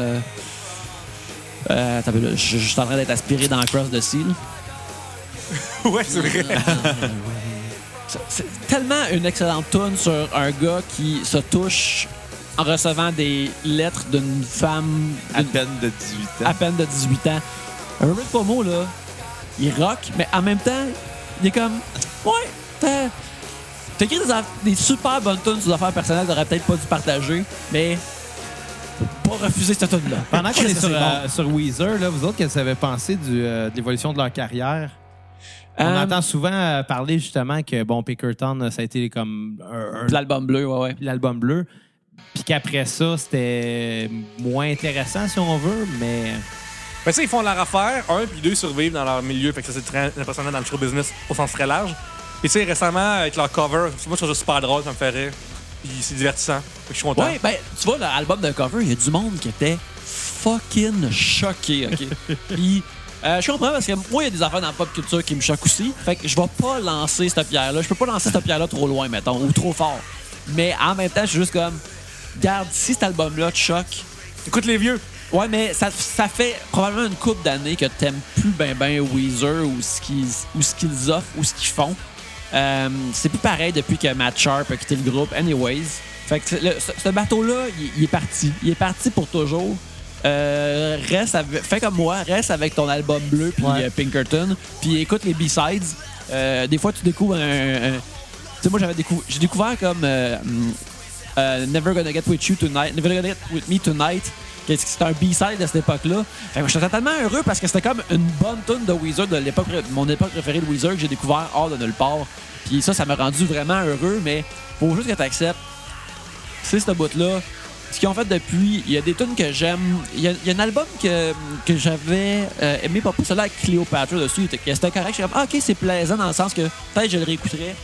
je suis en train d'être aspiré dans Cross the Sea. Ouais, c'est vrai. C'est tellement une excellente tune sur un gars qui se touche en recevant des lettres d'une femme À peine de 18 ans. à peine de 18 ans. Rick Pomo, là, il rock, mais en même temps, il est comme... Ouais, t'as écrit des super bonnes tunes sur des affaires personnelles que t'aurais peut-être pas dû partager, mais pas refuser cette tune-là. Pendant qu'on est Qu'est-ce que c'est sur Weezer, là, vous autres, qu'est-ce que vous avez pensé de l'évolution de leur carrière? On entend souvent parler justement que, Pinkerton, ça a été comme L'album bleu, ouais. l'album bleu, puis qu'après ça, c'était moins intéressant, si on veut, mais... Ben, tu sais, ils font leur affaire, puis deux survivent dans leur milieu, fait que ça, c'est très impressionnant dans le show business au sens très large. Et tu sais, récemment, avec leur cover, moi, je trouve ça super drôle, ça me fait rire. Puis c'est divertissant. Fait que je suis content. Ouais, tu vois, l'album de cover, il y a du monde qui était fucking choqué, OK? Puis... je comprends parce que moi, il y a des affaires dans la pop culture qui me choquent aussi. Fait que je vais pas lancer cette pierre-là. Je peux pas lancer cette pierre-là trop loin, mettons, ou trop fort. Mais en même temps, je suis juste comme... Regarde, si cet album-là te choque... Écoute les vieux. Ouais, mais ça fait probablement une couple d'années que t'aimes plus ben Weezer ou ce qu'ils offrent ou ce qu'ils font. C'est plus pareil depuis que Matt Sharp a quitté le groupe. Anyways. Fait que ce bateau-là, il est parti. Il est parti pour toujours. Fais comme moi, reste avec ton album bleu puis Pinkerton, puis écoute les B-sides. Des fois, tu découvres tu sais, moi, j'ai découvert comme Never Gonna Get With You Tonight, Never Gonna Get With Me Tonight, que c'était un B-side de cette époque-là. Fait que j'étais totalement heureux parce que c'était comme une bonne tune de Weezer de mon époque préférée de Weezer que j'ai découvert hors de nulle part. Puis ça m'a rendu vraiment heureux, mais faut juste que tu acceptes. C'est ce bout-là. Ce qu'ils ont fait depuis, il y a des tunes que j'aime. Il y a un album que j'avais aimé, pas pour celui avec Cléopâtre dessus. C'était correct. Je suis comme, OK, c'est plaisant dans le sens que peut-être je le réécouterais.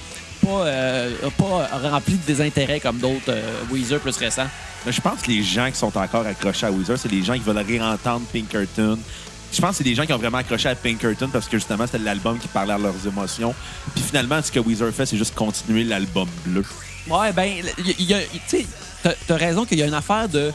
Pas rempli de désintérêt comme d'autres Weezer plus récents. Mais je pense que les gens qui sont encore accrochés à Weezer, c'est les gens qui veulent réentendre Pinkerton. Je pense que c'est des gens qui ont vraiment accroché à Pinkerton parce que justement, c'était l'album qui parlait à leurs émotions. Puis finalement, ce que Weezer fait, c'est juste continuer l'album bleu. Ouais, tu sais, t'as raison qu'il y a une affaire de...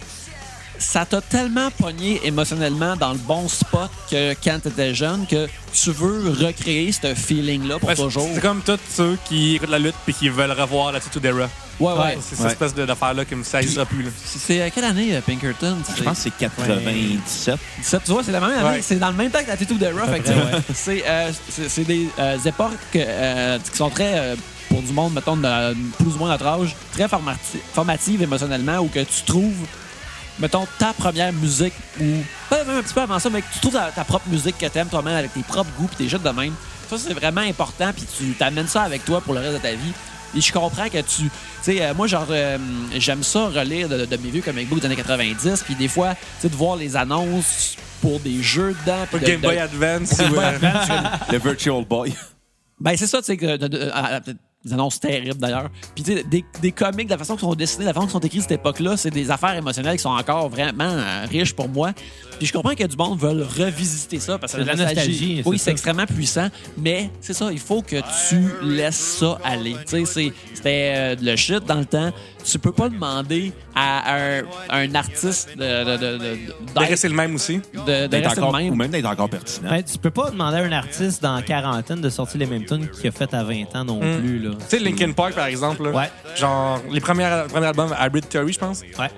Ça t'a tellement pogné émotionnellement dans le bon spot que quand t'étais jeune que tu veux recréer ce feeling-là pour toujours. C'est comme tous ceux qui écoutent la lutte puis qui veulent revoir la Attitude Era. Ouais. C'est cette espèce d'affaire-là qui me saisira plus. Là. C'est quelle année, Pinkerton? Je pense que c'est 97. 17, tu vois, c'est la même année. Ouais. C'est dans le même temps que l'Attitude Era. C'est des époques qui sont très... pour du monde, mettons, de plus ou moins notre âge, très formative émotionnellement, ou que tu trouves, mettons, ta première musique, ou pas même un petit peu avant ça, mais que tu trouves ta propre musique que t'aimes toi-même avec tes propres goûts pis tes jeux de même. Ça, c'est vraiment important, puis tu t'amènes ça avec toi pour le reste de ta vie. Et je comprends que tu sais, moi, genre, j'aime ça relire de mes vieux comic books des années 90, puis des fois, tu sais, de voir les annonces pour des jeux dedans. Pour Game Boy Advance. Le Virtual Boy. Ben, c'est ça, tu sais, des annonces terribles d'ailleurs. Puis, tu sais, des comics, de la façon qu'ils sont dessinés, de la façon qu'ils sont écrits à cette époque-là, c'est des affaires émotionnelles qui sont encore vraiment riches pour moi. Puis, je comprends que du monde veut revisiter ça parce que c'est de la nostalgie. Oui, c'est extrêmement puissant, mais c'est ça, il faut que tu laisses ça aller. Tu sais, c'était le shit dans le temps. Tu peux pas demander à un artiste de rester le même aussi. De rester le même. Ou même d'être encore pertinent. Ben, tu peux pas demander à un artiste dans la quarantaine de sortir les mêmes tunes qu'il a fait à 20 ans non plus. Là. Tu sais, Linkin Park, par exemple. Là, Ouais. Genre, les premiers albums, Hybrid Theory, je pense. Ouais.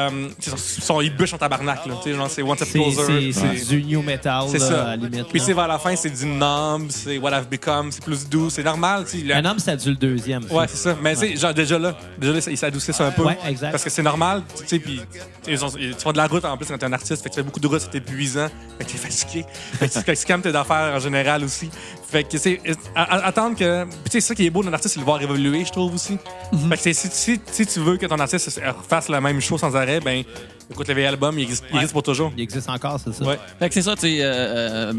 Ils bûchent en tabarnak. Là. Tu sais, genre, c'est Once Up Closer. C'est du new metal, C'est là, ça. à la limite. Puis c'est vers la fin, c'est du Numb, c'est What I've Become, c'est plus doux, c'est normal. Un homme, c'est du le deuxième. Ouais, c'est ça. Mais tu sais, genre, déjà là, ça a adoucir ça un peu. Ouais, exact. Parce que c'est normal, tu sais, puis tu fais de la route en plus quand t'es un artiste, fait que tu fais beaucoup de route, c'est épuisant, fait que t'es fatigué, fait que tu calmes tes affaires en général aussi. Fait que c'est attendre que... Puis tu sais, c'est ça qui est beau d'un artiste, c'est le voir évoluer, je trouve aussi. Fait que si tu veux que ton artiste refasse la même chose sans arrêt, ben écoute, le vieil album, il existe pour toujours. Il existe encore, c'est ça. Ouais. Fait que c'est ça, tu sais,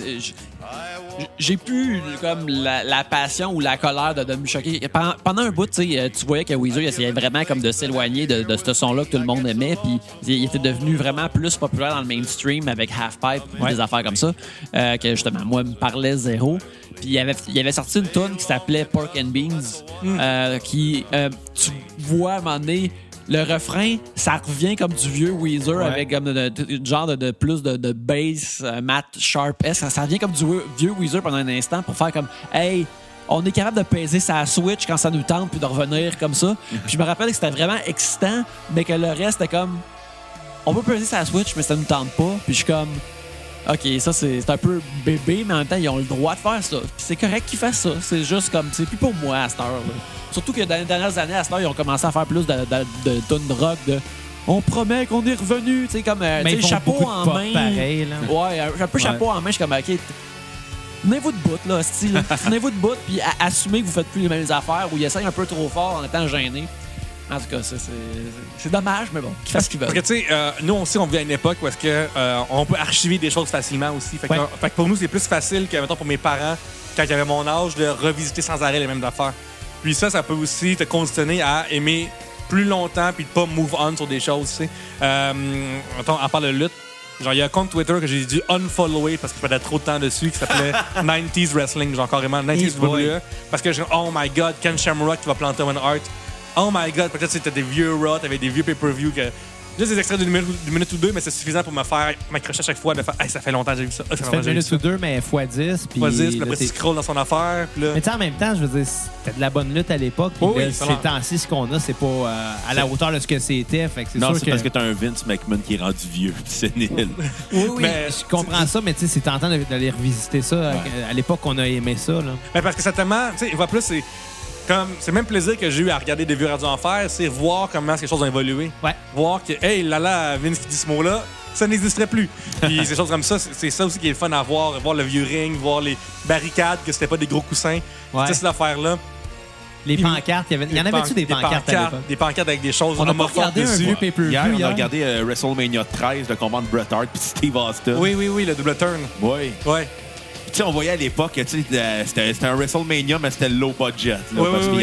j'ai plus comme la passion ou la colère de me choquer. Pendant un bout, tu voyais que Weezer il essayait vraiment comme de s'éloigner de ce son-là que tout le monde aimait, puis il était devenu vraiment plus populaire dans le mainstream avec Half Pipe, des affaires comme ça, que justement, moi, me parlait zéro. Puis il avait sorti une tune qui s'appelait Pork and Beans, qui, tu vois, à un moment donné, le refrain, ça revient comme du vieux Weezer avec comme genre de plus de bass, Matt Sharp. Ça revient comme du vieux Weezer pendant un instant pour faire comme « Hey, on est capable de peser sa Switch quand ça nous tente puis de revenir comme ça. » Puis je me rappelle que c'était vraiment excitant, mais que le reste était comme « On peut peser sa Switch, mais ça nous tente pas. » Puis je suis comme « OK, ça c'est un peu bébé, mais en même temps, ils ont le droit de faire ça. » Puis c'est correct qu'ils fassent ça. C'est juste comme, c'est plus pour moi à cette heure-là. Surtout que dans les dernières années, à cette heure, ils ont commencé à faire plus de tunes rock, on promet qu'on est revenu, tu sais, comme chapeau en main. Pareil, là. Ouais, un peu chapeau en main, je suis comme, OK, tenez-vous de bout, là, style. Tenez-vous de bout, puis assumez que vous faites plus les mêmes affaires ou ils essayent un peu trop fort en étant gênés. En tout cas, c'est dommage, mais bon, qu'ils fassent ce qu'ils veulent. Parce que, tu sais, nous aussi, on vit à une époque où est-ce que on peut archiver des choses facilement aussi. Fait que pour nous, c'est plus facile que, mettons, pour mes parents, quand j'avais mon âge, de revisiter sans arrêt les mêmes affaires. Puis ça peut aussi te conditionner à aimer plus longtemps puis de pas move on sur des choses, tu sais. Attends, on parle de lutte. Genre, il y a un compte Twitter que j'ai dû unfollower parce que je perdais trop de temps dessus qui s'appelait 90s Wrestling, genre carrément 90s WWE. Parce que oh my god, Ken Shamrock qui va planter Owen Hart. Oh my god, peut-être c'était des vieux Raw, t'avais des vieux pay-per-view que... Juste des extraits d'une minute ou deux, mais c'est suffisant pour me faire m'accrocher à chaque fois de faire hey, ça fait longtemps que j'ai vu ça. Ça fait une minute ou deux, mais x10. Puis après tu scrolls dans son affaire. Puis là... Mais tu sais, en même temps, je veux dire, c'était de la bonne lutte à l'époque. Puis ces temps-ci, ce qu'on a, c'est pas à la hauteur de ce que c'était. Fait que c'est non, sûr c'est que... parce que t'as un Vince McMahon qui est rendu vieux puis sénile. Oui, mais je comprends ça, mais tu sais, c'est tentant d'aller revisiter ça. À l'époque, on a aimé ça. Là. Mais parce que ça tellement... Tu sais, il va plus... C'est le même plaisir que j'ai eu à regarder des vieux radios enfer, c'est voir comment ces choses ont évolué. Ouais. Voir que, hey, là, Vince qui dit ce mot-là, ça n'existerait plus. Puis ces choses comme ça, c'est ça aussi qui est le fun à voir le vieux ring, voir les barricades, que c'était pas des gros coussins. Ouais. Cette affaire-là. Les pancartes, il y en avait-tu des pancartes à l'époque? Des pancartes avec des choses on a pas regardé un vieux pay-per-view hier. On a regardé WrestleMania 13, le combat de Bret Hart puis Steve Austin. Oui, le double turn. Oui. Ouais. Tu sais, on voyait à l'époque, tu sais, c'était un WrestleMania, mais c'était low budget. Là, parce qu'il y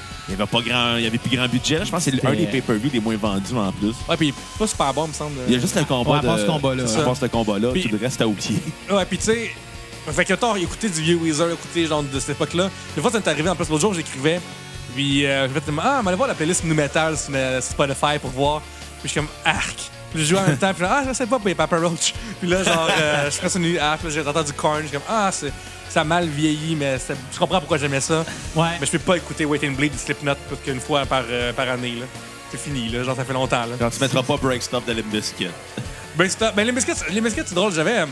avait plus grand budget. Là. Je pense que c'est un des pay-per-views les moins vendus en plus. Ouais, puis pas super bon, me semble. Il y a juste le combat. À part ce combat-là. À part ce combat-là, puis, tout le reste, c'était oublié. Ouais, puis tu sais, fait que t'as écouté du vieux Weezer, écouté genre de cette époque-là. Des fois, ça m'est arrivé, en plus, l'autre jour, j'écrivais. Puis je me disais, on allait voir la playlist Nu Metal sur Spotify pour voir. Puis je suis comme, arc. Puis je joue en même temps, puis je sais pas pour les Papa Roach. Puis là, genre, je prends sur une app, j'ai entendu Korn, je suis comme, ça a mal vieilli, mais je comprends pourquoi j'aimais ça. Ouais. Mais je peux pas écouter Wait and Bleed du Slipknot plus qu'une fois par année, là. C'est fini, là, genre, ça fait longtemps, là. Quand tu mettras pas Break Stuff de Limp Bizkit. Break Stuff, ben, les biscuits, c'est drôle, j'avais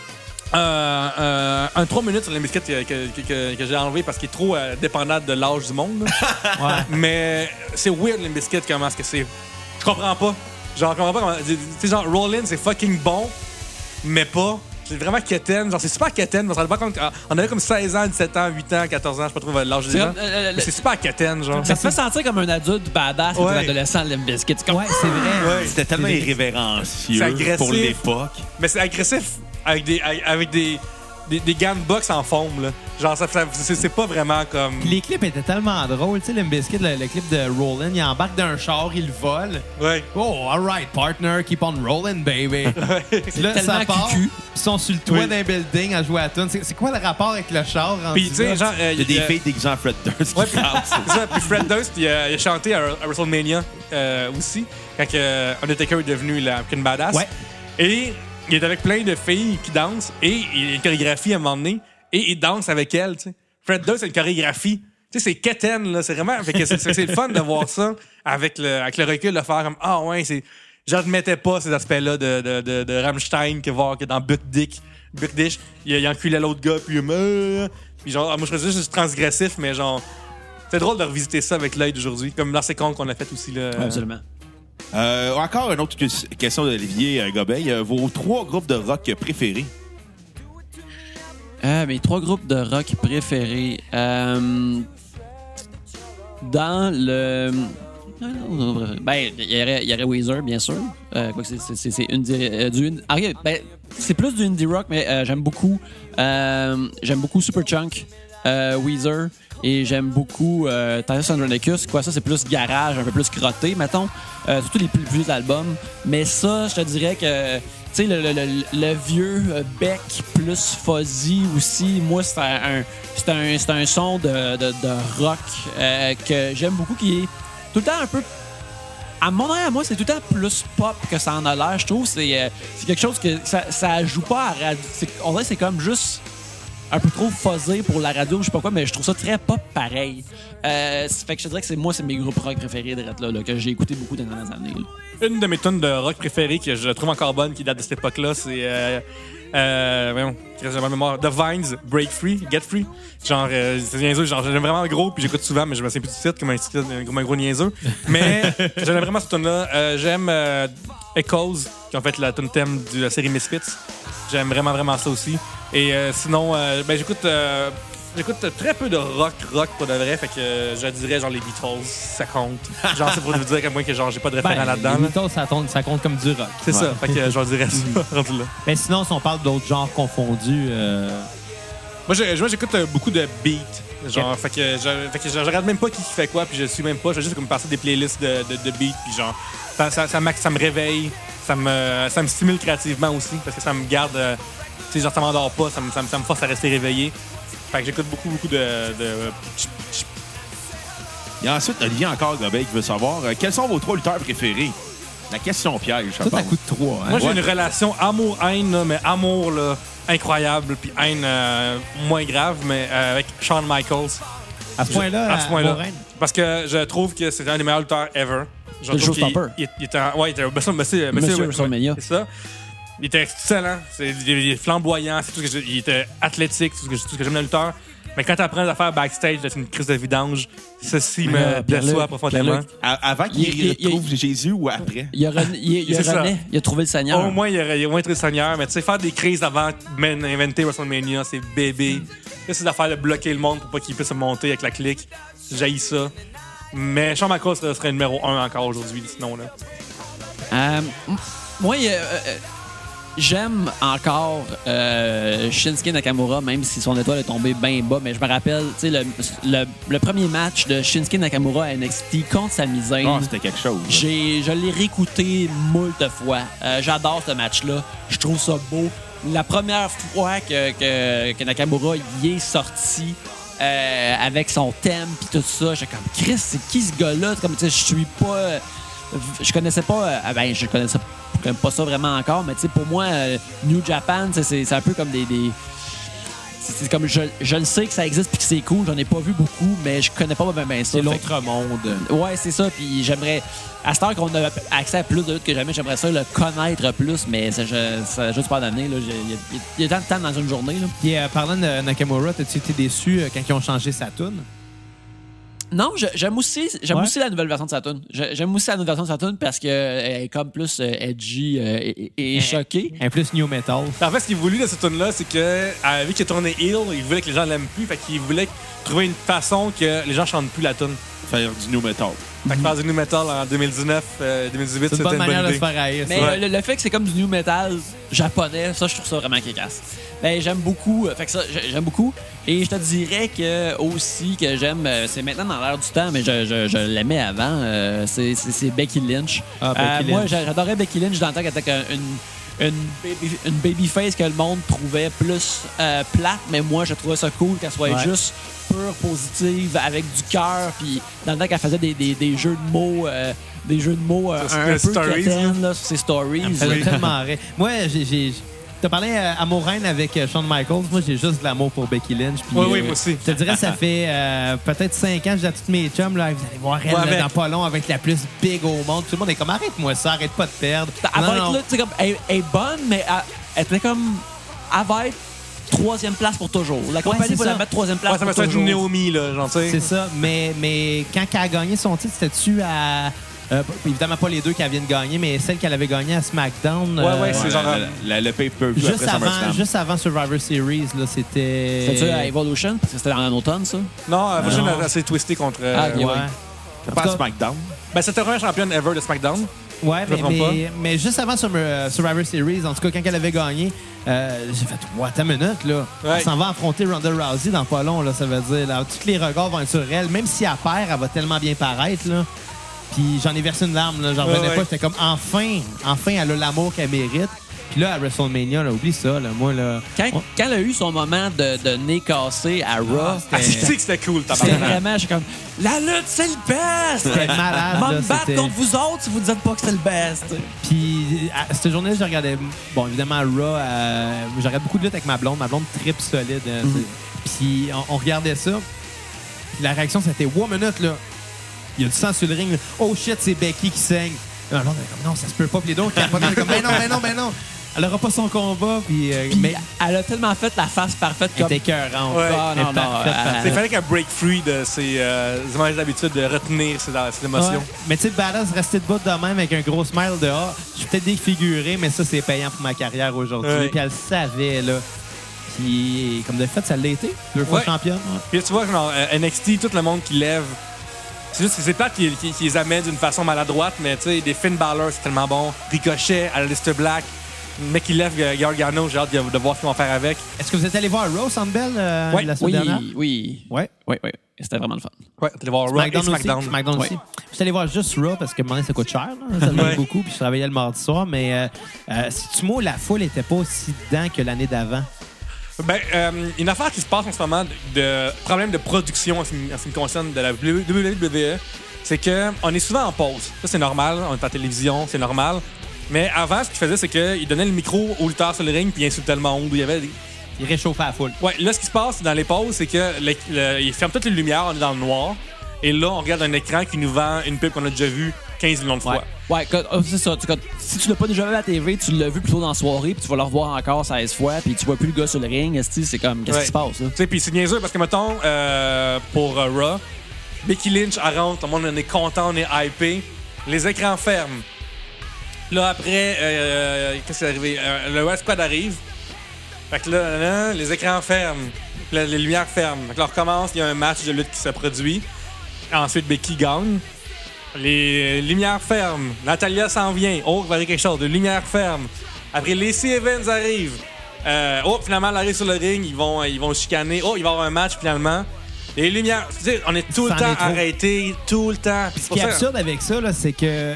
un 3 minutes sur les biscuits que j'ai enlevé parce qu'il est trop dépendant de l'âge du monde. Ouais. Mais c'est weird, les biscuits, comment est-ce que c'est. Je comprends pas. Genre, je comprends pas comment. Tu sais, genre, Rollin, c'est fucking bon, mais pas. C'est vraiment quétaine. Genre, c'est super quétaine. On s'en rendait pas compte. On avait comme 16 ans, 17 ans, 8 ans, 14 ans, je sais pas trop l'âge des gens. Mais c'est super quétaine, genre. Ça te fait sentir comme un adulte badass ou un adolescent de Limp Bizkit. Ouais, c'est vrai. Ouais. C'était tellement irrévérencieux C'est agressif. pour l'époque. Mais c'est agressif avec des gants de boxe en foam, là. Genre, c'est pas vraiment comme... Puis les clips étaient tellement drôles. Tu sais, Limp Bizkit, le clip de Rollin, il embarque d'un char, il vole. Ouais. Oh, all right, partner, keep on rolling, baby. Puis là, tellement ça part. cucu. Ils sont sur le toit d'un building à jouer à la tune. C'est quoi le rapport avec le char? Puis, tu sais, genre... Il y a des filles déguisées en Fred Durst qui dansent. C'est ça. Puis Fred Durst, il a chanté à WrestleMania aussi, quand Undertaker est devenu l'American Badass. Ouais. Et il est avec plein de filles qui dansent, et il y a une chorégraphie à un moment donné, et il danse avec elles, tu sais. Fred Durst, c'est une chorégraphie. Tu sais, c'est quétaine, là. C'est vraiment... Fait que c'est le fun de voir ça avec le recul, de faire comme, ouais, c'est... J'admettais pas ces aspects-là de Rammstein que voir que dans Buck Dish, il enculait l'autre gars, puis genre, moi, je faisais juste transgressif, mais genre... c'est drôle de revisiter ça avec l'œil d'aujourd'hui, comme dans ces comptes qu'on a fait aussi. Là. Ouais, absolument. Encore une autre question d'Olivier Gobeil. Vos 3 groupes de rock préférés? Mes 3 groupes de rock préférés. Dans le... Ben, il y aurait Weezer, bien sûr. Quoique c'est c'est plus du indie rock, mais j'aime beaucoup Superchunk, Weezer, et j'aime beaucoup Titus Andronicus. Quoi, ça, c'est plus garage, un peu plus crotté, mettons. Surtout les plus vieux albums. Mais ça, je te dirais que, tu sais, le vieux Beck plus fuzzy aussi, moi, c'est un son de rock que j'aime beaucoup, qui est tout le temps un peu... À mon avis, moi, c'est tout le temps plus pop que ça en a l'air, je trouve. C'est quelque chose que ça joue pas à radio. On dirait que c'est comme juste un peu trop fuzzé pour la radio, je sais pas quoi, mais je trouve ça très pop pareil. Fait que je te dirais que c'est mes groupes rock préférés de là, que j'ai écouté beaucoup dans les dernières années. Là. Une de mes tunes de rock préférées que je trouve encore bonne, qui date de cette époque-là, c'est... voyons, j'ai ma mémoire. The Vines, Break Free, Get Free. Genre, c'est niaiseux, genre, j'aime vraiment gros, puis j'écoute souvent, mais je me souviens plus du titre comme un gros niaiseux. Mais j'aime vraiment cette tune-là. J'aime Echoes, qui ont fait la tune thème de la série Misfits. J'aime vraiment, vraiment ça aussi. Et sinon, j'écoute très peu de rock pour de vrai, fait que je dirais genre les Beatles, ça compte. Genre, c'est pour vous dire à moi que genre j'ai pas de référent là-dedans. Les Beatles, ça compte comme du rock. C'est ça, fait que je dirais ça, rendu là. Mais sinon, si on parle d'autres genres confondus... Moi, j'écoute beaucoup de beats. Genre, fait que je regarde même pas qui fait quoi, puis je suis même pas. Je vais juste comme passer des playlists de beats, puis genre, ça me réveille, ça me stimule créativement aussi, parce que ça me garde, tu sais, genre, ça m'endort pas, ça me force à rester réveillé. Fait que j'écoute beaucoup de... Et ensuite, Olivier encore Gobeil qui veut savoir quels sont vos 3 lutteurs préférés? La question piège, je Tout pense. à coup de 3. Hein? Moi, j'ai une relation amour-haine, là, mais amour là, incroyable, puis haine moins grave, mais avec Shawn Michaels. À ce point-là, À ce point-là. Morin? Parce que je trouve que c'est un des meilleurs lutteurs ever. Je Le trouve qu'il- showstopper. il était Monsieur WrestleMania. C'est ça. Il était excellent. Il est flamboyant. C'est tout ce que il était athlétique. C'est tout ce que j'aime dans le lutteur. Mais quand tu apprends à faire backstage, c'est une crise de vidange. Ceci me déçoit profondément. Avant qu'il retrouve Jésus ou après? Il C'est ça. il a trouvé le Seigneur. Au moins, il a au moins été le Seigneur. Mais tu sais, faire des crises avant d'inventer WrestleMania, c'est bébé. Là, c'est d'affaire de bloquer le monde pour pas qu'il puisse monter avec la clique. J'haïs ça. Mais Shawn Michaels serait numéro 1 encore aujourd'hui, sinon là. Moi, j'aime encore Shinsuke Nakamura, même si son étoile est tombée bien bas. Mais je me rappelle, tu sais, le premier match de Shinsuke Nakamura à NXT contre Sami Zayn. Ah, c'était quelque chose. Je l'ai réécouté moult fois. J'adore ce match-là. Je trouve ça beau. La première fois que Nakamura y est sorti avec son thème puis tout ça, j'étais comme Chris, c'est qui ce gars-là? Comme tu sais, je connaissais pas. Je connaissais pas ça vraiment encore, mais tu sais, pour moi, New Japan, c'est un peu comme des c'est comme je le sais que ça existe puis que c'est cool. J'en ai pas vu beaucoup, mais je connais pas bien ça. C'est l'autre monde. Ouais, c'est ça. Puis j'aimerais, à cette heure qu'on a accès à plus de luttes que jamais, j'aimerais ça le connaître plus, mais ça n'a juste pas d'amener. Il y a tant de temps dans une journée. Là. Puis, parlant de Nakamura, t'as-tu été déçu quand ils ont changé sa toune? Non, j'aime aussi la nouvelle version de sa tune. J'aime aussi la nouvelle version de sa tune parce qu'elle est comme plus edgy et choquée. Un plus new metal. En fait, ce qu'il voulait de cette tune-là, c'est que, vu qu'il a tourné heel, il voulait que les gens l'aiment plus. Fait qu'il voulait trouver une façon que les gens chantent plus la tune. Faire du new metal. Fait que faire du new metal en 2019, 2018, C'est une bonne manière de se faire haïr. Mais ça. le fait que c'est comme du new metal japonais, ça, je trouve ça vraiment kick-ass. Ben, j'aime beaucoup. Fait que ça, j'aime beaucoup. Et je te dirais que aussi que j'aime, c'est maintenant dans l'air du temps, mais je l'aimais avant. C'est Becky Lynch. Becky Moi, Lynch. j'adorais Becky Lynch dans le temps qu'elle était une babyface que le monde trouvait plus plate, mais moi, je trouvais ça cool qu'elle soit juste pure, positive, avec du cœur. Puis dans le temps qu'elle faisait des jeux de mots. Des jeux de mots un peu stories, quétaines, là, sur ses stories. Elle me fait tellement rire. Moi, t'as parlé amour-reine avec Shawn Michaels. Moi, j'ai juste de l'amour pour Becky Lynch. Puis, Oui, moi aussi. Je te dirais, ça fait peut-être 5 ans que j'ai à toutes mes chums. Là, vous allez voir elle là, dans pas long avec la plus big au monde. Tout le monde est comme, arrête-moi ça, arrête pas de perdre. Elle va être là, tu sais, comme, elle est bonne, mais elle était comme. Elle va être troisième place pour toujours. La compagnie c'est va ça. la mettre troisième place Ouais, ça pour va être toujours. une Naomi, là, genre, tu sais. C'est ça. Mais quand elle a gagné son titre, c'était-tu à... évidemment pas les deux qu'elle vient de gagner, mais celle qu'elle avait gagnée à SmackDown. Ouais, c'est genre... Le pay-per-view juste avant Survivor Series, là, c'était... C'était-tu à Evolution? Parce que c'était en automne, ça? Non, la prochaine, Non. elle s'est twistée contre... Ah, ok, Ouais. ouais. C'est pas à SmackDown. Ben, c'était la première championne ever de SmackDown. Ouais, Je me trompe mais juste avant Survivor Series, en tout cas, quand elle avait gagné, j'ai fait « Attends une minute, là. Ouais. Elle s'en va affronter Ronda Rousey dans pas long, là, ça veut dire. Là, tous les regards vont être sur elle. Même si elle perd, elle va tellement bien paraître, là. Puis j'en ai versé une larme, là. J'en revenais ouais. pas. J'étais comme, enfin, elle a l'amour qu'elle mérite. Puis là, à WrestleMania, là, oublie ça, là. Moi, là... Quand elle a eu son moment de nez cassé à Raw, Ah, c'est que c'était cool, c'était tabarnak. vraiment, j'étais comme, la lutte, c'est le best! C'était malade, Va là, me battre c'était- contre vous autres si vous dites pas que c'est le best. Puis à cette journée-là, je regardais, bon, évidemment, Raw. Je regarde beaucoup de lutte avec ma blonde. Ma blonde tripe solide. Puis on regardait ça. Puis la réaction, c'était « Wow, minute, là. Il y a du sang sur le ring. Là. Oh shit, c'est Becky qui saigne. » Ma blonde, elle est comme « Non, ça se peut pas. » Puis les deux, capotaient, comme « Ben non. » Elle aura pas son combat. Puis, mais Elle a tellement fait la face parfaite elle comme... était écœurante. Ouais. Ah, non, non, parfaite, parfaite. Il fallait qu'elle break free de ses mauvaises habitudes de retenir ses émotions. Ouais. Mais tu sais, badass, rester debout de même avec un gros smile de « Ah, je suis peut-être défiguré, mais ça, c'est payant pour ma carrière aujourd'hui. Ouais. Puis elle savait, là. Puis, comme de fait, ça l'a été. 2 fois Ouais. championne. Ouais. Puis tu vois, genre, NXT, tout le monde qui lève. C'est juste que c'est plate qu'ils les amènent d'une façon maladroite, mais tu sais, des Finn Balor, c'est tellement bon. Ricochet, Aleister Black. Le mec qui lève Gargano, j'ai hâte de voir ce qu'ils vont faire avec. Est-ce que vous êtes allé voir Raw Sandbell Ouais. la semaine dernière? Oui. Ouais. Oui. C'était vraiment le fun. Ouais, allez voir Raw et SmackDown. SmackDown Ouais. aussi. Je suis allé voir juste Raw parce que moment ça coûte cher. Là. Ça me Ouais. beaucoup. Puis je travaillais le mardi soir. Mais si tu m'as, la foule n'était pas aussi dedans que l'année d'avant. Ben, une affaire qui se passe en ce moment de problème de production en ce qui me concerne de la WWE, c'est qu'on est souvent en pause. Ça, c'est normal. On est à la télévision, c'est normal. Mais avant, ce qu'ils faisaient, c'est qu'ils donnaient le micro au lutteur sur le ring puis ils insultaient le monde. Il y avait des... Il réchauffait la foule. Ouais, là, ce qui se passe dans les pauses, c'est que ils ferment toutes les lumières, on est dans le noir. Et là, on regarde un écran qui nous vend une pub qu'on a déjà vue 15 millions de fois. Ouais, c'est ça. Si tu l'as pas déjà vu à la TV, tu l'as vu plutôt dans la soirée, puis tu vas le revoir encore 16 fois, puis tu vois plus le gars sur le ring. Esti, c'est comme, qu'est-ce Ouais. qui se passe, là? Tu sais, puis c'est niaiseux parce que, mettons, pour Raw, Becky Lynch, elle rentre, tout le monde on est content, on est hypé. Les écrans ferment. Là, après, qu'est-ce qui est arrivé? Le West Squad arrive. Fait que là, les écrans ferment. Là, les lumières ferment. Fait que là, on recommence, il y a un match de lutte qui se produit. Ensuite, Becky gagne. Les lumières ferment. Natalia s'en vient. Oh, il va y avoir quelque chose. Les lumières ferment. Après, Lacey Evans arrive. Finalement, elle arrive sur le ring. Ils vont chicaner. Oh, il va y avoir un match finalement. Les lumières. Tu sais, on est tout le C'en temps est trop. arrêté. Tout le temps. Puis Ce qui est absurde avec ça, là, c'est que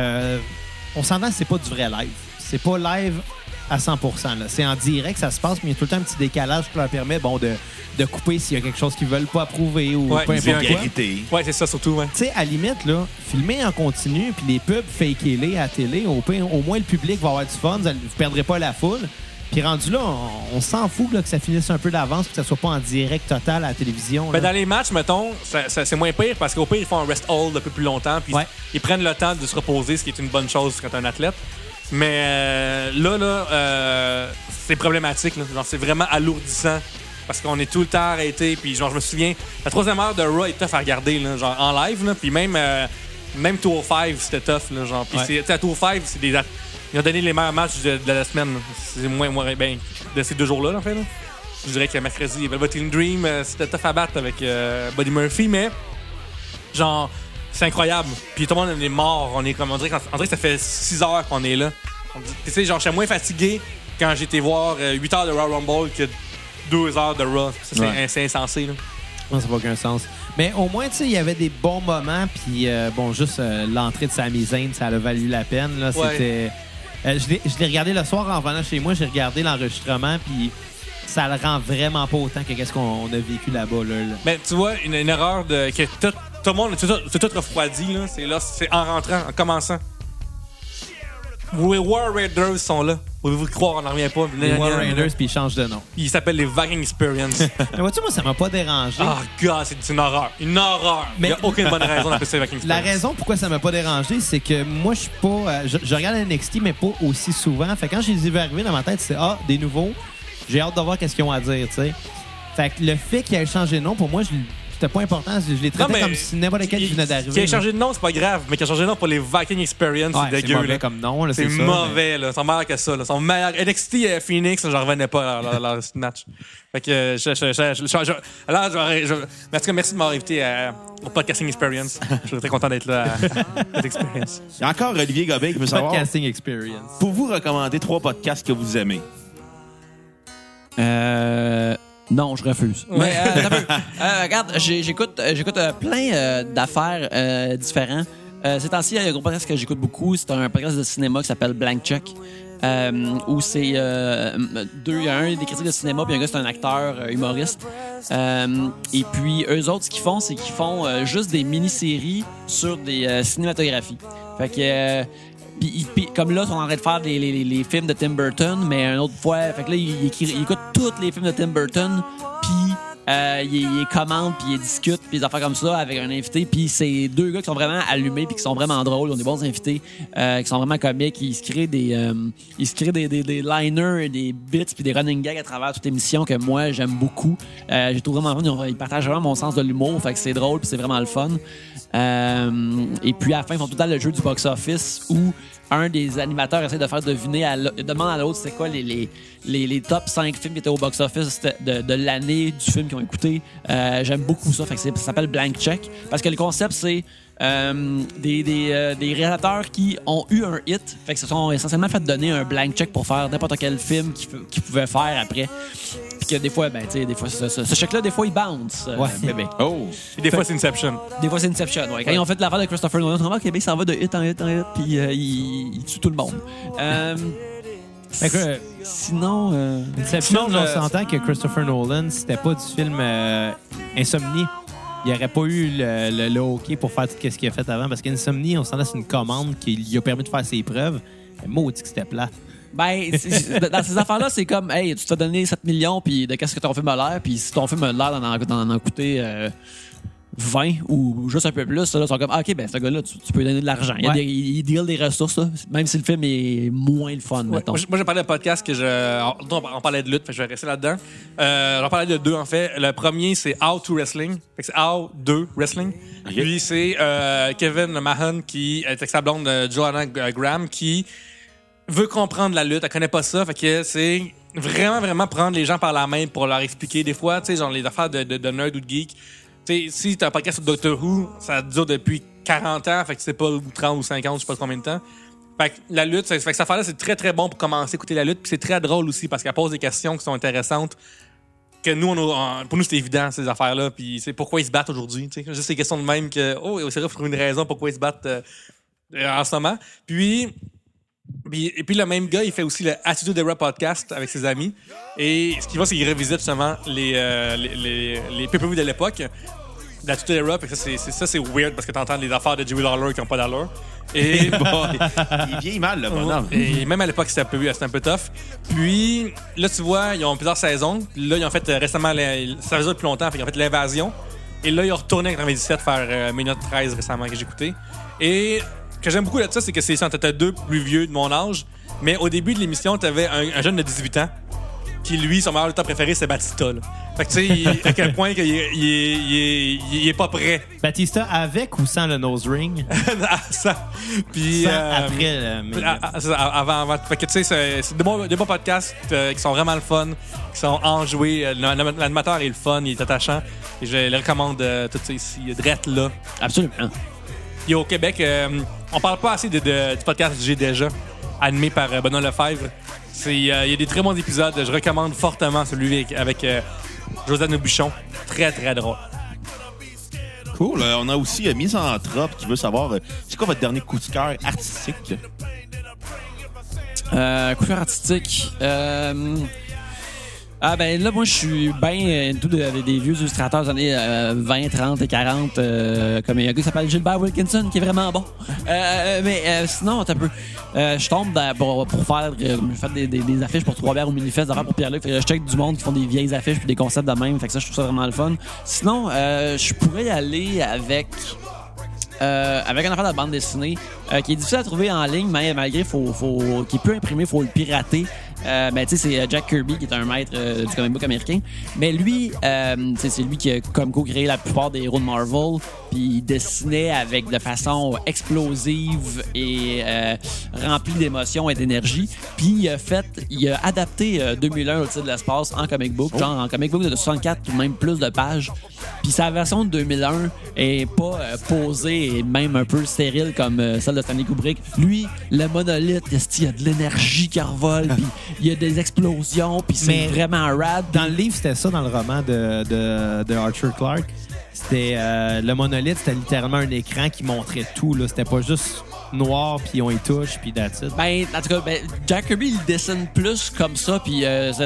on s'entend que c'est pas du vrai live. C'est pas live à 100%. Là. C'est en direct, ça se passe, mais il y a tout le temps un petit décalage qui leur permet de couper s'il y a quelque chose qu'ils veulent pas approuver ou Ouais, peu c'est importe quoi. Vérité. Ouais, c'est ça surtout. Ouais. Tu sais, à la limite, là, filmer en continu, puis les pubs fake-les à la télé, au moins le public va avoir du fun, vous perdrez pas la foule. Puis rendu là, on s'en fout là, que ça finisse un peu d'avance, que ça soit pas en direct total à la télévision. Ben, là. dans les matchs, mettons, c'est moins pire parce qu'au pire, ils font un rest hold un peu plus longtemps. Puis Ouais. ils prennent le temps de se reposer, ce qui est une bonne chose quand t'es un athlète. Mais c'est problématique. Là. Genre, c'est vraiment alourdissant parce qu'on est tout le temps arrêté. Puis genre, je me souviens, la 3e heure de Raw est tough à regarder, là, genre en live. Là, puis même Tour 5, c'était tough. Là, genre. Puis Ouais. à Tour 5, c'est des ils ont donné les meilleurs matchs de la semaine. Là. C'est moins de ces 2 jours-là, en fait. Là. Je dirais que mercredi, Velveteen Dream, c'était tough à battre avec Buddy Murphy, mais genre, c'est incroyable. Puis tout le monde est mort. On dirait que ça fait 6 heures qu'on est là. Tu sais, genre, je suis moins fatigué quand j'ai été voir 8 heures de Royal Rumble que 2 heures de Raw. Ça, c'est insensé. Là. Non, ça n'a aucun sens. Mais au moins, tu sais, il y avait des bons moments. Puis, juste l'entrée de Sami Zayn, ça a valu la peine. Là, Ouais. c'était... je l'ai regardé le soir en revenant chez moi. J'ai regardé l'enregistrement. Puis, ça le rend vraiment pas autant que qu'est-ce qu'on a vécu là-bas. Là. Mais tu vois, une erreur que tout le monde, c'est tout refroidi. Là. C'est en rentrant, en commençant. Les War Raiders sont là. Pouvez-vous croire, on n'en revient pas. Les War Raiders, puis ils changent de nom. Ils s'appellent les Viking Experience. Mais vois-tu, moi, ça m'a pas dérangé. Oh, God, c'est une horreur. Une horreur. Il n'y a Mais- aucune bonne raison d'appeler ça Viking La Experience. raison pourquoi ça m'a pas dérangé, c'est que moi, je suis pas. Je regarde NXT, mais pas aussi souvent. Fait que quand je les ai vus arriver dans ma tête, c'est des nouveaux. J'ai hâte de voir qu'est-ce qu'ils ont à dire, tu sais. Fait que le fait qu'il ait changé de nom, pour moi, c'était pas important. Je l'ai traité comme si n'importe quel qui venait d'arriver. Qu'il ait changé de nom, c'est pas grave, mais qu'il a changé de nom pour les Viking Experience, Ouais, c'est dégueu. mauvais comme nom, là, c'est ça, mauvais, là. Ils sont meilleurs que ça, là. Ils sont meilleurs. NXT Phoenix, j'en revenais pas leur match. Fait que, en tout cas, merci de m'avoir invité au Podcasting Experience. Je suis très content d'être là à cette expérience. Il y a encore Olivier Gobin qui veut savoir, Podcasting Experience. pour vous recommander 3 podcasts que vous aimez. Non, je refuse. Mais regarde, j'écoute plein d'affaires différents. Ces temps-ci, il y a un gros podcast que j'écoute beaucoup. C'est un podcast de cinéma qui s'appelle Blank Check. Où c'est il y a un des critiques de cinéma puis un gars c'est un acteur humoriste et puis eux autres ce qu'ils font c'est qu'ils font juste des mini-séries sur des cinématographies. Fait que Puis, comme là, ils sont en train de faire les films de Tim Burton, mais une autre fois, fait que là, il écoute tous les films de Tim Burton, puis il commande, puis il discute, puis des affaires comme ça avec un invité, puis c'est 2 gars qui sont vraiment allumés, puis qui sont vraiment drôles, ils ont des bons invités, qui sont vraiment comiques, ils se créent des liners, des bits, puis des running gags à travers toute l'émission que moi, j'aime beaucoup. J'ai trouvé vraiment fun, ils partagent vraiment mon sens de l'humour, fait que c'est drôle, puis c'est vraiment le fun. Et puis à la fin, ils font tout le temps le jeu du box-office où un des animateurs essaie de faire deviner demande à l'autre c'est quoi les top 5 films qui étaient au box-office de l'année du film qu'ils ont écouté. J'aime beaucoup ça. Fait que ça s'appelle Blank Check. Parce que le concept, c'est des réalisateurs qui ont eu un hit. Fait que se sont essentiellement fait donner un blank check pour faire n'importe quel film qu'ils pouvaient faire après. Puis que des fois, ce chèque-là, des fois, il bounce. Bébé. Oh! Et des fois, c'est Inception. Des fois, c'est Inception. Ouais. Quand ils ont fait l'affaire de Christopher Nolan, on remarque qu'il s'en va de hit en hit en hit, puis il tue tout le monde. Sinon, Inception, on s'entend que Christopher Nolan, c'était pas du film Insomnie. Il n'y aurait pas eu le hockey pour faire tout ce qu'il a fait avant. Parce qu'Insomnie, on s'entend, c'est une commande qui lui a permis de faire ses preuves. Mais maudit que c'était plat. Ben, dans ces affaires-là, c'est comme, hey, tu t'as donné 7 millions, puis de qu'est-ce que ton film a l'air, puis si ton film a l'air d'en coûter 20 ou juste un peu plus, là, ils sont comme, OK, ben, ce gars-là, tu peux lui donner de l'argent. Ouais. Il deal des ressources, là, même si le film est moins le fun, mettons. Moi, j'ai parlé d'un podcast on parlait de lutte, fait que je vais rester là-dedans. J'en parlais de 2, en fait. Le premier, c'est How to Wrestling. Fait que c'est How 2 Wrestling. Okay. Puis c'est Kevin Mahon qui est avec sa blonde Joanna Graham qui veut comprendre la lutte. Elle connaît pas ça. Fait que c'est vraiment prendre les gens par la main pour leur expliquer. Des fois, tu sais, genre les affaires de nerd ou de geek. Tu sais, si t'as un podcast sur Doctor Who, ça dure depuis 40 ans. Fait que c'est pas 30 ou 50, je sais pas combien de temps. Fait que la lutte, fait que cette affaire-là, c'est très bon pour commencer à écouter la lutte. Puis c'est très drôle aussi parce qu'elle pose des questions qui sont intéressantes. Que nous, pour nous, c'est évident, ces affaires-là. Puis c'est pourquoi ils se battent aujourd'hui. Tu sais, juste ces questions de même que, c'est vrai, faut trouver une raison pourquoi ils se battent en ce moment. Et puis le même gars, il fait aussi le Attitude Era podcast avec ses amis. Et ce qu'il va, c'est qu'il revisite justement les pay-per-view de l'époque. L'Attitude Era, ça c'est weird parce que t'entends les affaires de Jerry Lawler qui n'ont pas d'allure. Et il vieillit mal, le bonhomme. Et même à l'époque, c'était un peu tough. Puis là, tu vois, ils ont plusieurs saisons. Là, ils ont fait récemment, ça faisait depuis longtemps, ils ont fait l'Invasion. Et là, ils ont retourné en 97 faire Minute 13 récemment que j'ai écouté. Et ce que j'aime beaucoup de ça, c'est que c'est ça, t'étais 2 plus vieux de mon âge. Mais au début de l'émission, t'avais un jeune de 18 ans qui, lui, son meilleur lutteur préféré, c'est Batista. Là. Fait que tu sais, à quel point il est pas prêt. Batista avec ou sans le nose ring? Ça. Puis, après. Avant. Fait que tu sais, c'est des bons podcasts qui sont vraiment le fun, qui sont enjoués. L'animateur est le fun, il est attachant. Et je les recommande tout ça ici. Drette là. Absolument. Puis au Québec, on parle pas assez du podcast J'ai déjà, animé par Benoît Lefebvre. Il y a des très bons épisodes. Je recommande fortement celui avec Josiane Buchon. Très, très drôle. Cool. On a aussi Misanthrope qui veut savoir c'est quoi votre dernier coup de cœur artistique? Coup de cœur artistique. Ben là, moi, je suis bien des vieux illustrateurs des années 20, 30 et 40. Comme il y a un gars qui s'appelle Gilbert Wilkinson, qui est vraiment bon. Mais sinon, un peu. Je tombe pour faire des affiches pour 3 bières au Minifest, d'affaires pour Pierre-Luc. Je check du monde qui font des vieilles affiches puis des concepts de même. Fait que ça, je trouve ça vraiment le fun. Sinon, je pourrais y aller avec une affaire de bande dessinée qui est difficile à trouver en ligne, mais malgré qui est peu imprimé, il faut le pirater. Ben, tu sais, c'est Jack Kirby qui est un maître du comic book américain. Mais lui, c'est lui qui a comme co-créé la plupart des héros de Marvel. Puis il dessinait de façon explosive et remplie d'émotions et d'énergie. Puis il a adapté 2001 au titre de l'espace en comic book, genre en comic book de 64 ou même plus de pages. Puis sa version de 2001 est pas posée et même un peu stérile comme celle de Stanley Kubrick. Lui, le monolithe, il y a de l'énergie qui revole, puis il y a des explosions, puis c'est vraiment rad. Dans le livre, c'était ça, dans le roman de Arthur Clarke. C'était le monolithe, c'était littéralement un écran qui montrait tout. Là. C'était pas juste noir, puis on y touche, puis that's it. Ben, en tout cas, Jack Kirby, il dessine plus comme ça, puis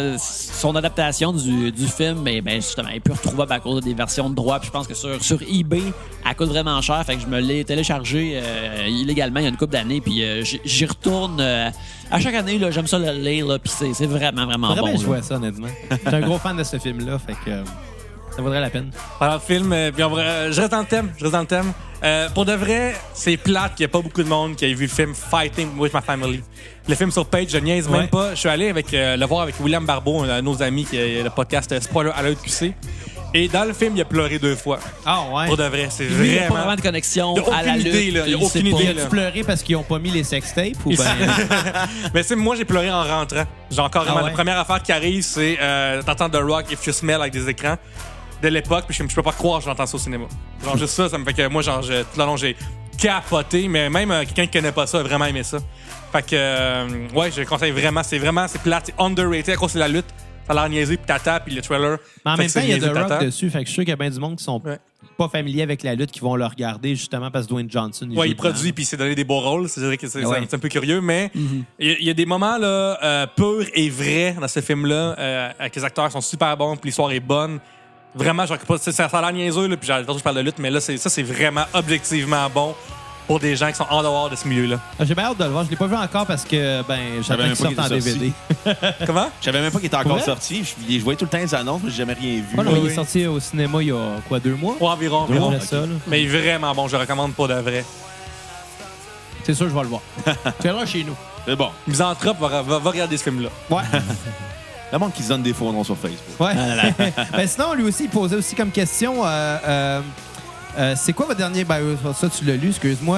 son adaptation du film, justement, est plus retrouvable à cause des versions de droit. Puis je pense que sur eBay, elle coûte vraiment cher, fait que je me l'ai téléchargé illégalement il y a une couple d'années, puis j'y retourne à chaque année. Là, j'aime ça le lire, là, puis c'est vraiment, vraiment bon. Je jouais ça, honnêtement. Je suis un gros fan de ce film-là, fait que ça vaudrait la peine. Parlant de film, puis je reste dans le thème. Pour de vrai, c'est plate qu'il n'y a pas beaucoup de monde qui ait vu le film Fighting with My Family. Le film sur Page, je niaise même pas. Je suis allé le voir avec William Barbeau, un de nos amis qui a le podcast Spoiler Alert QC. Et dans le film, il a pleuré 2 fois. Ah ouais? Pour de vrai, c'est Il n'y a pas vraiment... vraiment de connexion Il y a à la aucune lutte. idée, là. Il y a aucune idée, là. Tu pleurais parce qu'ils ont pas mis les sextapes ou ben... Mais c'est moi, j'ai pleuré en rentrant. Genre, carrément, Ah ouais? la première affaire qui arrive, c'est t'entends The Rock, If You Smell avec des écrans de l'époque, puis je peux pas croire que j'entends ça au cinéma. Genre, juste ça me fait que moi, genre, tout le long, j'ai capoté, mais même quelqu'un qui connaît pas ça a vraiment aimé ça. Fait que, ouais, je le conseille vraiment. C'est plate, c'est underrated à cause de la lutte. Ça a l'air niaisé, puis tata, puis le trailer. Mais en même temps, il y a niaisé, The Rock tata. dessus, fait que je suis sûr qu'il y a bien du monde qui sont pas familiers avec la lutte qui vont le regarder justement parce que Dwayne Johnson... Ouais, joue il produit, puis il s'est donné des beaux rôles. C'est vrai que c'est un peu curieux, mais il y a des moments là, purs et vrais dans ce film-là, que les acteurs sont super bons, puis l'histoire est bonne. Vraiment, genre, ça a l'air niaiseux, là, puis je parle de lutte, mais là, c'est vraiment objectivement bon pour des gens qui sont en dehors de ce milieu-là. J'ai bien hâte de le voir. Je l'ai pas vu encore parce que j'attends même qu'il pas sorte en qu'il était DVD. Comment? Je savais même pas qu'il était encore Ouais? sorti. Je voyais tout le temps les annonces, mais j'ai jamais rien vu. Oh non, Oui, il est oui. sorti au cinéma il y a quoi, 2 mois? Ou environ. Après ça, là. Mais il est vraiment bon, je le recommande pour de vrai. C'est sûr, je vais le voir. Tu verras chez nous. C'est bon. Misanthrope va regarder ce film-là. Ouais. Le monde qui se donne des faux noms sur Facebook. Ouais. Ben, sinon, lui aussi, il posait aussi comme question c'est quoi votre dernier. Ben, ça, tu l'as lu, excuse-moi.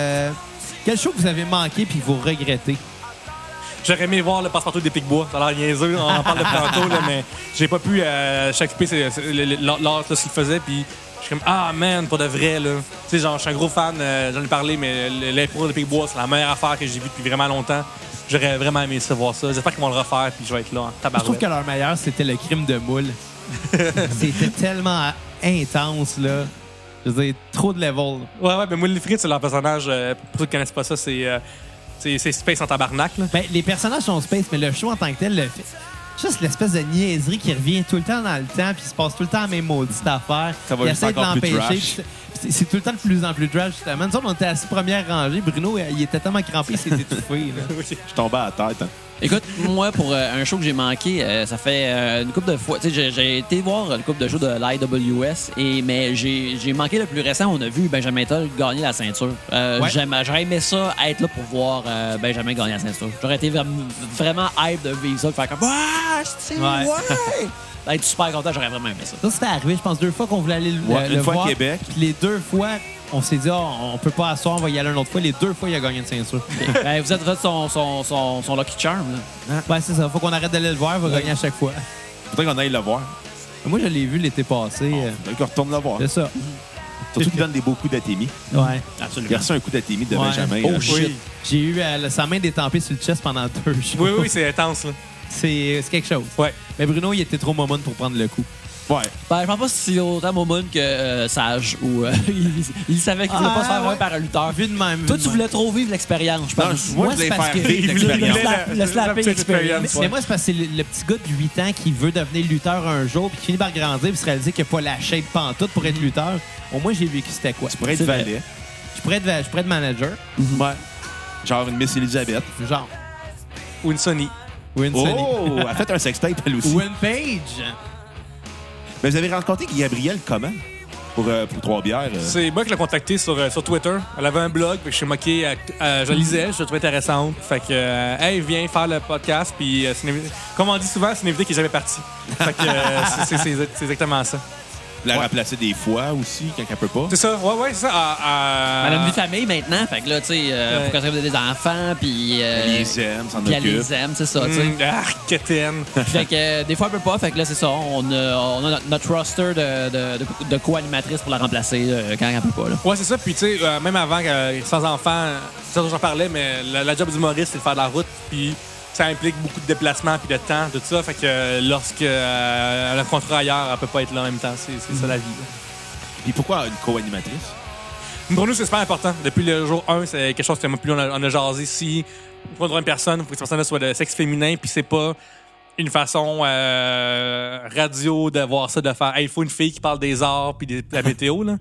Quel show que vous avez manqué puis vous regrettez? J'aurais aimé voir le Passepartout des Pics-Bois. Ça a l'air niaiseux, on en parle depuis tantôt, là, mais j'ai pas pu s'occuper l'art ce qu'il faisait, puis je suis comme, ah man, pour de vrai, là. Tu sais, genre, je suis un gros fan, j'en ai parlé, mais l'impro des Pics-Bois, c'est la meilleure affaire que j'ai vue depuis vraiment longtemps. J'aurais vraiment aimé ça, voir ça. J'espère qu'ils vont le refaire, puis je vais être là en Je trouve tabarouette. que leur meilleur, c'était le crime de moule. C'était tellement intense, là. Je veux dire, trop de level. Ouais, mais Moulin Fritz, c'est leur personnage, pour ceux qui connaissent pas ça, c'est Space en tabarnak, là. Ben, les personnages sont space, mais le show en tant que tel, juste l'espèce de niaiserie qui revient tout le temps dans le temps, puis il se passe tout le temps la même maudite affaire. Ça va Il juste essaie de encore plus l'empêcher. trash. puis c'est tout le temps de plus en plus trash, justement. Nous autres, on était assis première rangée. Bruno, il était tellement crampé, il s'est étouffé. Là. Je suis tombé à la tête. Hein. Écoute, moi, pour un show que j'ai manqué, ça fait une couple de fois. Tu sais, j'ai été voir une couple de shows de l'IWS, mais j'ai manqué le plus récent. On a vu Benjamin Toll gagner la ceinture. J'aurais aimé ça, être là pour voir Benjamin gagner la ceinture. J'aurais été vraiment hype de vivre ça, de faire comme ah, ouais! Être super content, j'aurais vraiment aimé ça. Ça, c'était arrivé, je pense, 2 fois qu'on voulait aller le Une fois voir. à Québec. Puis les 2 fois, on s'est dit, on peut pas asseoir, on va y aller une autre fois. Les 2 fois, il a gagné une ceinture. Vous êtes fait son Lucky Charm. Là. Ouais, c'est ça. Faut qu'on arrête d'aller le voir, il va gagner à chaque fois. Faudrait qu'on aille le voir. Moi, je l'ai vu l'été passé. Faudrait qu'on retourne le voir. C'est ça. Surtout qu'il donne des beaux coups d'Athémie. Ouais. Il a reçu un coup d'Athémie de Ouais. Benjamin. Oh là. shit. J'ai eu sa main détempée sur le chest pendant 2 jours. Oui, c'est intense, là. C'est quelque chose. Ouais. Mais Bruno, il était trop momone pour prendre le coup. Ouais. Ben, je pense pas si c'est autant Momon que Sage. Ou, il savait qu'il voulait pas se faire voir par un lutteur. Vu de même. Toi, vu de tu même. voulais trop vivre l'expérience, je Non, pense. moi, je c'est voulais parce faire que- vivre l'expérience. Le slapping petite experience. Mais moi, c'est parce que c'est le petit gars de 8 ans qui veut devenir lutteur un jour, puis qui finit par grandir, puis se réaliser qu'il n'a pas la shape pantoute pour être lutteur. Au moins, j'ai vécu c'était quoi. Tu pourrais être C'est vrai. valet. Je pourrais être manager. Ouais. Genre une Miss Elizabeth. Genre. Ou une Sony. Ou une Sony. Oh! Elle a fait un sextape, elle aussi. Ou une Page. Mais vous avez rencontré Gabriel comment? pour 3 bières. C'est moi qui l'ai contacté sur Twitter. Elle avait un blog, puis je suis moqué. Je lisais, je la trouvais intéressante. Fait que, hey, viens faire le podcast. Puis, comme on dit souvent, c'est une invitée qui est jamais partie. Fait que c'est exactement ça. La remplacer des fois aussi, quand elle peut pas. C'est ça, ouais, c'est ça. Elle a une vie de famille maintenant, fait que là, tu sais, faut qu'elle s'occupe des enfants, puis. Les aime, s'en puis elle occupe. les aime, c'est ça, tu sais. Quétaine. Fait que des fois, elle peut pas, fait que là, c'est ça. On a notre roster de co-animatrices pour la remplacer quand elle peut pas, là. Ouais, c'est ça. Puis, tu sais, même avant, sans enfants, ça dont j'en parlais, mais la job d'humoriste, c'est de faire de la route. Puis, ça implique beaucoup de déplacements puis de temps, tout ça. Fait que lorsque elle a un contrat ailleurs, elle peut pas être là en même temps. C'est ça la vie. Là. Puis pourquoi une co-animatrice? Pour nous, c'est super important. Depuis le jour 1, c'est quelque chose que plus on a jasé. Si on prend une personne, il faut que cette personne soit de sexe féminin, puis c'est pas une façon radio de voir ça, de faire hey, il faut une fille qui parle des arts puis de la météo. Là.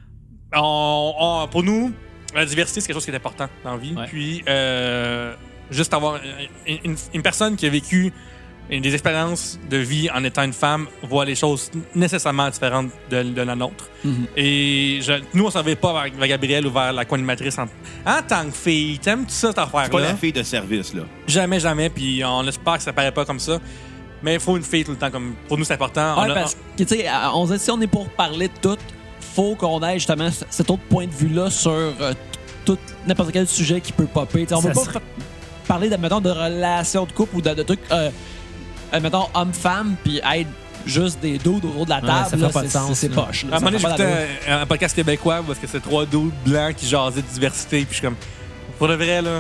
Pour nous, la diversité, c'est quelque chose qui est important dans la vie. Ouais. Puis, juste avoir une personne qui a vécu des expériences de vie en étant une femme voit les choses nécessairement différentes de la nôtre. Mm-hmm. Et nous, on s'en va pas vers Gabrielle ou vers la co-animatrice en tant que fille. T'aimes-tu ça, cette affaire-là? C'est pas la fille de service, là. Jamais. Puis on espère que ça paraît pas comme ça. Mais il faut une fille tout le temps. Comme pour nous, c'est important. Ouais, parce que, tu sais, on se dit, si on est pour parler de tout, faut qu'on ait justement cet autre point de vue-là sur tout n'importe quel sujet qui peut popper. T'sais, on veut pas parler mettons, de relations de couple ou de trucs, mettons, homme-femme, puis être juste des dudes autour de la table. ça fait pas de sens, c'est là. poche. À un moment donné, j'écoutais un podcast québécois parce que c'est 3 dudes blancs qui jasaient de diversité. Puis je suis comme, pour de vrai, là.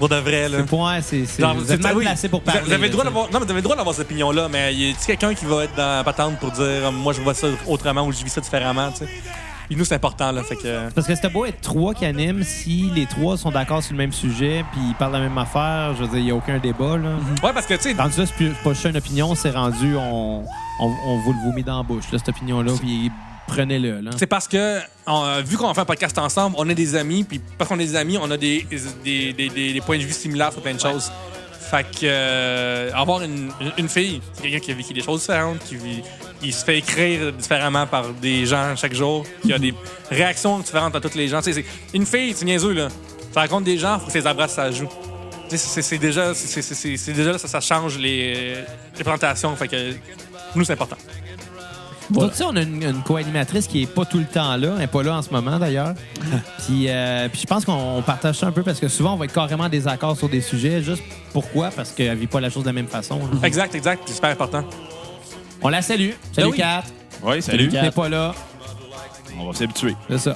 C'est Genre, vous êtes mal placé pour parler. Vous avez le droit là, d'avoir, non, mais vous avez le droit d'avoir cette opinion-là, mais y a-t-il quelqu'un qui va être dans la patente pour dire, moi, je vois ça autrement ou je vis ça différemment, tu sais? Puis nous, c'est important, là. Fait que... Parce que c'était beau être 3 qui animent, si les 3 sont d'accord sur le même sujet puis ils parlent de la même affaire, je veux dire, il n'y a aucun débat, là. Ouais, parce que, tu sais. Rendu là, c'est pas juste une opinion, c'est rendu, on vous le vomit dans la bouche, là, cette opinion-là, puis prenez-le, là. C'est parce que, vu qu'on fait un podcast ensemble, on est des amis, puis parce qu'on est des amis, on a des points de vue similaires sur plein de choses. Fait que, avoir une fille, c'est quelqu'un qui a vécu des choses différentes, qui se fait écrire différemment par des gens chaque jour, qui a des réactions différentes à tous les gens. Tu sais, une fille, c'est niaiseux, là. Ça rencontre des gens, il faut que ses abrasses, ça joue. Tu sais, c'est déjà là, ça change les présentations. Fait que, nous, c'est important. Voilà. Donc, on a une co-animatrice qui est pas tout le temps là. Elle n'est pas là en ce moment, d'ailleurs. Puis je pense qu'on partage ça un peu parce que souvent, on va être carrément en désaccord sur des sujets. Juste pourquoi? Parce qu'elle ne vit pas la chose de la même façon. Là. Exact. C'est super important. On la salue. Salut, oui. Kat. Oui, salut. Tu n'es pas là. On va s'habituer. C'est ça.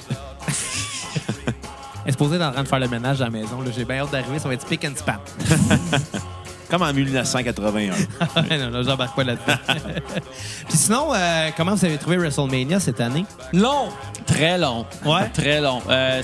Elle est supposée être en train de faire le ménage à la maison. Là. J'ai bien hâte d'arriver. Ça va être pick and span. Comme en 1981. non, j'embarque pas là-dedans. Puis sinon, comment vous avez trouvé WrestleMania cette année? Long! Très long. Ouais. Très long.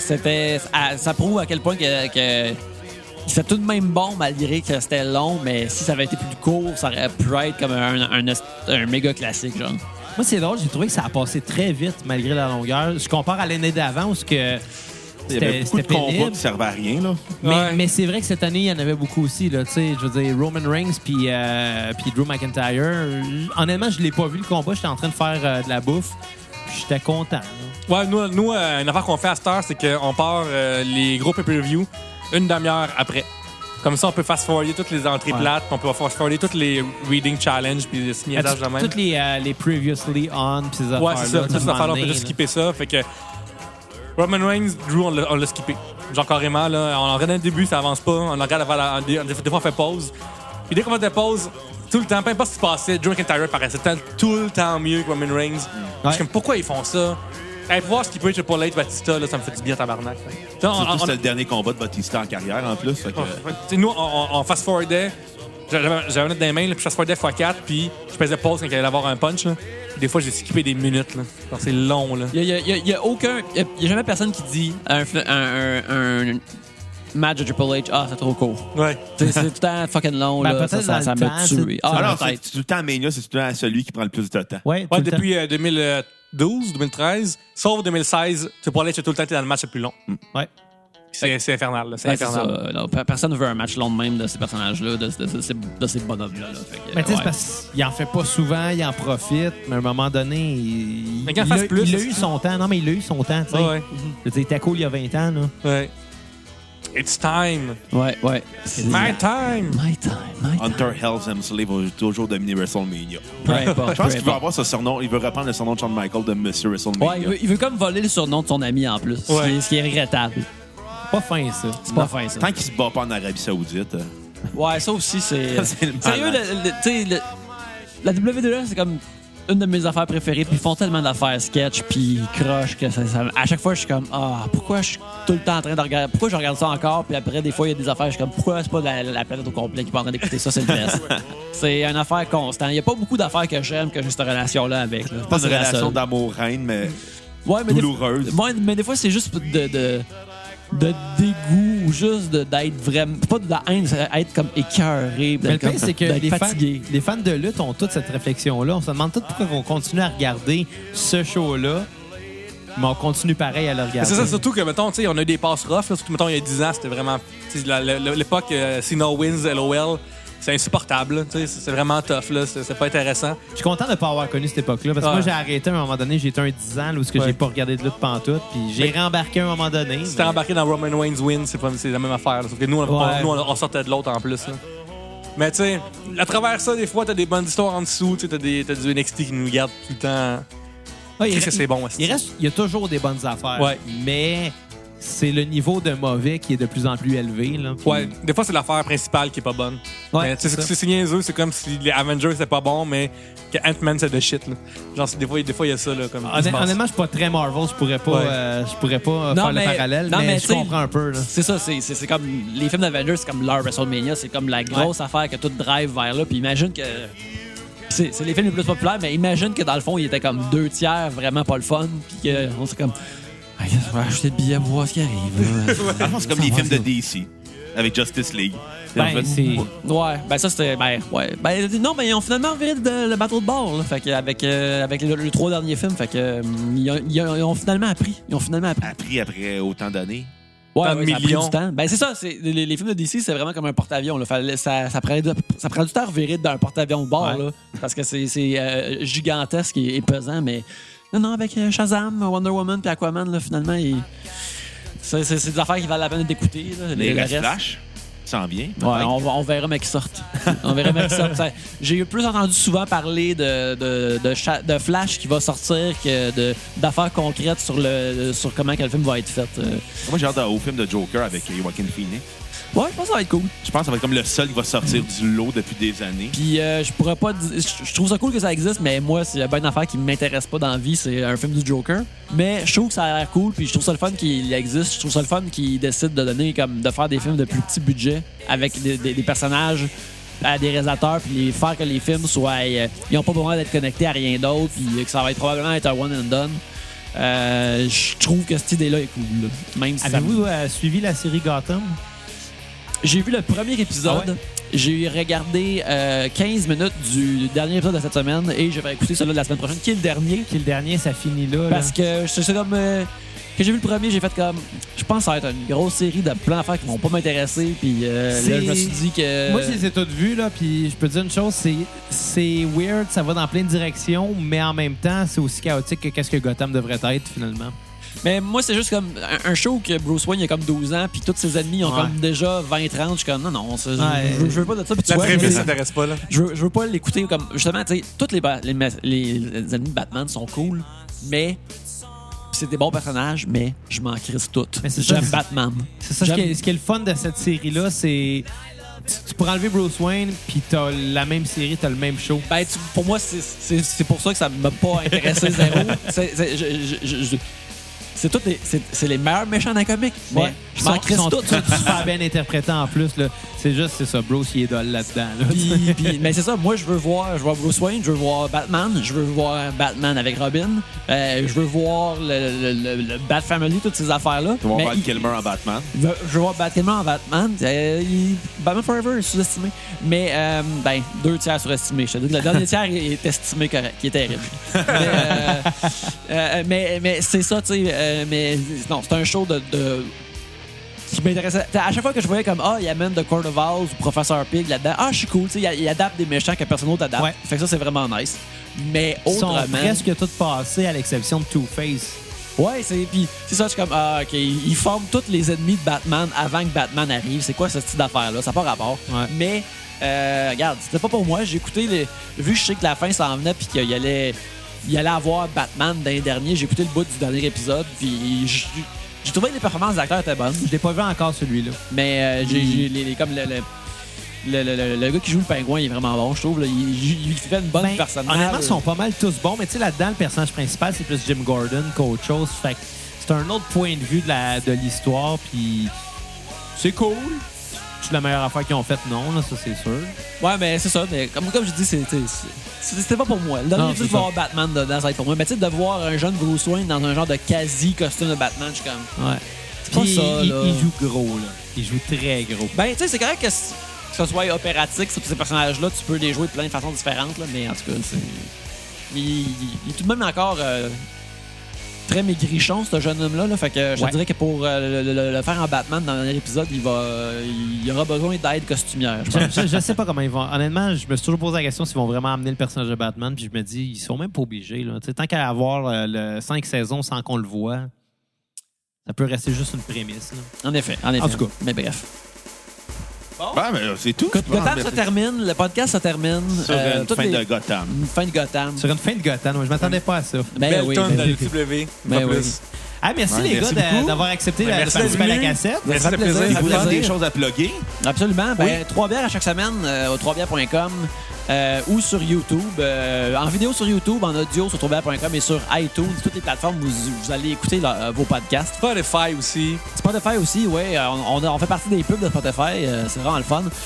Ça prouve à quel point que c'était tout de même bon malgré que c'était long, mais si ça avait été plus court, ça aurait pu être comme un méga classique, genre. Moi, c'est drôle. J'ai trouvé que ça a passé très vite malgré la longueur. Je compare à l'année d'avant où Il y avait beaucoup de combats qui servaient à rien, là. Mais c'est vrai que cette année, il y en avait beaucoup aussi. Là, je veux dire, Roman Reigns puis Drew McIntyre. Honnêtement, je l'ai pas vu le combat. J'étais en train de faire de la bouffe. J'étais content. Là. Ouais, nous une affaire qu'on fait à cette heure, c'est qu'on part les gros pay-per-view une demi-heure après. Comme ça, on peut fast-forwarder toutes les entrées plates, on peut fast-forwarder toutes les reading challenge puis les signages de même. Toutes les previously on puis ces affaires-là. Ouais, c'est ça. Toutes ces affaires-là, on peut juste skipper ça. Fait que Roman Reigns, Drew, on l'a skippé. Genre carrément, là. On regarde le début, ça avance pas. On regarde des fois, on fait pause. Puis dès qu'on fait des pauses, tout le temps, peu importe ce qui se passait, Drew McIntyre paraissait tout le temps mieux que Roman Reigns. Je suis comme, pourquoi ils font ça? Hey, pour voir ce qu'il peut être Triple H Batista, là, ça me fait du bien tabarnak. Surtout c'était le dernier combat de Batista en carrière, en plus. Fait que... Nous, on fast-forwardait. J'avais une note dans les mains, là, puis je fast-forwardais x4, puis je faisais pause quand il allait avoir un punch. Là. Des fois, j'ai skippé des minutes. Là. Alors, c'est long. Là. Il y a jamais personne qui dit un match de Triple H, c'est trop court. Ouais. C'est tout le temps fucking long. Ben, là, peut-être ça dans me le tue. temps, Alors, peut-être. c'est tout le temps Mania, c'est tout le temps celui qui prend le plus de temps. Ouais, Ouais, depuis 2012, 2013, sauf 2016, Triple H a tout le temps été dans le match le plus long. Ouais. C'est infernal, là. C'est Ouais, infernal. ça, là. Personne ne veut un match long de même de ces personnages-là, de ces bonhommes-là. Là. Fait que, Mais tu sais, ouais. c'est parce qu'il en fait pas souvent, il en profite, mais à un moment donné, Mais qu'il en fasse plus, il a c'est eu ça. son temps. Non, mais il a eu son temps, tu sais. Ouais. Je veux dire, il était cool il y a 20 ans, là. Ouais. It's time. Ouais. My time. My time. Hunter Hells Hemsley va toujours dominer WrestleMania. Peu importe, Je pense peu qu'il veut importe. avoir ce surnom. Il veut reprendre le surnom de Shawn Michaels de Monsieur WrestleMania. Ouais, il veut comme voler le surnom de son ami en plus, Ouais. ce qui est regrettable. Pas fin, ça. C'est pas fin, ça. Tant qu'il se bat pas en Arabie Saoudite. Ouais, ça aussi, c'est... C'est le Sérieux, tu sais, la WWE, c'est comme une de mes affaires préférées, puis ils font tellement d'affaires sketch, puis ils crochent, que à chaque fois, je suis comme, pourquoi je suis tout le temps en train de regarder, pourquoi je regarde ça encore, puis après, des fois, il y a des affaires, je suis comme, pourquoi c'est pas la planète au complet qui est en train d'écouter ça, c'est le best. C'est une affaire constante. Il y a pas beaucoup d'affaires que j'aime que j'ai cette relation-là avec. Là. Pas une C'est la relation seule. d'amour-reine, mais Ouais, mais douloureuse. mais des fois, c'est juste de dégoût ou juste d'être vraiment... Pas de la haine, c'est être comme écœuré, Mais le d'être pire, comme- c'est que d'être fatigué. les fans de lutte ont toute cette réflexion-là. On se demande tout pourquoi on continue à regarder ce show-là, mais on continue pareil à le regarder. C'est ça, surtout que, mettons, tu sais, on a eu des passes rough. Là, surtout, mettons, il y a 10 ans, c'était vraiment. Tu sais, l'époque Cena wins, LOL, c'est insupportable. Là, tu sais, c'est vraiment tough. Là, c'est pas intéressant. Je suis content de ne pas avoir connu cette époque-là, parce que Ouais. moi, j'ai arrêté à un moment donné, j'étais un 10 ans, là, où Ouais. j'ai pas regardé de lutte pantoute, puis j'ai réembarqué à un moment donné. Si t'es embarqué dans Roman Reigns win, c'est la même affaire. Là, sauf que nous, on sortait de l'autre en plus. Là. Mais tu sais, à travers ça, des fois, t'as des bonnes histoires en dessous. T'as du NXT qui nous garde tout le temps. Ouais, Qu'est-ce que c'est bon, il y a toujours des bonnes affaires, Ouais. mais c'est le niveau de mauvais qui est de plus en plus élevé. Là, puis- Ouais, des fois, c'est l'affaire principale qui est pas bonne. Ouais, Mais, tu sais, c'est niaiseux, c'est comme si les Avengers c'était pas bon, mais que Ant-Man c'est de shit. Là. Genre, des fois, il y a ça. Là, comme, qui se passe. Honnêtement, je suis pas très Marvel, je pourrais pas, Ouais. faire Non, le mais- parallèle, non, mais mais je tu sais, comprends un peu. Là. C'est ça, c'est comme les films d'Avengers, c'est comme leur WrestleMania, c'est comme la grosse affaire que tout drive vers là. Puis imagine que c'est les films les plus populaires, mais imagine que dans le fond, il était comme 2/3 vraiment pas le fun. Puis qu'on s'est comme, on va acheter le billet pour voir ce qui arrive. là. Franchement, c'est comme les films de DC avec Justice League. En fait, Ouais, ben ça c'était. Ben, ouais. Ben non, mais ils ont finalement viré le Battle de bord, là. Fait que avec les 3 derniers films, fait que ils ont finalement appris. Ils ont finalement appris. appris après autant d'années. Ouais, Tant de ça a pris millions. du temps. Ben c'est ça, les films de DC, c'est vraiment comme un porte-avions. Là. Ça prend du temps à revirer d'un porte-avions au bord, Ouais. là, parce que c'est gigantesque et pesant, mais non, avec Shazam, Wonder Woman puis Aquaman, là, finalement, c'est des affaires qui valent la peine d'écouter. Là. Les Le restes reste- Flash, s'en vient. Ouais, on verra, mais qui sortent. On verra, mais qui sortent. J'ai plus entendu souvent parler de Flash qui va sortir que d'affaires concrètes sur comment que le film va être fait. Moi, j'ai hâte au film de Joker avec Joaquin Phoenix. Ouais, je pense que ça va être cool. Je pense que ça va être comme le seul qui va sortir du lot depuis des années. Puis je pourrais pas dire. Je trouve ça cool que ça existe, mais moi, s'il y a bien une affaire qui m'intéresse pas dans la vie, c'est un film du Joker. Mais je trouve que ça a l'air cool, puis je trouve ça le fun qu'il existe. Je trouve ça le fun qu'il décide de faire des films de plus petit budget avec des personnages à des réalisateurs, puis faire que les films soient. Ils n'ont pas besoin d'être connectés à rien d'autre, puis que ça va être probablement être un one and done. Je trouve que cette idée-là est cool. Là. Même si ça me- Avez-vous suivi la série Gotham? J'ai vu le premier épisode. Ah ouais? J'ai regardé 15 minutes du dernier épisode de cette semaine et je vais écouter celui de la semaine prochaine, qui est le dernier. Qui est le dernier, ça finit là. Parce que c'est comme. Quand j'ai vu le premier, j'ai fait comme. Je pense que ça va être une grosse série de plein d'affaires qui vont pas m'intéresser. Puis là, je me suis dit que. Moi, je les ai toutes vues, là, puis je peux te dire une chose, c'est weird, ça va dans plein de directions, mais en même temps, c'est aussi chaotique que qu'est-ce que Gotham devrait être, finalement. Mais moi, c'est juste comme un show que Bruce Wayne il a comme 12 ans, puis tous ses ennemis ont Ouais. comme déjà 20-30. Je suis comme, non, je veux pas de ça. Puis tu La vois, prémisse c'est- s'intéresse pas, là. je veux pas l'écouter comme. Justement, tu sais, tous les ennemis de Batman sont cool, mais. C'est des bons personnages, mais je m'en crisse toutes. Mais c'est ça, J'aime c'est- Batman. C'est ça, ce qui est le fun de cette série-là, c'est... Tu pourrais enlever Bruce Wayne, puis t'as la même série, t'as le même show. Ben, pour moi, c'est pour ça que ça m'a pas intéressé zéro. C'est les meilleurs méchants d'un comic. Mais je m'en Ils crisse sont toutes. tous super bien interprétés en plus. Là. C'est ça, Bruce, il est dole là-dedans. Là. Mais c'est ça, moi je veux voir Bruce Wayne, je veux voir Batman, je veux voir Batman avec Robin, je veux voir le Bat Family, toutes ces affaires-là. Tu vas Mais voir Val Kilmer en Batman. je veux voir Batman en Batman. Batman Forever est sous-estimé. Mais, 2/3 surestimé. Je te dis que le dernier tiers est estimé correct, qui est terrible. Mais c'est ça, tu sais. Mais non, c'est un show qui m'intéressait. À chaque fois que je voyais comme il amène The Court of Owls ou Professeur Pig là-dedans, je suis cool, tu sais, il adapte des méchants que personne d'autre adapte. Ouais. Fait que ça, c'est vraiment nice. Mais Ils sont autrement. presque tous passés à l'exception de Two-Face. Ouais, puis c'est ça, je suis comme, OK, ils forment tous les ennemis de Batman avant que Batman arrive. C'est quoi ce style d'affaire-là? Ça n'a pas rapport. Ouais. Mais, regarde, c'était pas pour moi. J'ai écouté, vu que je sais que la fin s'en venait puis qu'il allait avoir Batman dans les derniers, j'ai écouté le bout du dernier épisode, puis j'ai trouvé que les performances des acteurs étaient bonnes. Je l'ai pas vu encore, celui-là. Mais comme le gars qui joue le pingouin, il est vraiment bon, je trouve. Là. Il fait une bonne personnage. Honnêtement, ils sont pas mal tous bons, mais tu sais, là-dedans, le personnage principal, c'est plus Jim Gordon qu'autre chose. Fait que c'est un autre point de vue de l'histoire, puis c'est cool. C'est la meilleure affaire qu'ils ont faite, non, là, ça, c'est sûr. Ouais, mais c'est ça. Mais comme je dis, c'était pas pour moi. Le dernier truc, voir Batman dedans, ça va être pour moi. Mais tu sais, de voir un jeune Bruce Wayne dans un genre de quasi-costume de Batman, je suis comme... Ouais. C'est pas Puis ça, là. il joue gros, là. Il joue très gros. Ben, tu sais, c'est correct que ce soit opératique, ces personnages-là, tu peux les jouer de plein de façons différentes, là, mais en tout cas, il est tout de même encore très maigrichon, ce jeune homme-là. Là, fait que je te dirais que pour le faire en Batman dans l'épisode, il aura besoin d'aide costumière. Je sais pas comment ils vont. Honnêtement, je me suis toujours posé la question s'ils vont vraiment amener le personnage de Batman, puis je me dis, ils sont même pas obligés. Là. Tant qu'à avoir 5 saisons sans qu'on le voit, ça peut rester juste une prémisse. Là. En effet. En tout cas. Mais bref. Ben, mais c'est tout. Gotham se termine, le podcast se termine. Sur une fin de Gotham. Une fin de Gotham. Sur une fin de Gotham, je m'attendais pas à ça. Belle oui, tonne ben, de W. Ben oui. Ah, merci Ouais, les merci gars beaucoup. d'avoir accepté de Merci participer à la d'être venu. cassette. Merci, Ça fait de plaisir. plaisir. Si vous avez plaisir. des choses à plugger, Absolument. Ben, 3 bières à chaque semaine au 3bières.com ou sur YouTube. En vidéo sur YouTube, en audio sur 3bières.com et sur iTunes, toutes les plateformes où vous allez écouter vos podcasts. Spotify aussi. Spotify aussi, oui. On fait partie des pubs de Spotify. C'est vraiment le fun.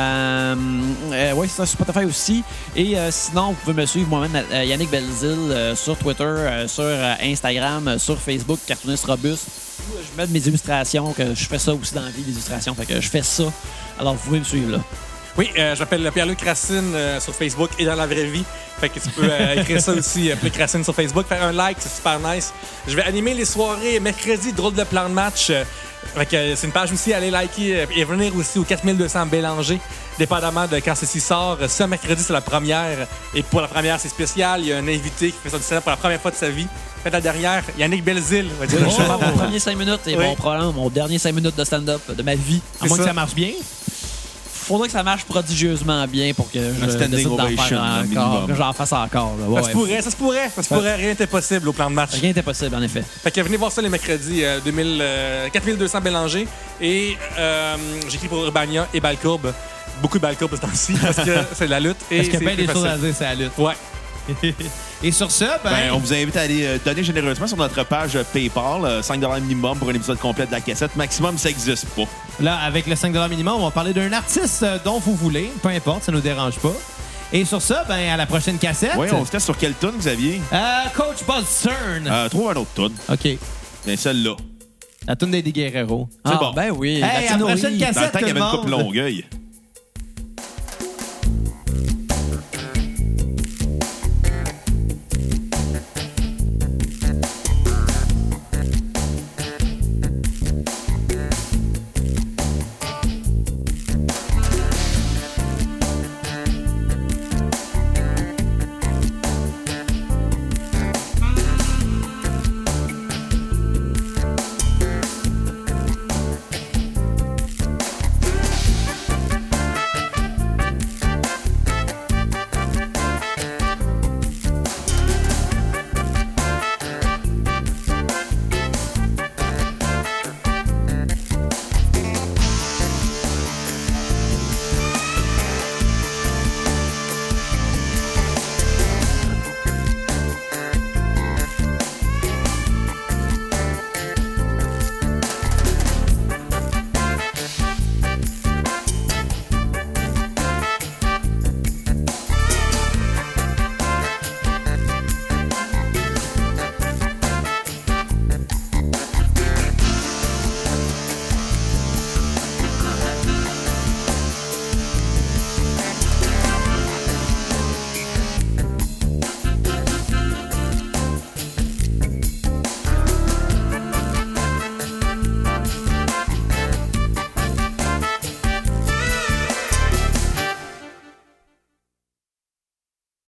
Oui, c'est ça, sur Spotify aussi. Et sinon, vous pouvez me suivre moi-même, Yannick Belzile, sur Twitter, sur Instagram, sur Facebook, Cartooniste Robuste. Je mets de mes illustrations, que je fais ça aussi dans la vie, des illustrations. Fait que je fais ça. Alors, vous pouvez me suivre là. Oui, je m'appelle Pierre-Luc Racine sur Facebook et dans la vraie vie. Fait que tu peux écrire ça aussi, Pierre-Luc Racine sur Facebook. Faire un like, c'est super nice. Je vais animer les soirées mercredi, drôle de plan de match. Fait que c'est une page aussi, allez liker et venir aussi au 4200 Bélanger, dépendamment de quand ceci sort. Ce mercredi, c'est la première. Et pour la première, c'est spécial. Il y a un invité qui fait ça du stand-up pour la première fois de sa vie. Fait la dernière, Yannick Belzile. Va dire Je vais faire mon premier 5 minutes et Oui. probablement mon dernier 5 minutes de stand-up de ma vie. À moins que ça. ça marche bien. Faudrait que ça marche prodigieusement bien pour que je standing décide d'en ovation, faire encore, minimum. que j'en fasse encore. Là. Ouais, Ça se pourrait. Rien n'était possible au plan de match. Rien n'était possible, en effet. Fait que venez voir ça les mercredis, 4200 Bélanger. Et j'écris pour Urbania et Balcourbe. Beaucoup de Balcourbe ce temps-ci parce que c'est de la lutte. Et Parce qu'il y a bien c'est des plus choses à facile. dire, c'est la lutte. Ouais. Et sur ça, ben, on vous invite à aller donner généreusement sur notre page PayPal. 5 $ minimum pour un épisode complet de la cassette. Maximum, ça n'existe pas. là, avec le 5 $ minimum, on va parler d'un artiste dont vous voulez. Peu importe, ça nous dérange pas. Et sur ça, ben, à la prochaine cassette. Oui, on se teste sur quelle tune, Xavier? Coach Buzz Stern. Trouve un autre tune. OK. Bien, celle-là. La tune d'Eddie Guerrero. C'est Ah, bon. ben oui. Hey, à la prochaine Latino, Dans le cassette, temps tout qu'il y le avait une coupe monde. Longueuil.